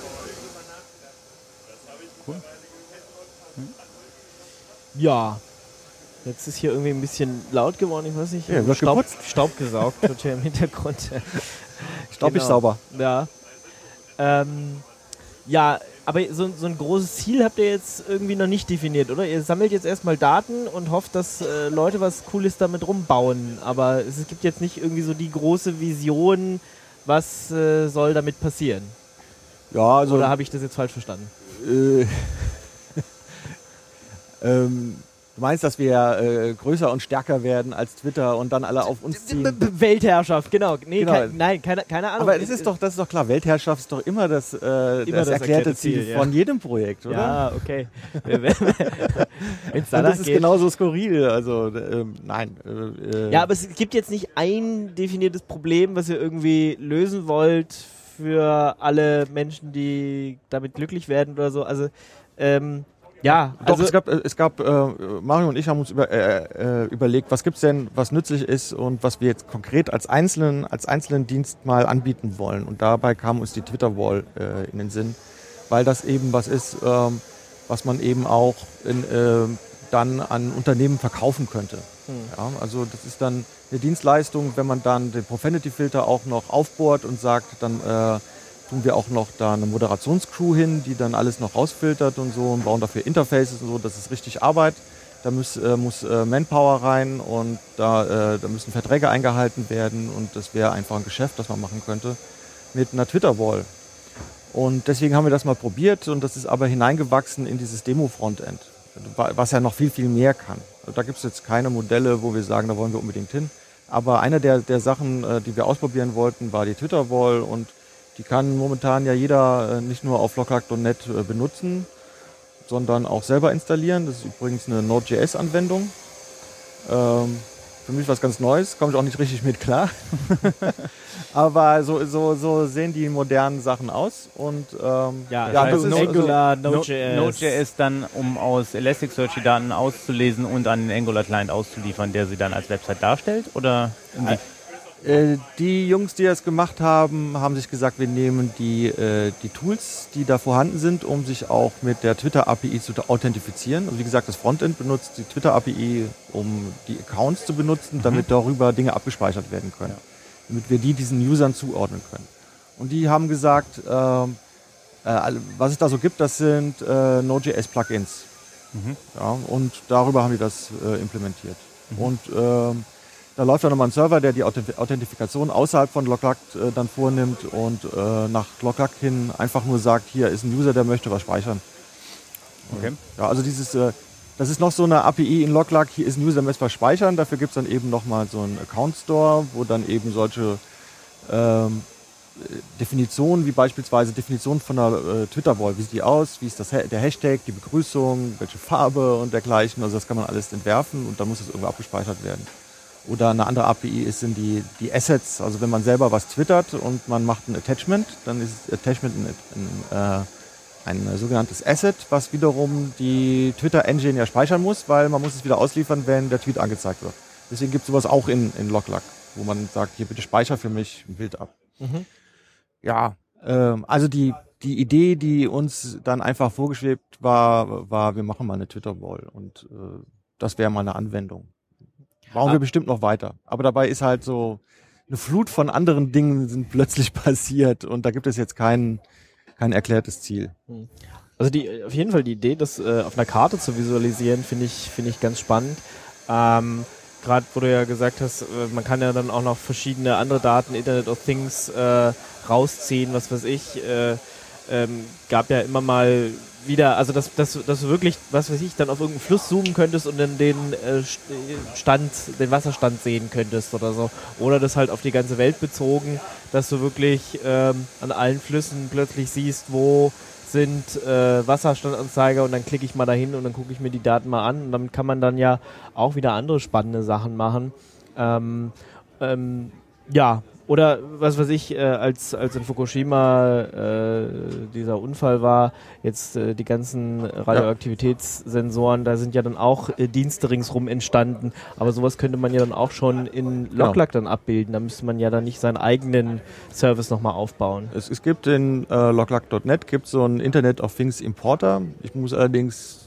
S5: Ja, jetzt ist hier irgendwie ein bisschen laut geworden, ich weiß nicht.
S6: Ja, wird
S5: Staub,
S6: geputzt.
S5: Staub gesaugt wird hier im Hintergrund.
S6: Staubig
S5: Genau.
S6: sauber.
S5: Ja. Ähm, ja, aber so, so ein großes Ziel habt ihr jetzt irgendwie noch nicht definiert, oder? Ihr sammelt jetzt erstmal Daten und hofft, dass äh, Leute was Cooles damit rumbauen. Aber es gibt jetzt nicht irgendwie so die große Vision, was äh, soll damit passieren.
S6: Ja, also
S5: Oder habe ich das jetzt falsch verstanden?
S6: Äh, Ähm, du meinst, dass wir äh, größer und stärker werden als Twitter und dann alle auf uns ziehen?
S5: Weltherrschaft, genau. Nee,
S6: Genau.
S5: Kein, nein, keine, keine Ahnung.
S6: Aber das ist doch, das ist doch klar, Weltherrschaft ist doch immer das, äh,
S5: Immer
S6: das,
S5: das
S6: erklärte
S5: erklärte
S6: Ziel,
S5: Ziel, ja.
S6: von jedem Projekt, oder?
S5: Ja, okay. Wenn's
S6: Und
S5: danach
S6: das ist
S5: geht.
S6: genauso skurril, also ähm, nein. Äh,
S5: Ja, aber es gibt jetzt nicht ein definiertes Problem, was ihr irgendwie lösen wollt für alle Menschen, die damit glücklich werden oder so. Also, ähm, ja.
S6: Doch,
S5: also,
S6: es gab, es gab äh, Mario und ich haben uns über, äh, äh, überlegt, was gibt's denn, was nützlich ist und was wir jetzt konkret als einzelnen, als einzelnen Dienst mal anbieten wollen. Und dabei kam uns die Twitter-Wall äh, in den Sinn, weil das eben was ist, ähm, was man eben auch in, äh, dann an Unternehmen verkaufen könnte.
S5: Hm.
S6: Ja, also das ist dann eine Dienstleistung, wenn man dann den Profanity-Filter auch noch aufbohrt und sagt, dann äh, tun wir auch noch da eine Moderationscrew hin, die dann alles noch rausfiltert und so und bauen dafür Interfaces und so, das ist richtig Arbeit. Da muss, äh, muss äh, Manpower rein und da, äh, da müssen Verträge eingehalten werden und das wäre einfach ein Geschäft, das man machen könnte mit einer Twitter-Wall. Und deswegen haben wir das mal probiert und das ist aber hineingewachsen in dieses Demo-Frontend, was ja noch viel, viel mehr kann. Also da gibt es jetzt keine Modelle, wo wir sagen, da wollen wir unbedingt hin. Aber eine der, der Sachen, äh, die wir ausprobieren wollten, war die Twitter-Wall und die kann momentan ja jeder äh, nicht nur auf locklack punkt net äh, benutzen, sondern auch selber installieren. Das ist übrigens eine Node.js-Anwendung. Ähm, für mich was ganz Neues, komme ich auch nicht richtig mit klar. Aber so, so, so sehen die modernen Sachen aus. Und, ähm,
S5: ja,
S7: das
S5: ja
S7: heißt,
S5: das ist
S7: no-
S5: Angular,
S7: No-
S5: Node.js.
S7: Node.js dann, um aus Elasticsearch die Daten auszulesen und an den Angular-Client auszuliefern, der sie dann als Website darstellt? Oder inwie-
S6: Äh, die Jungs, die das gemacht haben, haben sich gesagt, wir nehmen die, äh, die Tools, die da vorhanden sind, um sich auch mit der Twitter-A P I zu authentifizieren. Also wie gesagt, das Frontend benutzt die Twitter-A P I, um die Accounts zu benutzen, damit darüber Dinge abgespeichert werden können. Damit wir die diesen Usern zuordnen können. Und die haben gesagt, ähm, äh, was es da so gibt, das sind äh, Node.js-Plugins.
S7: Mhm.
S6: Ja, und darüber haben die das äh, implementiert. Mhm. Und ähm, da läuft dann nochmal ein Server, der die Authentifikation außerhalb von locklack äh, dann vornimmt und äh, nach locklack hin einfach nur sagt, hier ist ein User, der möchte was speichern.
S7: Okay.
S6: Ja, also dieses, äh, das ist noch so eine A P I in locklack, hier ist ein User, der möchte was speichern. Dafür gibt es dann eben nochmal so einen Account Store, wo dann eben solche ähm, Definitionen, wie beispielsweise Definition von einer äh, Twitter-Wall, wie sieht die aus, wie ist das, der Hashtag, die Begrüßung, welche Farbe und dergleichen. Also das kann man alles entwerfen und dann muss es irgendwo abgespeichert werden. Oder eine andere A P I ist sind die, die Assets, also wenn man selber was twittert und man macht ein Attachment, dann ist Attachment ein, ein, äh, ein sogenanntes Asset, was wiederum die Twitter-Engine ja speichern muss, weil man muss es wieder ausliefern, wenn der Tweet angezeigt wird. Deswegen gibt es sowas auch in, in locklack, wo man sagt, hier bitte speicher für mich ein Bild ab. Mhm. Ja, ähm, also die, die Idee, die uns dann einfach vorgeschwebt war, war, wir machen mal eine Twitter-Wall und äh, das wäre mal eine Anwendung. Brauchen wir bestimmt noch weiter. Aber dabei ist halt so eine Flut von anderen Dingen sind plötzlich passiert und da gibt es jetzt kein, kein erklärtes Ziel.
S5: Also die, auf jeden Fall die Idee, das äh, auf einer Karte zu visualisieren, finde ich, finde ich ganz spannend. Ähm, Gerade wo du ja gesagt hast, äh, man kann ja dann auch noch verschiedene andere Daten, Internet of Things äh, rausziehen, was weiß ich. Äh, ähm, gab ja immer mal wieder, also dass, dass, dass du wirklich, was weiß ich, dann auf irgendeinen Fluss zoomen könntest und dann den äh, Stand, den Wasserstand sehen könntest oder so. Oder das halt auf die ganze Welt bezogen, dass du wirklich ähm, an allen Flüssen plötzlich siehst, wo sind äh, Wasserstandanzeiger und dann klicke ich mal dahin und dann gucke ich mir die Daten mal an und damit kann man dann ja auch wieder andere spannende Sachen machen. Ähm, ähm, ja, oder was weiß ich, äh, als, als in Fukushima äh, dieser Unfall war, jetzt äh, die ganzen Radioaktivitätssensoren, da sind ja dann auch äh, Dienste ringsrum entstanden, aber sowas könnte man ja dann auch schon in locklack dann abbilden, da müsste man ja dann nicht seinen eigenen Service nochmal aufbauen.
S6: Es, es gibt in äh, locklack punkt net gibt so einen Internet of Things Importer. Ich muss allerdings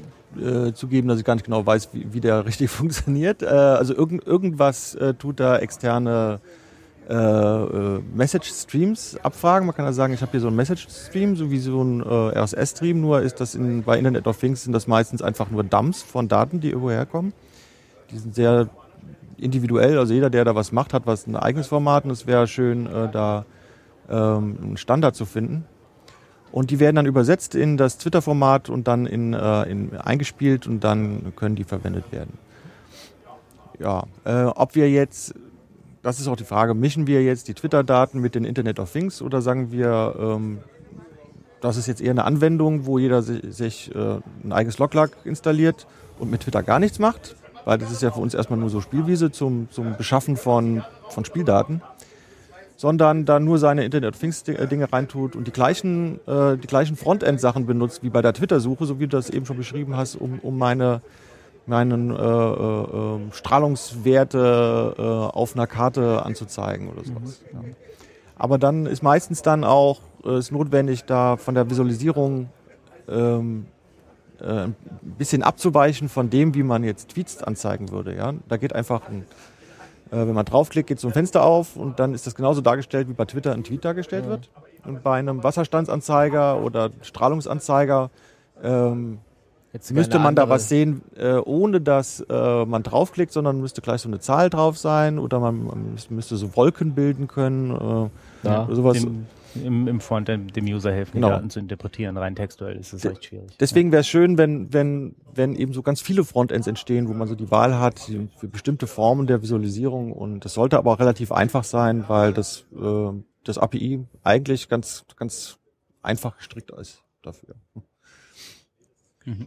S6: äh, zugeben, dass ich gar nicht genau weiß, wie, wie der richtig funktioniert. Äh, also irgend, irgendwas äh, tut da externe Äh, äh, Message-Streams abfragen. Man kann ja sagen, ich habe hier so einen Message-Stream, so wie so ein äh, R S S-Stream, nur ist das in, bei Internet of Things sind das meistens einfach nur Dumps von Daten, die irgendwo herkommen. Die sind sehr individuell, also jeder, der da was macht, hat was ein eigenes Format und es wäre schön, äh, da ähm, einen Standard zu finden. Und die werden dann übersetzt in das Twitter-Format und dann in, äh, in, eingespielt und dann können die verwendet werden. Ja, äh, ob wir jetzt, das ist auch die Frage, mischen wir jetzt die Twitter-Daten mit den Internet of Things oder sagen wir, ähm, das ist jetzt eher eine Anwendung, wo jeder sich, sich äh, ein eigenes Loglag installiert und mit Twitter gar nichts macht, weil das ist ja für uns erstmal nur so Spielwiese zum, zum Beschaffen von, von Spieldaten, sondern da nur seine Internet of Things Dinge reintut und die gleichen, äh, die gleichen Frontend-Sachen benutzt wie bei der Twitter-Suche, so wie du das eben schon beschrieben hast, um, um meine meinen äh, äh, Strahlungswerte äh, auf einer Karte anzuzeigen oder sowas. Mhm. Ja. Aber dann ist meistens dann auch äh, ist notwendig, da von der Visualisierung ähm, äh, ein bisschen abzuweichen von dem, wie man jetzt Tweets anzeigen würde. Ja? Da geht einfach, ein, äh, wenn man draufklickt, geht so ein Fenster auf und dann ist das genauso dargestellt, wie bei Twitter ein Tweet dargestellt ja. wird. Und bei einem Wasserstandsanzeiger oder Strahlungsanzeiger ähm, Jetzt müsste man andere. da was sehen, äh, ohne dass äh, man draufklickt, sondern müsste gleich so eine Zahl drauf sein oder man, man müsste so Wolken bilden können. Äh,
S7: ja,
S6: oder sowas.
S7: Dem, im, Im Frontend dem User helfen, genau. die Daten zu interpretieren. Rein textuell ist das recht schwierig.
S6: Deswegen wäre es schön, wenn, wenn, wenn eben so ganz viele Frontends entstehen, wo man so die Wahl hat für bestimmte Formen der Visualisierung. Und das sollte aber auch relativ einfach sein, weil das, äh, das A P I eigentlich ganz, ganz einfach gestrickt ist dafür.
S5: Mhm.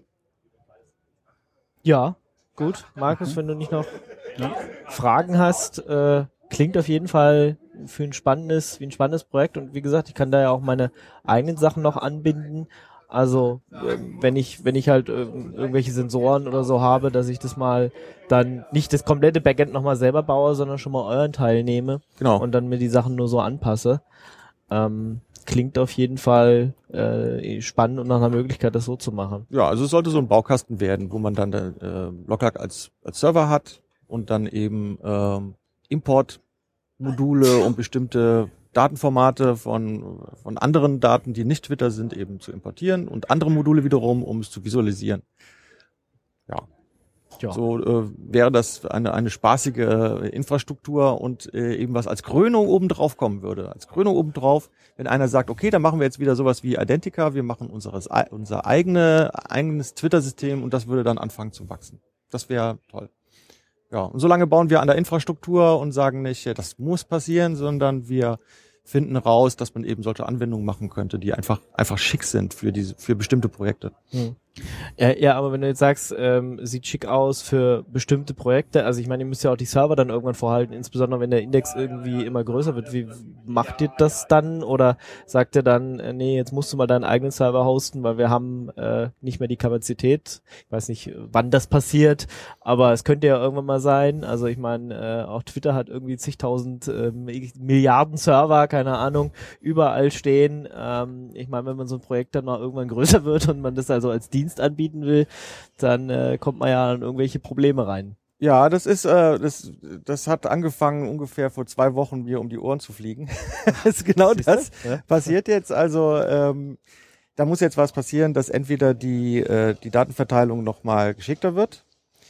S5: Ja, gut. Markus, mhm. wenn du nicht noch ja. Fragen hast, äh, klingt auf jeden Fall für ein spannendes, wie ein spannendes Projekt. Und wie gesagt, ich kann da ja auch meine eigenen Sachen noch anbinden. Also äh, wenn ich wenn ich halt äh, irgendwelche Sensoren oder so habe, dass ich das mal dann nicht das komplette Backend nochmal selber baue, sondern schon mal euren Teil nehme
S6: genau.
S5: und dann mir die Sachen nur so anpasse. Ähm, Klingt auf jeden Fall äh, spannend und nach einer Möglichkeit, das so zu machen.
S6: Ja, also es sollte so ein Baukasten werden, wo man dann äh, Loglag als, als Server hat und dann eben äh, Importmodule, um bestimmte Datenformate von, von anderen Daten, die nicht Twitter sind, eben zu importieren und andere Module wiederum, um es zu visualisieren. Ja. Ja. So äh, wäre das eine, eine spaßige äh, Infrastruktur und äh, eben was als Krönung obendrauf kommen würde. Als Krönung obendrauf, wenn einer sagt, okay, dann machen wir jetzt wieder sowas wie Identica, wir machen unseres, unser eigene, eigenes Twitter-System und das würde dann anfangen zu wachsen. Das wäre toll. Ja, und solange bauen wir an der Infrastruktur und sagen nicht, ja, das muss passieren, sondern wir finden raus, dass man eben solche Anwendungen machen könnte, die einfach einfach schick sind für diese für bestimmte Projekte.
S5: Hm. Ja, ja, aber wenn du jetzt sagst, ähm, sieht schick aus für bestimmte Projekte, also ich meine, ihr müsst ja auch die Server dann irgendwann vorhalten, insbesondere wenn der Index irgendwie immer größer wird. Wie macht ihr das dann? Oder sagt ihr dann, äh, nee, jetzt musst du mal deinen eigenen Server hosten, weil wir haben äh, nicht mehr die Kapazität. Ich weiß nicht, wann das passiert, aber es könnte ja irgendwann mal sein. Also ich meine, äh, auch Twitter hat irgendwie zigtausend äh, Milliarden Server, keine Ahnung, überall stehen. Ähm, ich meine, wenn man so ein Projekt dann mal irgendwann größer wird und man das also als Dienst anbieten will, dann äh, kommt man ja in irgendwelche Probleme rein.
S6: Ja, das ist, äh, das, das hat angefangen ungefähr vor zwei Wochen mir um die Ohren zu fliegen. Das ist genau das ja? passiert jetzt. Also ähm, da muss jetzt was passieren, dass entweder die äh, die Datenverteilung nochmal geschickter wird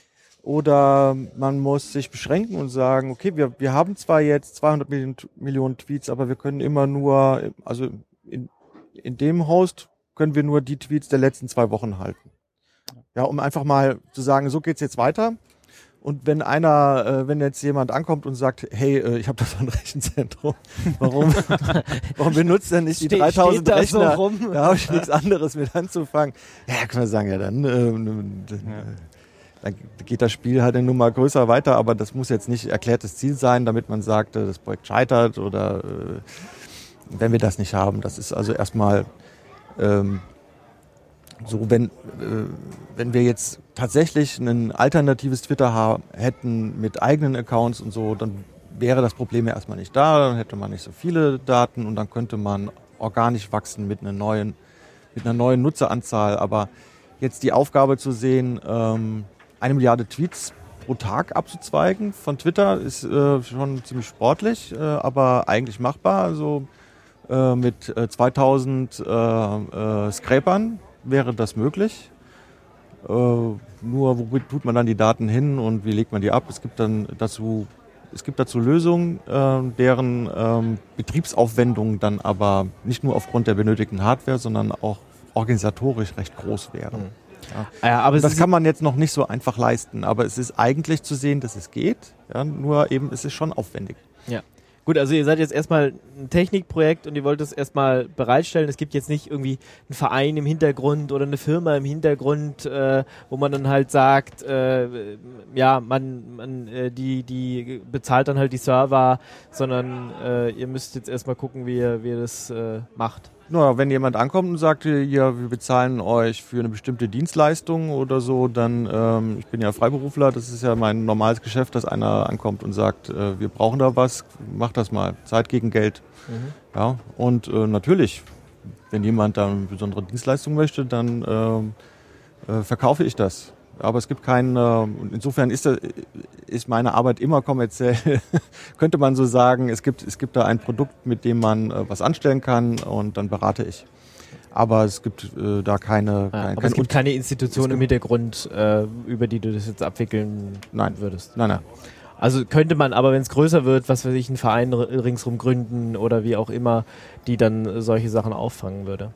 S6: oder man muss sich beschränken und sagen, okay, wir wir haben zwar jetzt zweihundert Millionen, Millionen Tweets, aber wir können immer nur, also in, in dem Host können wir nur die Tweets der letzten zwei Wochen halten. Ja, um einfach mal zu sagen, so geht's jetzt weiter. Und wenn einer, äh, wenn jetzt jemand ankommt und sagt, hey, äh, ich habe da so ein Rechenzentrum, warum, warum benutzt er nicht die Ste- dreitausend Rechner? So rum? Da habe ich nichts anderes mit anzufangen. Ja, kann man sagen, ja, dann, äh, dann, dann geht das Spiel halt eine Nummer größer weiter, aber das muss jetzt nicht erklärtes Ziel sein, damit man sagt, das Projekt scheitert oder äh, wenn wir das nicht haben. Das ist also erstmal Ähm, so, wenn, äh, wenn wir jetzt tatsächlich ein alternatives Twitter ha- hätten mit eigenen Accounts und so, dann wäre das Problem ja erstmal nicht da, dann hätte man nicht so viele Daten und dann könnte man organisch wachsen mit einer neuen, mit einer neuen Nutzeranzahl. Aber jetzt die Aufgabe zu sehen, ähm, eine Milliarde Tweets pro Tag abzuzweigen von Twitter, ist äh, schon ziemlich sportlich, äh, aber eigentlich machbar. Also Äh, mit äh, zweitausend äh, äh, Scrapern wäre das möglich. Äh, nur wo tut man dann die Daten hin und wie legt man die ab? Es gibt dann dazu es gibt dazu Lösungen, äh, deren ähm, Betriebsaufwendungen dann aber nicht nur aufgrund der benötigten Hardware, sondern auch organisatorisch recht groß wären. Mhm. Ja.
S5: Ja, aber
S6: das kann man jetzt noch nicht so einfach leisten, aber es ist eigentlich zu sehen, dass es geht, ja, nur eben es ist schon aufwendig.
S5: Ja. Gut, also ihr seid jetzt erstmal ein Technikprojekt und ihr wollt es erstmal bereitstellen. Es gibt jetzt nicht irgendwie einen Verein im Hintergrund oder eine Firma im Hintergrund, äh, wo man dann halt sagt, äh, ja, man, man äh, die, die bezahlt dann halt die Server, sondern äh, ihr müsst jetzt erstmal gucken, wie ihr, wie ihr das äh, macht.
S6: Na, wenn jemand ankommt und sagt, ja, wir bezahlen euch für eine bestimmte Dienstleistung oder so, dann, ähm, ich bin ja Freiberufler, das ist ja mein normales Geschäft, dass einer ankommt und sagt, äh, wir brauchen da was, mach das mal, Zeit gegen Geld. Mhm. Ja, und äh, natürlich, wenn jemand da eine besondere Dienstleistung möchte, dann äh, äh, verkaufe ich das. Aber es gibt keinen, äh, insofern ist, das, ist meine Arbeit immer kommerziell, könnte man so sagen. Es gibt, es gibt da ein Produkt, mit dem man äh, was anstellen kann und dann berate ich. Aber es gibt äh, da keine...
S5: Ja,
S6: kein,
S5: aber
S6: kein
S5: es gibt keine Institution im Hintergrund, äh, über die du das jetzt abwickeln
S6: nein.
S5: würdest?
S6: Nein, nein.
S5: Also könnte man aber, wenn es größer wird, was weiß ich, einen Verein ringsrum gründen oder wie auch immer, die dann solche Sachen auffangen würde?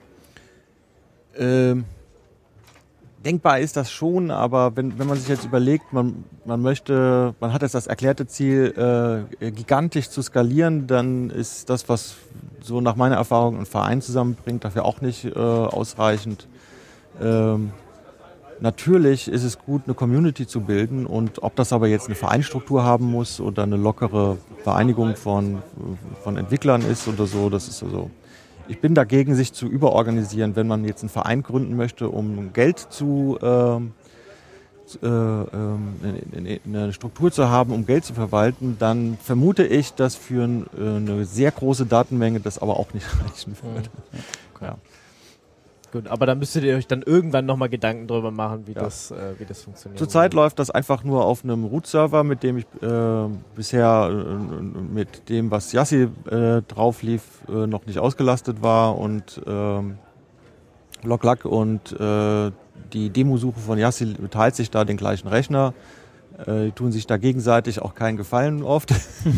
S6: Ähm... Denkbar ist das schon, aber wenn, wenn man sich jetzt überlegt, man, man möchte, man hat jetzt das erklärte Ziel, äh, gigantisch zu skalieren, dann ist das, was so nach meiner Erfahrung ein Verein zusammenbringt, dafür auch nicht äh, ausreichend. Ähm, natürlich ist es gut, eine Community zu bilden, und ob das aber jetzt eine Vereinsstruktur haben muss oder eine lockere Vereinigung von, von Entwicklern ist oder so, das ist also... Ich bin dagegen, sich zu überorganisieren. Wenn man jetzt einen Verein gründen möchte, um Geld zu, ähm, äh, äh, eine Struktur zu haben, um Geld zu verwalten, dann vermute ich, dass für ein, äh, eine sehr große Datenmenge das aber auch nicht reichen würde.
S5: Mhm. Okay. Ja. Gut, aber da müsstet ihr euch dann irgendwann nochmal Gedanken drüber machen, wie, ja. das, äh, wie das funktioniert.
S6: Zurzeit läuft das einfach nur auf einem Root-Server, mit dem ich äh, bisher äh, mit dem, was Yassi äh, drauf lief, äh, noch nicht ausgelastet war, und äh, Loglack und äh, die Demosuche von Yassi teilt sich da den gleichen Rechner. Die tun sich da gegenseitig auch keinen Gefallen oft.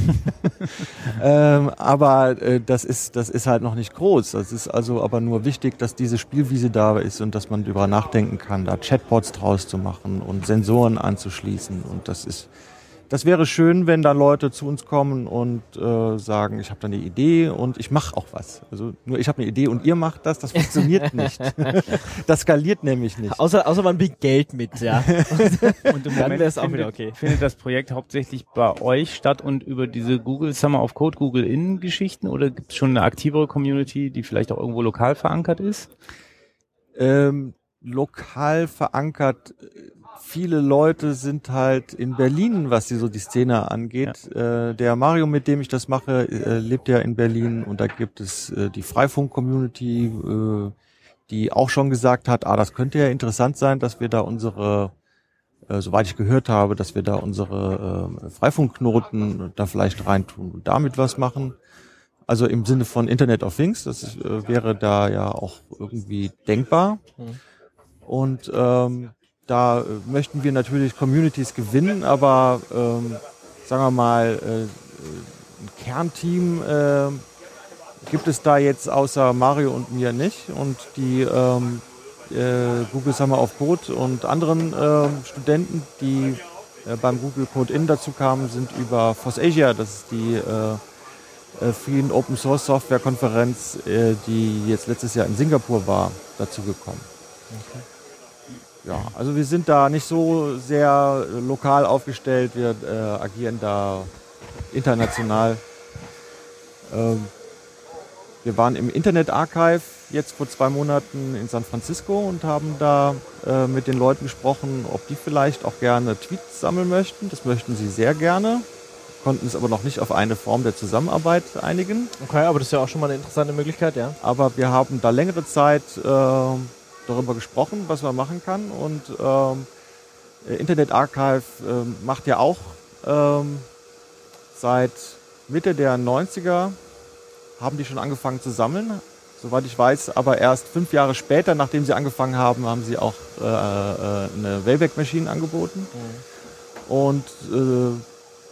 S6: ähm, aber äh, das ist, das ist halt noch nicht groß. Das ist also aber nur wichtig, dass diese Spielwiese da ist und dass man darüber nachdenken kann, da Chatbots draus zu machen und Sensoren anzuschließen. Und das ist, das wäre schön, wenn da Leute zu uns kommen und äh, sagen, ich habe da eine Idee und ich mache auch was. Also nur ich habe eine Idee und ihr macht das, das funktioniert nicht. Das skaliert nämlich nicht.
S5: Außer, außer man bringt Geld mit, ja.
S7: Und im Moment ist auch wieder okay. Findet das Projekt hauptsächlich bei euch statt und über diese Google Summer of Code, Google In Geschichten, oder gibt es schon eine aktivere Community, die vielleicht auch irgendwo lokal verankert ist?
S6: Ähm, lokal verankert. Viele Leute sind halt in Berlin, was die, so die Szene angeht. Ja. Äh, der Mario, mit dem ich das mache, äh, lebt ja in Berlin, und da gibt es äh, die Freifunk-Community, äh, die auch schon gesagt hat, ah, das könnte ja interessant sein, dass wir da unsere, äh, soweit ich gehört habe, dass wir da unsere äh, Freifunkknoten da vielleicht reintun und damit was machen. Also im Sinne von Internet of Things, das ist, äh, wäre da ja auch irgendwie denkbar. Mhm. Und ähm, da äh, möchten wir natürlich Communities gewinnen, aber ähm, sagen wir mal, äh, ein Kernteam äh, gibt es da jetzt außer Mario und mir nicht. Und die ähm, äh, Google Summer of Code und anderen äh, Studenten, die äh, beim Google Code In dazu kamen, sind über FOSSASIA, das ist die äh, äh, Free and Open Source Software Konferenz, äh, die jetzt letztes Jahr in Singapur war, dazu gekommen. Okay. Ja, also wir sind da nicht so sehr lokal aufgestellt, wir äh, agieren da international. Ähm, wir waren im Internet Archive jetzt vor zwei Monaten in San Francisco und haben da äh, mit den Leuten gesprochen, ob die vielleicht auch gerne Tweets sammeln möchten. Das möchten sie sehr gerne, konnten es aber noch nicht auf eine Form der Zusammenarbeit einigen.
S5: Okay, aber das ist ja auch schon mal eine interessante Möglichkeit, ja.
S6: Aber wir haben da längere Zeit äh, darüber gesprochen, was man machen kann, und ähm, Internet Archive ähm, macht ja auch ähm, seit Mitte der neunziger haben die schon angefangen zu sammeln, soweit ich weiß, aber erst fünf Jahre später, nachdem sie angefangen haben, haben sie auch äh, eine Wayback Machine angeboten. Mhm. Und äh,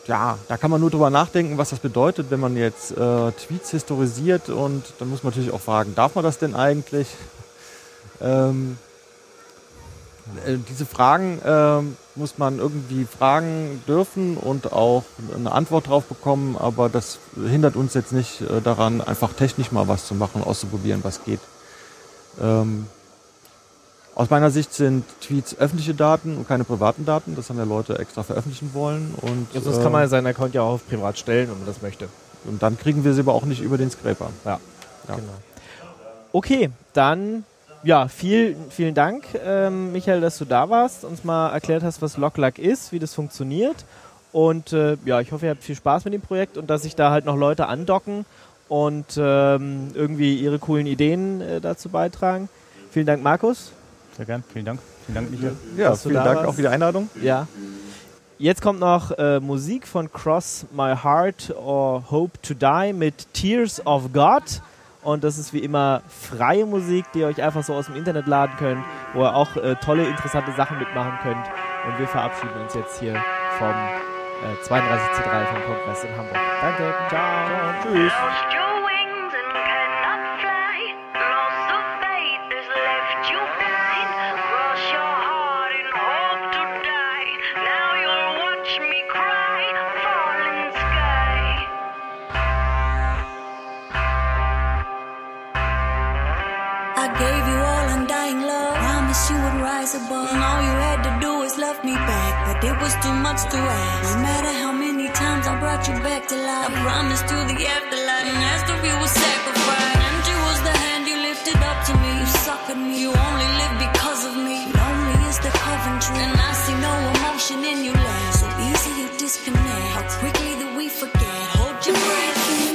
S6: ja, da kann man nur drüber nachdenken, was das bedeutet, wenn man jetzt äh, Tweets historisiert, und dann muss man natürlich auch fragen, darf man das denn eigentlich? Ähm, äh, diese Fragen äh, muss man irgendwie fragen dürfen und auch eine Antwort drauf bekommen, aber das hindert uns jetzt nicht äh, daran, einfach technisch mal was zu machen, auszuprobieren, was geht. Ähm, Aus meiner Sicht sind Tweets öffentliche Daten und keine privaten Daten. Das haben ja Leute extra veröffentlichen wollen. Und,
S5: ja, sonst äh, kann man seinen Account ja auch auf privat stellen, wenn man das möchte.
S6: Und dann kriegen wir sie aber auch nicht über den Scraper.
S5: Ja, ja. Genau. Okay, dann ja, viel, vielen Dank, ähm, Michael, dass du da warst, uns mal erklärt hast, was Logluck ist, wie das funktioniert. Und äh, ja, ich hoffe, ihr habt viel Spaß mit dem Projekt und dass sich da halt noch Leute andocken und ähm, irgendwie ihre coolen Ideen äh, dazu beitragen. Vielen Dank, Markus.
S7: Sehr gern, vielen Dank. Vielen Dank, Michael.
S6: Ja, vielen Dank warst. Auch für die Einladung.
S5: Ja. Jetzt kommt noch äh, Musik von Cross My Heart or Hope to Die mit Tears of God. Und das ist wie immer freie Musik, die ihr euch einfach so aus dem Internet laden könnt, wo ihr auch äh, tolle, interessante Sachen mitmachen könnt. Und wir verabschieden uns jetzt hier vom äh, zweiunddreißig C drei vom Kongress in Hamburg. Danke, ciao, ciao. Tschüss.
S8: Above. And all you had to do is love me back, but it was too much to ask. No matter how many times I brought you back to life, I promised you the afterlife, and asked if you would sacrifice. Empty was the hand you lifted up to me. You suckered me, you only live because of me. Lonely is the Coventry, and I see no emotion in you left. So easy you disconnect, how quickly that we forget. Hold your breath.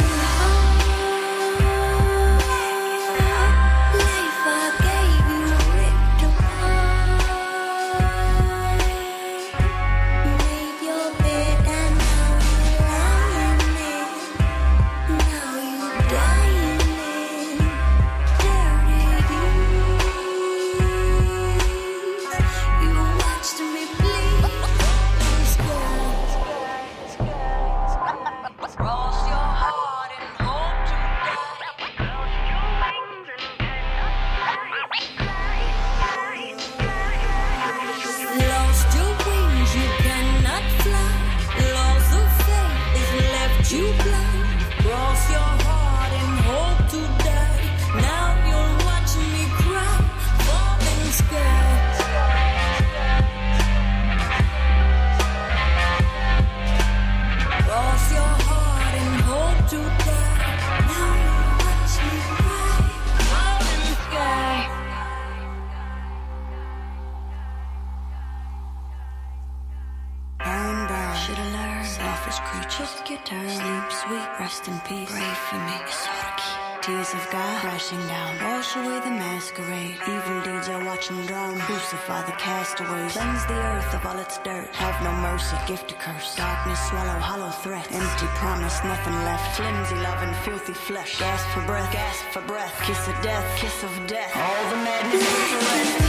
S8: Tears of God crashing down. Wash away the masquerade. Evil deeds are watching drown. Crucify the castaways. Cleanse the earth of all its dirt. Have no mercy, gift a curse. Darkness swallow hollow threat. Empty promise, nothing left. Flimsy love and filthy flesh. Gasp for breath, gasp for breath. Kiss of death, kiss of death. All the madness is left.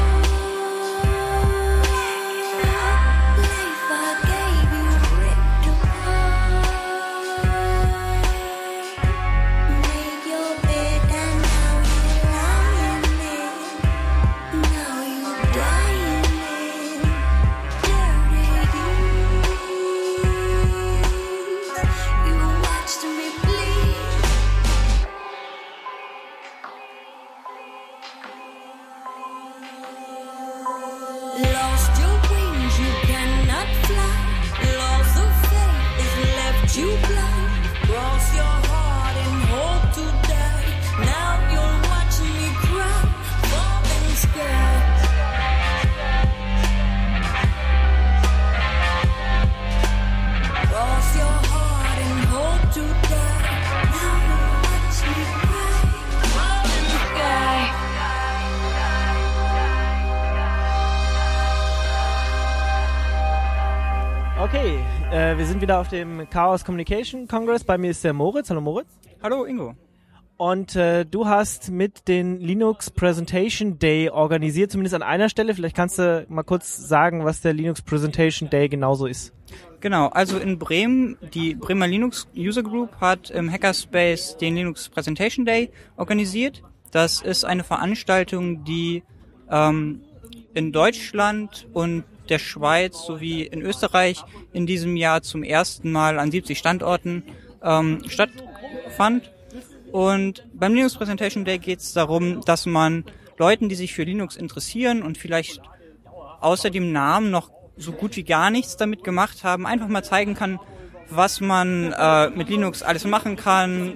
S5: Okay, äh, wir sind wieder auf dem Chaos Communication Congress. Bei mir ist der Moritz. Hallo Moritz.
S9: Hallo Ingo.
S5: Und äh, du hast mit den Linux Presentation Day organisiert, zumindest an einer Stelle. Vielleicht kannst du mal kurz sagen, was der Linux Presentation Day genauso ist.
S9: Genau, also in Bremen, die Bremer Linux User Group hat im Hackerspace den Linux Presentation Day organisiert. Das ist eine Veranstaltung, die ähm, in Deutschland und der Schweiz sowie in Österreich in diesem Jahr zum ersten Mal an siebzig Standorten ähm, stattfand. Und beim Linux Presentation Day geht es darum, dass man Leuten, die sich für Linux interessieren und vielleicht außer dem Namen noch so gut wie gar nichts damit gemacht haben, einfach mal zeigen kann, was man äh, mit Linux alles machen kann,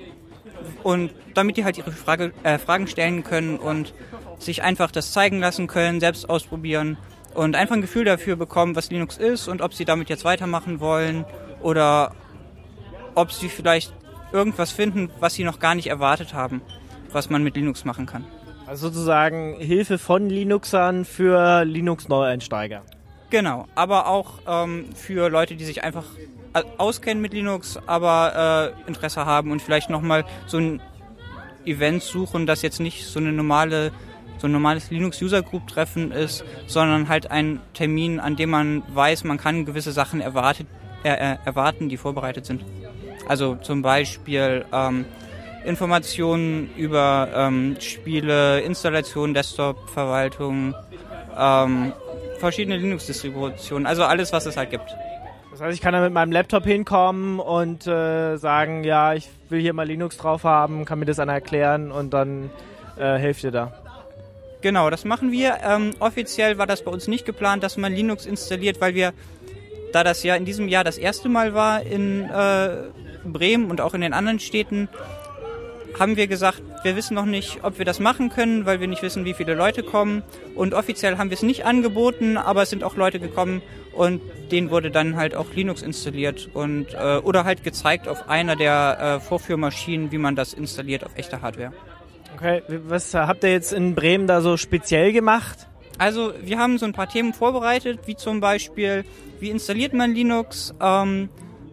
S9: und damit die halt ihre Frage, äh, Fragen stellen können und sich einfach das zeigen lassen können, selbst ausprobieren und einfach ein Gefühl dafür bekommen, was Linux ist und ob sie damit jetzt weitermachen wollen oder ob sie vielleicht irgendwas finden, was sie noch gar nicht erwartet haben, was man mit Linux machen kann.
S5: Also sozusagen Hilfe von Linuxern für Linux-Neueinsteiger.
S9: Genau, aber auch ähm, für Leute, die sich einfach auskennen mit Linux, aber äh, Interesse haben und vielleicht nochmal so ein Event suchen, das jetzt nicht so eine normale, so ein normales Linux-User-Group-Treffen ist, sondern halt ein Termin, an dem man weiß, man kann gewisse Sachen erwartet, äh, erwarten, die vorbereitet sind. Also zum Beispiel ähm, Informationen über ähm, Spiele, Installation, Desktop-Verwaltung, ähm, verschiedene Linux-Distributionen, also alles, was es halt gibt.
S5: Das heißt, ich kann da mit meinem Laptop hinkommen und äh, sagen, ja, ich will hier mal Linux drauf haben, kann mir das einer erklären und dann äh, helft ihr da.
S9: Genau, das machen wir. Ähm, offiziell war das bei uns nicht geplant, dass man Linux installiert, weil wir, da das ja in diesem Jahr das erste Mal war in äh, Bremen und auch in den anderen Städten, haben wir gesagt, wir wissen noch nicht, ob wir das machen können, weil wir nicht wissen, wie viele Leute kommen. Und offiziell haben wir es nicht angeboten, aber es sind auch Leute gekommen und denen wurde dann halt auch Linux installiert und äh, oder halt gezeigt auf einer der äh, Vorführmaschinen, wie man das installiert auf echter Hardware.
S5: Okay, was habt ihr jetzt in Bremen da so speziell gemacht?
S9: Also wir haben so ein paar Themen vorbereitet, wie zum Beispiel, wie installiert man Linux, ähm,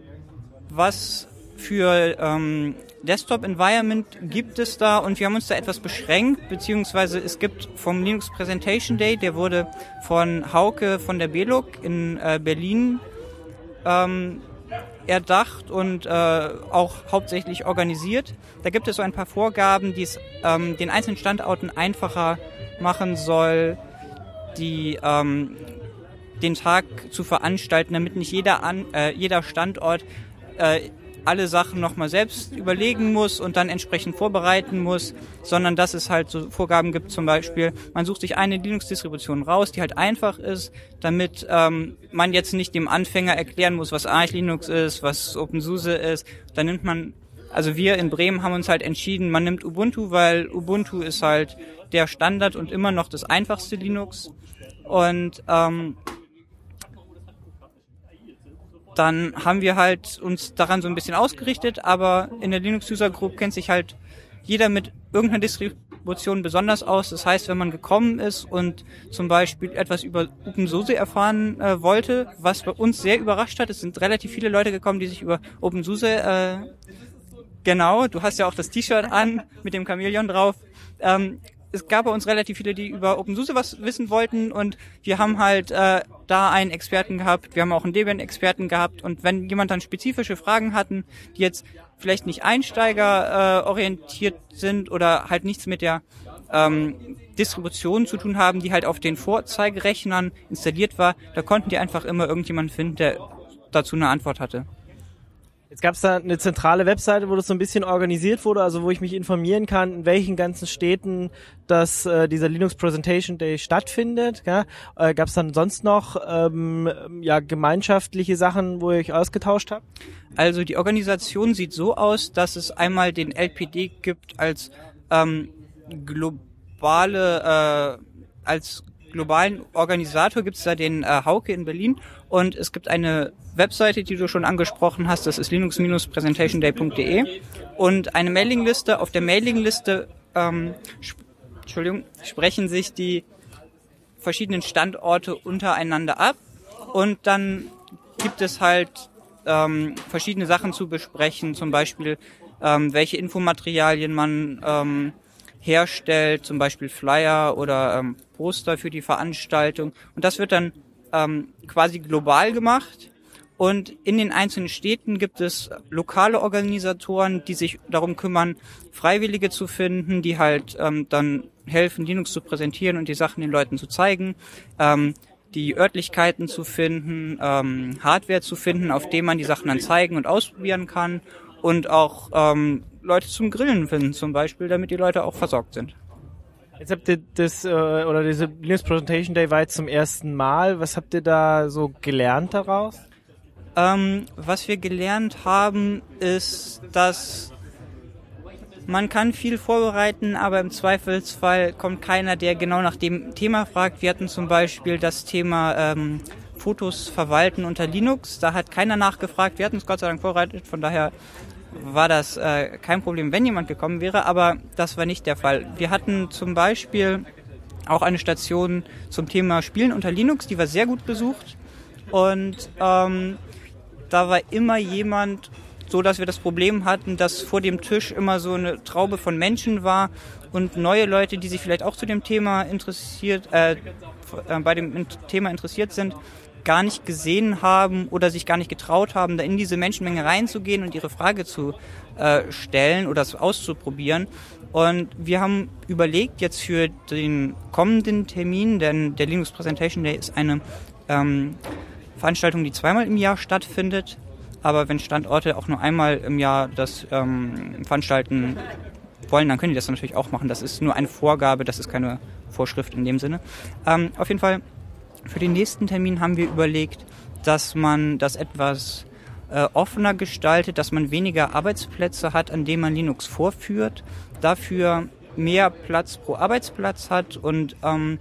S9: was für ähm, Desktop-Environment gibt es da, und wir haben uns da etwas beschränkt, beziehungsweise es gibt vom Linux Presentation Day, der wurde von Hauke von der B L U G in äh, Berlin ähm, erdacht und äh, auch hauptsächlich organisiert. Da gibt es so ein paar Vorgaben, die es ähm, den einzelnen Standorten einfacher machen soll, die ähm, den Tag zu veranstalten, damit nicht jeder, an, äh, jeder Standort äh, alle Sachen nochmal selbst überlegen muss und dann entsprechend vorbereiten muss, sondern dass es halt so Vorgaben gibt, zum Beispiel, man sucht sich eine Linux-Distribution raus, die halt einfach ist, damit ähm, man jetzt nicht dem Anfänger erklären muss, was Arch Linux ist, was OpenSUSE ist. Dann nimmt man, also wir in Bremen haben uns halt entschieden, man nimmt Ubuntu, weil Ubuntu ist halt der Standard und immer noch das einfachste Linux. Und ähm, dann haben wir halt uns daran so ein bisschen ausgerichtet, aber in der Linux User Group kennt sich halt jeder mit irgendeiner Distribution besonders aus. Das heißt, wenn man gekommen ist und zum Beispiel etwas über OpenSUSE erfahren äh, wollte, was bei uns sehr überrascht hat, es sind relativ viele Leute gekommen, die sich über OpenSUSE, äh, genau, du hast ja auch das T-Shirt an mit dem Chamäleon drauf, ähm, es gab bei uns relativ viele, die über OpenSUSE was wissen wollten, und wir haben halt äh, da einen Experten gehabt, wir haben auch einen Debian-Experten gehabt, und wenn jemand dann spezifische Fragen hatten, die jetzt vielleicht nicht Einsteiger äh, orientiert sind oder halt nichts mit der ähm, Distribution zu tun haben, die halt auf den Vorzeigerechnern installiert war, da konnten die einfach immer irgendjemanden finden, der dazu eine Antwort hatte.
S5: Jetzt gab es da eine zentrale Webseite, wo das so ein bisschen organisiert wurde, also wo ich mich informieren kann, in welchen ganzen Städten dass äh, dieser Linux Presentation Day stattfindet. Ja? Äh, gab es dann sonst noch ähm, ja, gemeinschaftliche Sachen, wo ihr euch ausgetauscht habt?
S9: Also die Organisation sieht so aus, dass es einmal den L P D gibt als ähm, globale, äh, als globalen Organisator, gibt es da den äh, Hauke in Berlin, und es gibt eine Webseite, die du schon angesprochen hast, das ist linux Presentation day punkt de, und eine Mailingliste. Auf der Mailingliste ähm, sp- Entschuldigung, sprechen sich die verschiedenen Standorte untereinander ab, und dann gibt es halt ähm, verschiedene Sachen zu besprechen, zum Beispiel ähm, welche Infomaterialien man ähm, herstellt, zum Beispiel Flyer oder ähm, Poster für die Veranstaltung. Und das wird dann ähm, quasi global gemacht. Und in den einzelnen Städten gibt es lokale Organisatoren, die sich darum kümmern, Freiwillige zu finden, die halt ähm, dann helfen, Linux zu präsentieren und die Sachen den Leuten zu zeigen, ähm, die Örtlichkeiten zu finden, ähm, Hardware zu finden, auf dem man die Sachen dann zeigen und ausprobieren kann und auch ähm, Leute zum Grillen finden zum Beispiel, damit die Leute auch versorgt sind.
S5: Jetzt habt ihr das, äh, oder diese Linux Presentation Day war jetzt zum ersten Mal. Was habt ihr da so gelernt daraus?
S9: Ähm, was wir gelernt haben, ist, dass man kann viel vorbereiten, aber im Zweifelsfall kommt keiner, der genau nach dem Thema fragt. Wir hatten zum Beispiel das Thema ähm, Fotos verwalten unter Linux. Da hat keiner nachgefragt. Wir hatten es Gott sei Dank vorbereitet, von daher war das äh, kein Problem, wenn jemand gekommen wäre, aber das war nicht der Fall. Wir hatten zum Beispiel auch eine Station zum Thema Spielen unter Linux, die war sehr gut besucht und ähm, da war immer jemand, so dass wir das Problem hatten, dass vor dem Tisch immer so eine Traube von Menschen war und neue Leute, die sich vielleicht auch zu dem Thema interessiert, äh, äh, bei dem Thema interessiert sind, gar nicht gesehen haben oder sich gar nicht getraut haben, da in diese Menschenmenge reinzugehen und ihre Frage zu äh, stellen oder es auszuprobieren. Und wir haben überlegt jetzt für den kommenden Termin, denn der Linux Presentation Day ist eine ähm, Veranstaltung, die zweimal im Jahr stattfindet, aber wenn Standorte auch nur einmal im Jahr das ähm, veranstalten wollen, dann können die das natürlich auch machen. Das ist nur eine Vorgabe, das ist keine Vorschrift in dem Sinne. Ähm, auf jeden Fall für den nächsten Termin haben wir überlegt, dass man das etwas äh, offener gestaltet, dass man weniger Arbeitsplätze hat, an denen man Linux vorführt, dafür mehr Platz pro Arbeitsplatz hat und ähm,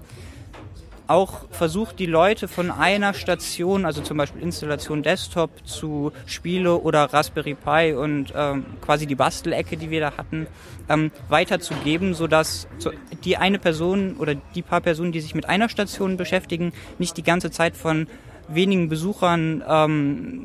S9: auch versucht, die Leute von einer Station, also zum Beispiel Installation Desktop zu Spiele oder Raspberry Pi und ähm, quasi die Bastelecke, die wir da hatten, ähm, weiterzugeben, sodass die eine Person oder die paar Personen, die sich mit einer Station beschäftigen, nicht die ganze Zeit von wenigen Besuchern ähm,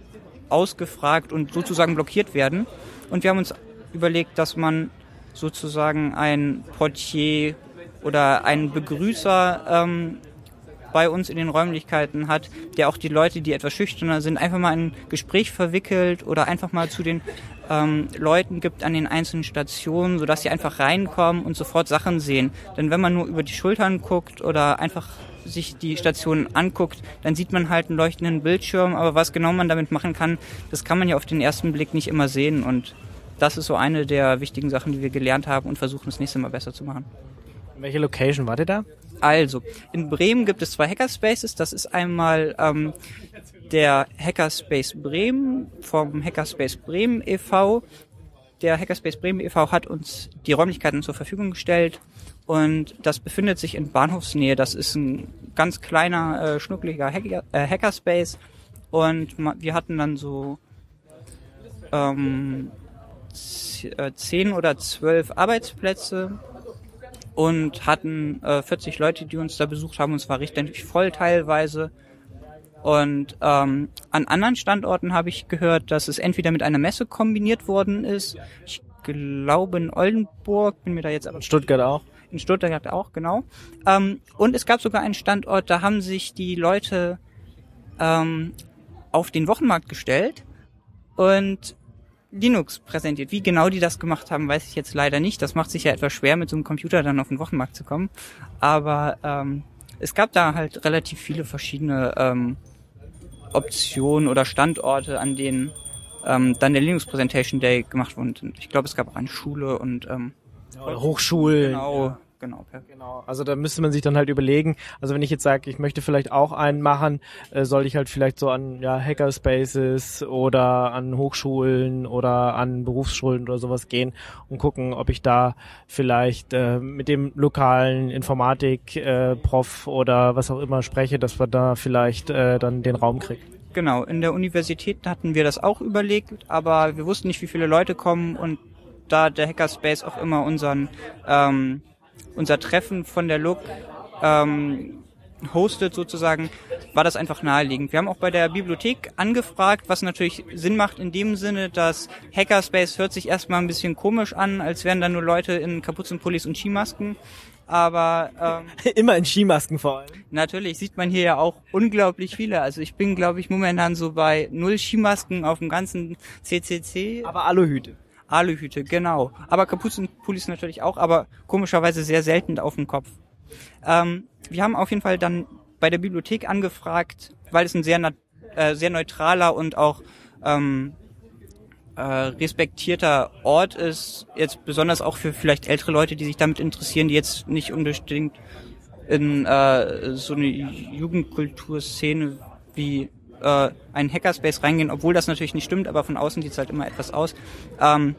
S9: ausgefragt und sozusagen blockiert werden. Und wir haben uns überlegt, dass man sozusagen ein Portier oder einen Begrüßer ähm, bei uns in den Räumlichkeiten hat, der auch die Leute, die etwas schüchterner sind, einfach mal in ein Gespräch verwickelt oder einfach mal zu den ähm, Leuten gibt an den einzelnen Stationen, sodass sie einfach reinkommen und sofort Sachen sehen. Denn wenn man nur über die Schultern guckt oder einfach sich die Stationen anguckt, dann sieht man halt einen leuchtenden Bildschirm, aber was genau man damit machen kann, das kann man ja auf den ersten Blick nicht immer sehen und das ist so eine der wichtigen Sachen, die wir gelernt haben und versuchen, das nächste Mal besser zu machen.
S5: In welcher Location wart ihr da?
S9: Also, in Bremen gibt es zwei Hackerspaces. Das ist einmal ähm, der Hackerspace Bremen vom Hackerspace Bremen e V. Der Hackerspace Bremen e V hat uns die Räumlichkeiten zur Verfügung gestellt und das befindet sich in Bahnhofsnähe. Das ist ein ganz kleiner, äh, schnuckliger Hacker, äh, Hackerspace und ma- wir hatten dann so ähm, z- äh, zehn oder zwölf Arbeitsplätze und hatten äh, vierzig Leute, die uns da besucht haben. Und es war richtig voll teilweise. Und ähm, an anderen Standorten habe ich gehört, dass es entweder mit einer Messe kombiniert worden ist. Ich glaube in Oldenburg, bin mir da jetzt aber...
S5: In Stuttgart auch.
S9: In Stuttgart auch, genau. Ähm, und es gab sogar einen Standort, da haben sich die Leute ähm, auf den Wochenmarkt gestellt und Linux präsentiert. Wie genau die das gemacht haben, weiß ich jetzt leider nicht. Das macht sich ja etwas schwer, mit so einem Computer dann auf den Wochenmarkt zu kommen. Aber ähm, es gab da halt relativ viele verschiedene ähm, Optionen oder Standorte, an denen ähm, dann der Linux Presentation Day gemacht wurde. Und ich glaube, es gab auch eine Schule und ähm,
S5: Oder Hochschulen.
S9: Genau,
S5: Ja.
S9: genau, perfekt.
S5: Genau. Also da müsste man sich dann halt überlegen, also wenn ich jetzt sage, ich möchte vielleicht auch einen machen, äh, soll ich halt vielleicht so an ja, Hackerspaces oder an Hochschulen oder an Berufsschulen oder sowas gehen und gucken, ob ich da vielleicht äh, mit dem lokalen Informatik-Prof oder was auch immer spreche, dass wir da vielleicht äh, dann den Raum kriegen.
S9: Genau, in der Universität hatten wir das auch überlegt, aber wir wussten nicht, wie viele Leute kommen und da der Hackerspace auch immer unseren ähm, unser Treffen von der L U K ähm, hostet sozusagen, war das einfach naheliegend. Wir haben auch bei der Bibliothek angefragt, was natürlich Sinn macht in dem Sinne, dass Hackerspace hört sich erstmal ein bisschen komisch an, als wären da nur Leute in Kapuzenpullis und Skimasken. Aber ähm,
S5: immer in Skimasken vor allem.
S9: Natürlich sieht man hier ja auch unglaublich viele. Also ich bin, glaube ich, momentan so bei null Skimasken auf dem ganzen C C C.
S5: Aber Aluhüte.
S9: Aluhüte, genau. Aber Kapuzenpullis natürlich auch, aber komischerweise sehr selten auf dem Kopf. Ähm, wir haben auf jeden Fall dann bei der Bibliothek angefragt, weil es ein sehr, äh, sehr neutraler und auch ähm, Äh, respektierter Ort ist, jetzt besonders auch für vielleicht ältere Leute, die sich damit interessieren, die jetzt nicht unbedingt in äh, so eine Jugendkulturszene wie äh, ein Hackerspace reingehen, obwohl das natürlich nicht stimmt, aber von außen sieht es halt immer etwas aus. Ähm,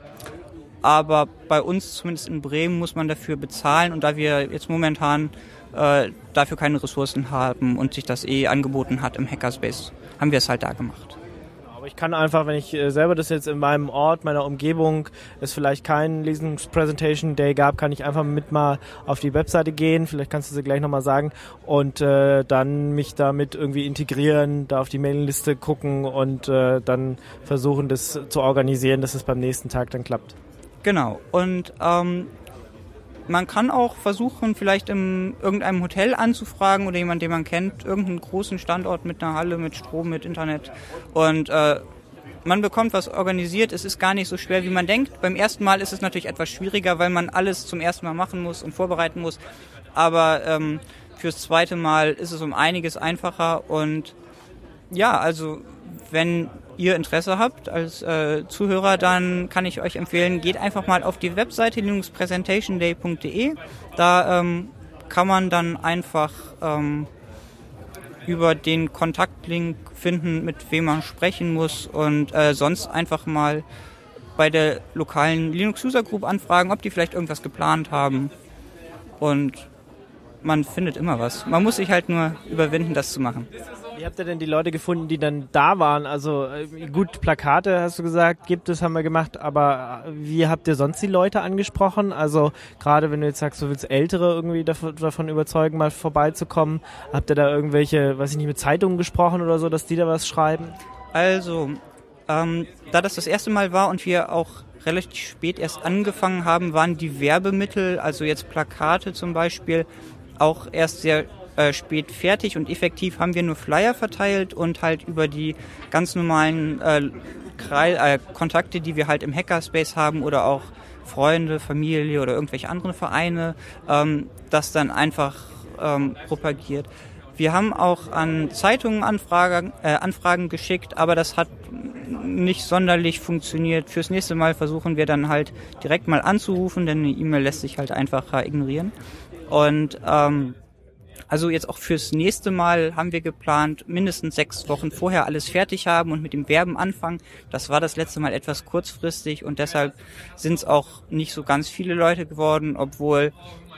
S9: aber bei uns, zumindest in Bremen, muss man dafür bezahlen und da wir jetzt momentan äh, dafür keine Ressourcen haben und sich das eh angeboten hat im Hackerspace, haben wir es halt da gemacht.
S5: Ich kann einfach, wenn ich äh, selber das jetzt in meinem Ort, meiner Umgebung, es vielleicht keinen Lesungs-Presentation Day gab, kann ich einfach mit mal auf die Webseite gehen, vielleicht kannst du sie gleich nochmal sagen, und äh, dann mich damit irgendwie integrieren, da auf die Mailingliste gucken und äh, dann versuchen, das zu organisieren, dass es beim nächsten Tag dann klappt.
S9: Genau, und ähm, man kann auch versuchen, vielleicht in irgendeinem Hotel anzufragen oder jemand, den man kennt, irgendeinen großen Standort mit einer Halle, mit Strom, mit Internet. Und äh, man bekommt was organisiert. Es ist gar nicht so schwer, wie man denkt. Beim ersten Mal ist es natürlich etwas schwieriger, weil man alles zum ersten Mal machen muss und vorbereiten muss. Aber ähm, fürs zweite Mal ist es um einiges einfacher. Und ja, also wenn ihr Interesse habt als äh, Zuhörer, dann kann ich euch empfehlen, geht einfach mal auf die Webseite linux präsentation day punkt de. Da ähm, kann man dann einfach ähm, über den Kontaktlink finden, mit wem man sprechen muss und äh, sonst einfach mal bei der lokalen Linux User Group anfragen, ob die vielleicht irgendwas geplant haben. Und man findet immer was. Man muss sich halt nur überwinden, das zu machen.
S5: Wie habt ihr denn die Leute gefunden, die dann da waren? Also gut, Plakate hast du gesagt, gibt es, haben wir gemacht, aber wie habt ihr sonst die Leute angesprochen? Also gerade wenn du jetzt sagst, du willst Ältere irgendwie davon überzeugen, mal vorbeizukommen, habt ihr da irgendwelche, weiß ich nicht, mit Zeitungen gesprochen oder so, dass die da was schreiben?
S9: Also, ähm, da das das erste Mal war und wir auch relativ spät erst angefangen haben, waren die Werbemittel, also jetzt Plakate zum Beispiel, auch erst sehr äh, spät fertig und effektiv haben wir nur Flyer verteilt und halt über die ganz normalen äh, Kreis, äh, Kontakte, die wir halt im Hackerspace haben oder auch Freunde, Familie oder irgendwelche anderen Vereine, ähm, das dann einfach ähm, propagiert. Wir haben auch an Zeitungen Anfragen, äh, Anfragen geschickt, aber das hat nicht sonderlich funktioniert. Fürs nächste Mal versuchen wir dann halt direkt mal anzurufen, denn eine E-Mail lässt sich halt einfacher ignorieren. Und ähm, also jetzt auch fürs nächste Mal haben wir geplant, mindestens sechs Wochen vorher alles fertig haben und mit dem Werben anfangen. Das war das letzte Mal etwas kurzfristig und deshalb sind es auch nicht so ganz viele Leute geworden, obwohl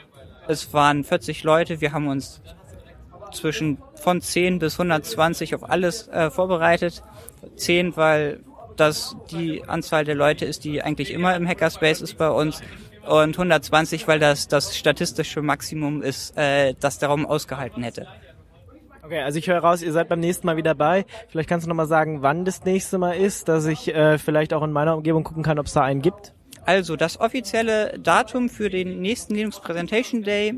S9: es waren vierzig Leute. Wir haben uns zwischen von zehn bis hundertzwanzig auf alles äh, vorbereitet. zehn, weil das die Anzahl der Leute ist, die eigentlich immer im Hackerspace ist bei uns. Und hundertzwanzig, weil das das statistische Maximum ist, äh, das der Raum ausgehalten hätte.
S5: Okay, also ich höre raus, ihr seid beim nächsten Mal wieder dabei. Vielleicht kannst du nochmal sagen, wann das nächste Mal ist, dass ich äh, vielleicht auch in meiner Umgebung gucken kann, ob es da einen gibt.
S9: Also das offizielle Datum für den nächsten Linux Presentation Day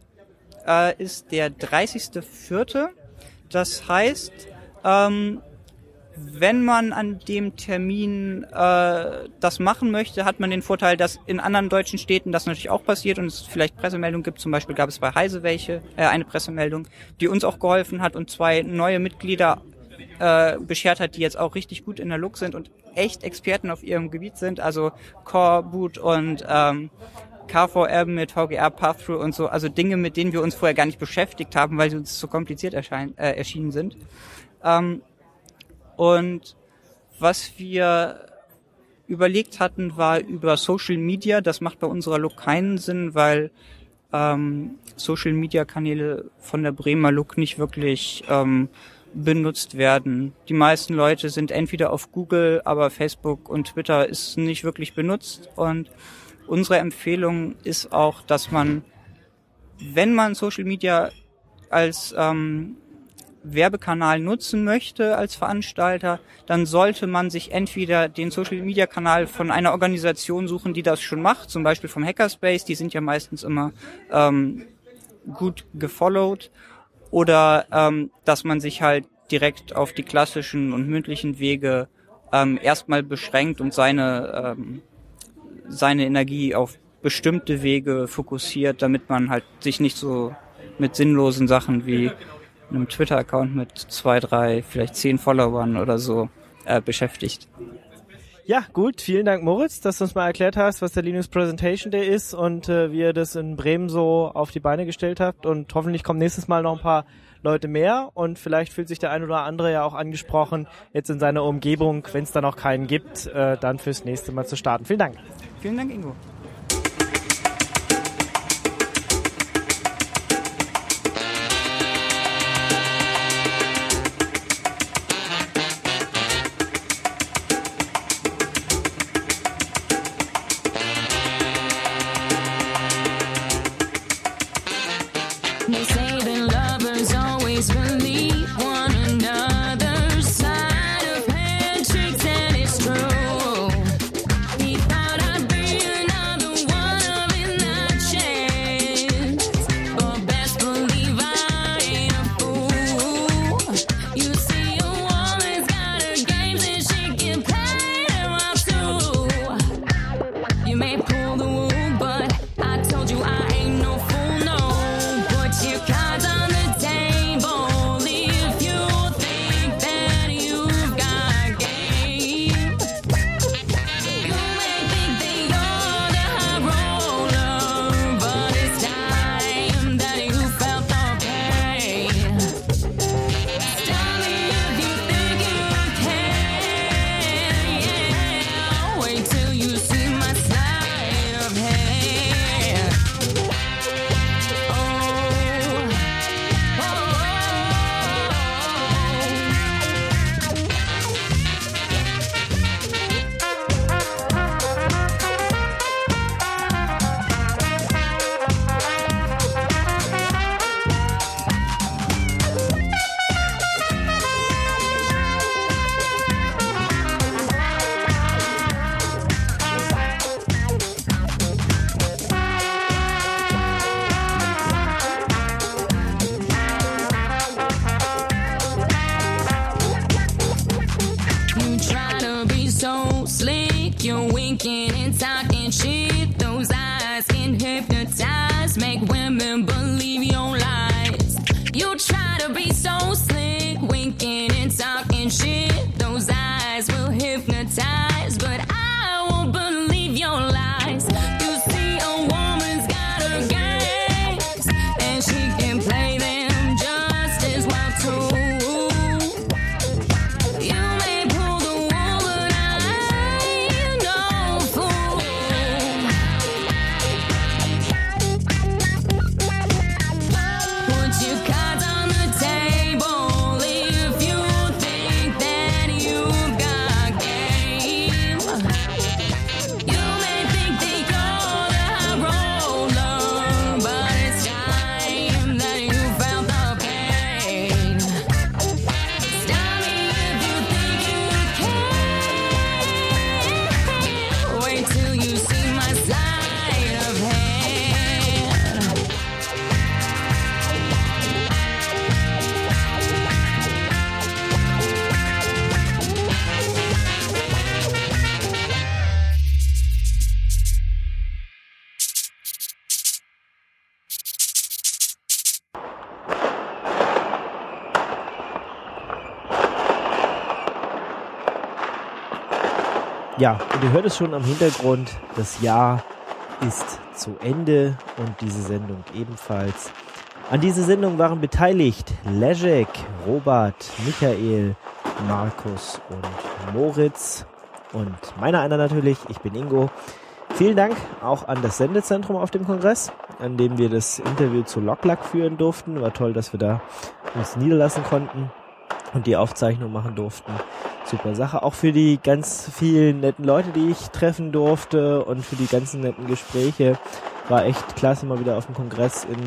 S9: äh, ist der dreißigster vierte Das heißt, ähm, wenn man an dem Termin äh, das machen möchte, hat man den Vorteil, dass in anderen deutschen Städten das natürlich auch passiert und es vielleicht Pressemeldungen gibt. Zum Beispiel gab es bei Heise welche, äh, eine Pressemeldung, die uns auch geholfen hat und zwei neue Mitglieder äh, beschert hat, die jetzt auch richtig gut in der Lux sind und echt Experten auf ihrem Gebiet sind. Also Core, Boot und ähm, K V M mit V G R, Path-Through und so. Also Dinge, mit denen wir uns vorher gar nicht beschäftigt haben, weil sie uns zu kompliziert erschein, äh, erschienen sind. Ähm, Und was wir überlegt hatten, war über Social Media. Das macht bei unserer L U K keinen Sinn, weil ähm, Social Media Kanäle von der Bremer L U K nicht wirklich ähm, benutzt werden. Die meisten Leute sind entweder auf Google, aber Facebook und Twitter ist nicht wirklich benutzt. Und unsere Empfehlung ist auch, dass man, wenn man Social Media als ähm, Werbekanal nutzen möchte als Veranstalter, dann sollte man sich entweder den Social-Media-Kanal von einer Organisation suchen, die das schon macht, zum Beispiel vom Hackerspace, die sind ja meistens immer ähm, gut gefollowt, oder ähm, dass man sich halt direkt auf die klassischen und mündlichen Wege ähm, erstmal beschränkt und seine ähm, seine Energie auf bestimmte Wege fokussiert, damit man halt sich nicht so mit sinnlosen Sachen wie einem Twitter-Account mit zwei, drei, vielleicht zehn Followern oder so äh, beschäftigt.
S5: Ja, gut. Vielen Dank, Moritz, dass du uns mal erklärt hast, was der Linux Presentation Day ist und äh, wie ihr das in Bremen so auf die Beine gestellt habt. Und hoffentlich kommen nächstes Mal noch ein paar Leute mehr und vielleicht fühlt sich der ein oder andere ja auch angesprochen, jetzt in seiner Umgebung, wenn es da noch keinen gibt, äh, dann fürs nächste Mal zu starten. Vielen Dank.
S9: Vielen Dank, Ingo.
S8: They say that lovers always believe one another's side of handshakes, and it's true. He thought I'd be another one of his not chance, but best believe I ain't a fool. You see, a woman's got her games and she can play them out too. You may pull the wool, but I told you I ain't no fool, no. Your cards on the table if you think that you've got game. You may think that you're the high roller, but it's time that you felt the pain. Stop me if you think you can, yeah. Wait till you see my sleight of hand. Oh, you try to be so slick, you're winking and talking shit. Those eyes can hypnotize, make women believe your lies. You try to be so slick, winking and talking shit. Those eyes will hypnotize, but I won't believe your lies. You see, a woman's got her games, and she can play them just as well too. You may pull the wool, but I ain't no fool. Put your cards on the table if you think that you've got game. You may think that you're the high roller, but it's time that you felt the pain. Stop me if you think you can. Wait till you see my sleight of hand.
S5: Ja, und ihr hört es schon am Hintergrund, das Jahr ist zu Ende und diese Sendung ebenfalls. An dieser Sendung waren beteiligt Leszek, Robert, Michael, Markus und Moritz und meiner einer natürlich, ich bin Ingo. Vielen Dank auch an das Sendezentrum auf dem Kongress, an dem wir das Interview zu Loglack führen durften. War toll, dass wir da uns niederlassen konnten und die Aufzeichnung machen durften. Super Sache. Auch für die ganz vielen netten Leute, die ich treffen durfte und für die ganzen netten Gespräche. War echt klasse, mal wieder auf dem Kongress in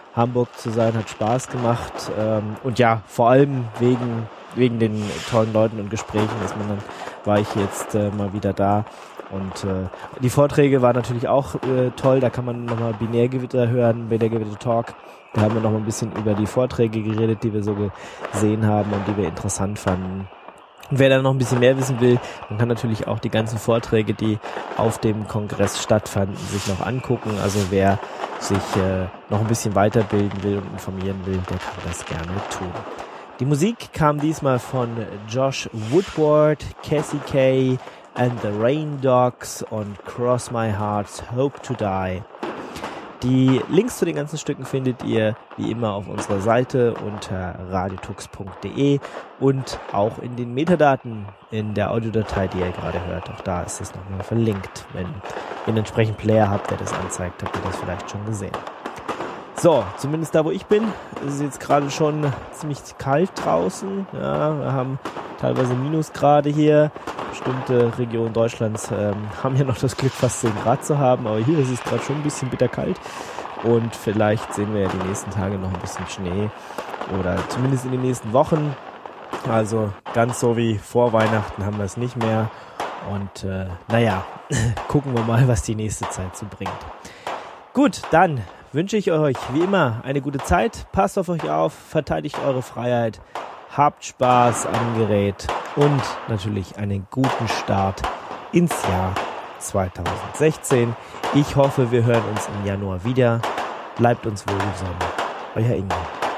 S5: Hamburg zu sein, hat Spaß gemacht. Ähm, und ja, vor allem wegen, wegen den tollen Leuten und Gesprächen ist man dann, war ich jetzt äh, mal wieder da. Und äh, die Vorträge waren natürlich auch äh, toll. Da kann man nochmal Binärgewitter hören, Binärgewitter Talk. Da haben wir noch mal ein bisschen über die Vorträge geredet, die wir so gesehen haben und die wir interessant fanden. Und wer da noch ein bisschen mehr wissen will, man kann natürlich auch die ganzen Vorträge, die auf dem Kongress stattfanden, sich noch angucken. Also wer sich äh, noch ein bisschen weiterbilden will und informieren will, der kann das gerne tun. Die Musik kam diesmal von Josh Woodward, Cassie Kay and the Rain Dogs und Cross My Heart's Hope to Die. Die Links zu den ganzen Stücken findet ihr wie immer auf unserer Seite unter radiotux punkt de und auch in den Metadaten in der Audiodatei, die ihr gerade hört. Auch da ist es nochmal verlinkt. Wenn ihr einen entsprechenden Player habt, der das anzeigt, habt ihr das vielleicht schon gesehen. So, zumindest da, wo ich bin, ist es jetzt gerade schon ziemlich kalt draußen. Ja, wir haben teilweise Minusgrade hier. Bestimmte Regionen Deutschlands ähm, haben ja noch das Glück, fast zehn Grad zu haben, aber hier ist es gerade schon ein bisschen bitterkalt. Und vielleicht sehen wir ja die nächsten Tage noch ein bisschen Schnee oder zumindest in den nächsten Wochen. Also ganz so wie vor Weihnachten haben wir es nicht mehr. Und äh, naja, gucken wir mal, was die nächste Zeit so bringt. Gut, dann wünsche ich euch wie immer eine gute Zeit. Passt auf euch auf, verteidigt eure Freiheit, habt Spaß am Gerät und natürlich einen guten Start ins Jahr zwanzig sechzehn. Ich hoffe, wir hören uns im Januar wieder. Bleibt uns wohlgesonnen. Euer Ingo.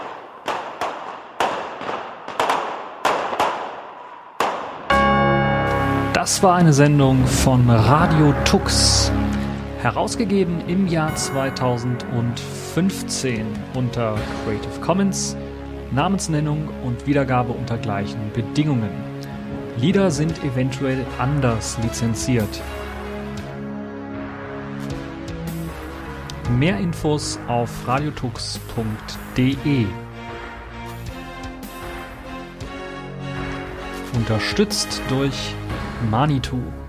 S2: Das war eine Sendung von Radio Tux. Herausgegeben im Jahr zweitausendfünfzehn unter Creative Commons, Namensnennung und Wiedergabe unter gleichen Bedingungen. Lieder sind eventuell anders lizenziert. Mehr Infos auf radiotux punkt de. Unterstützt durch Manitou.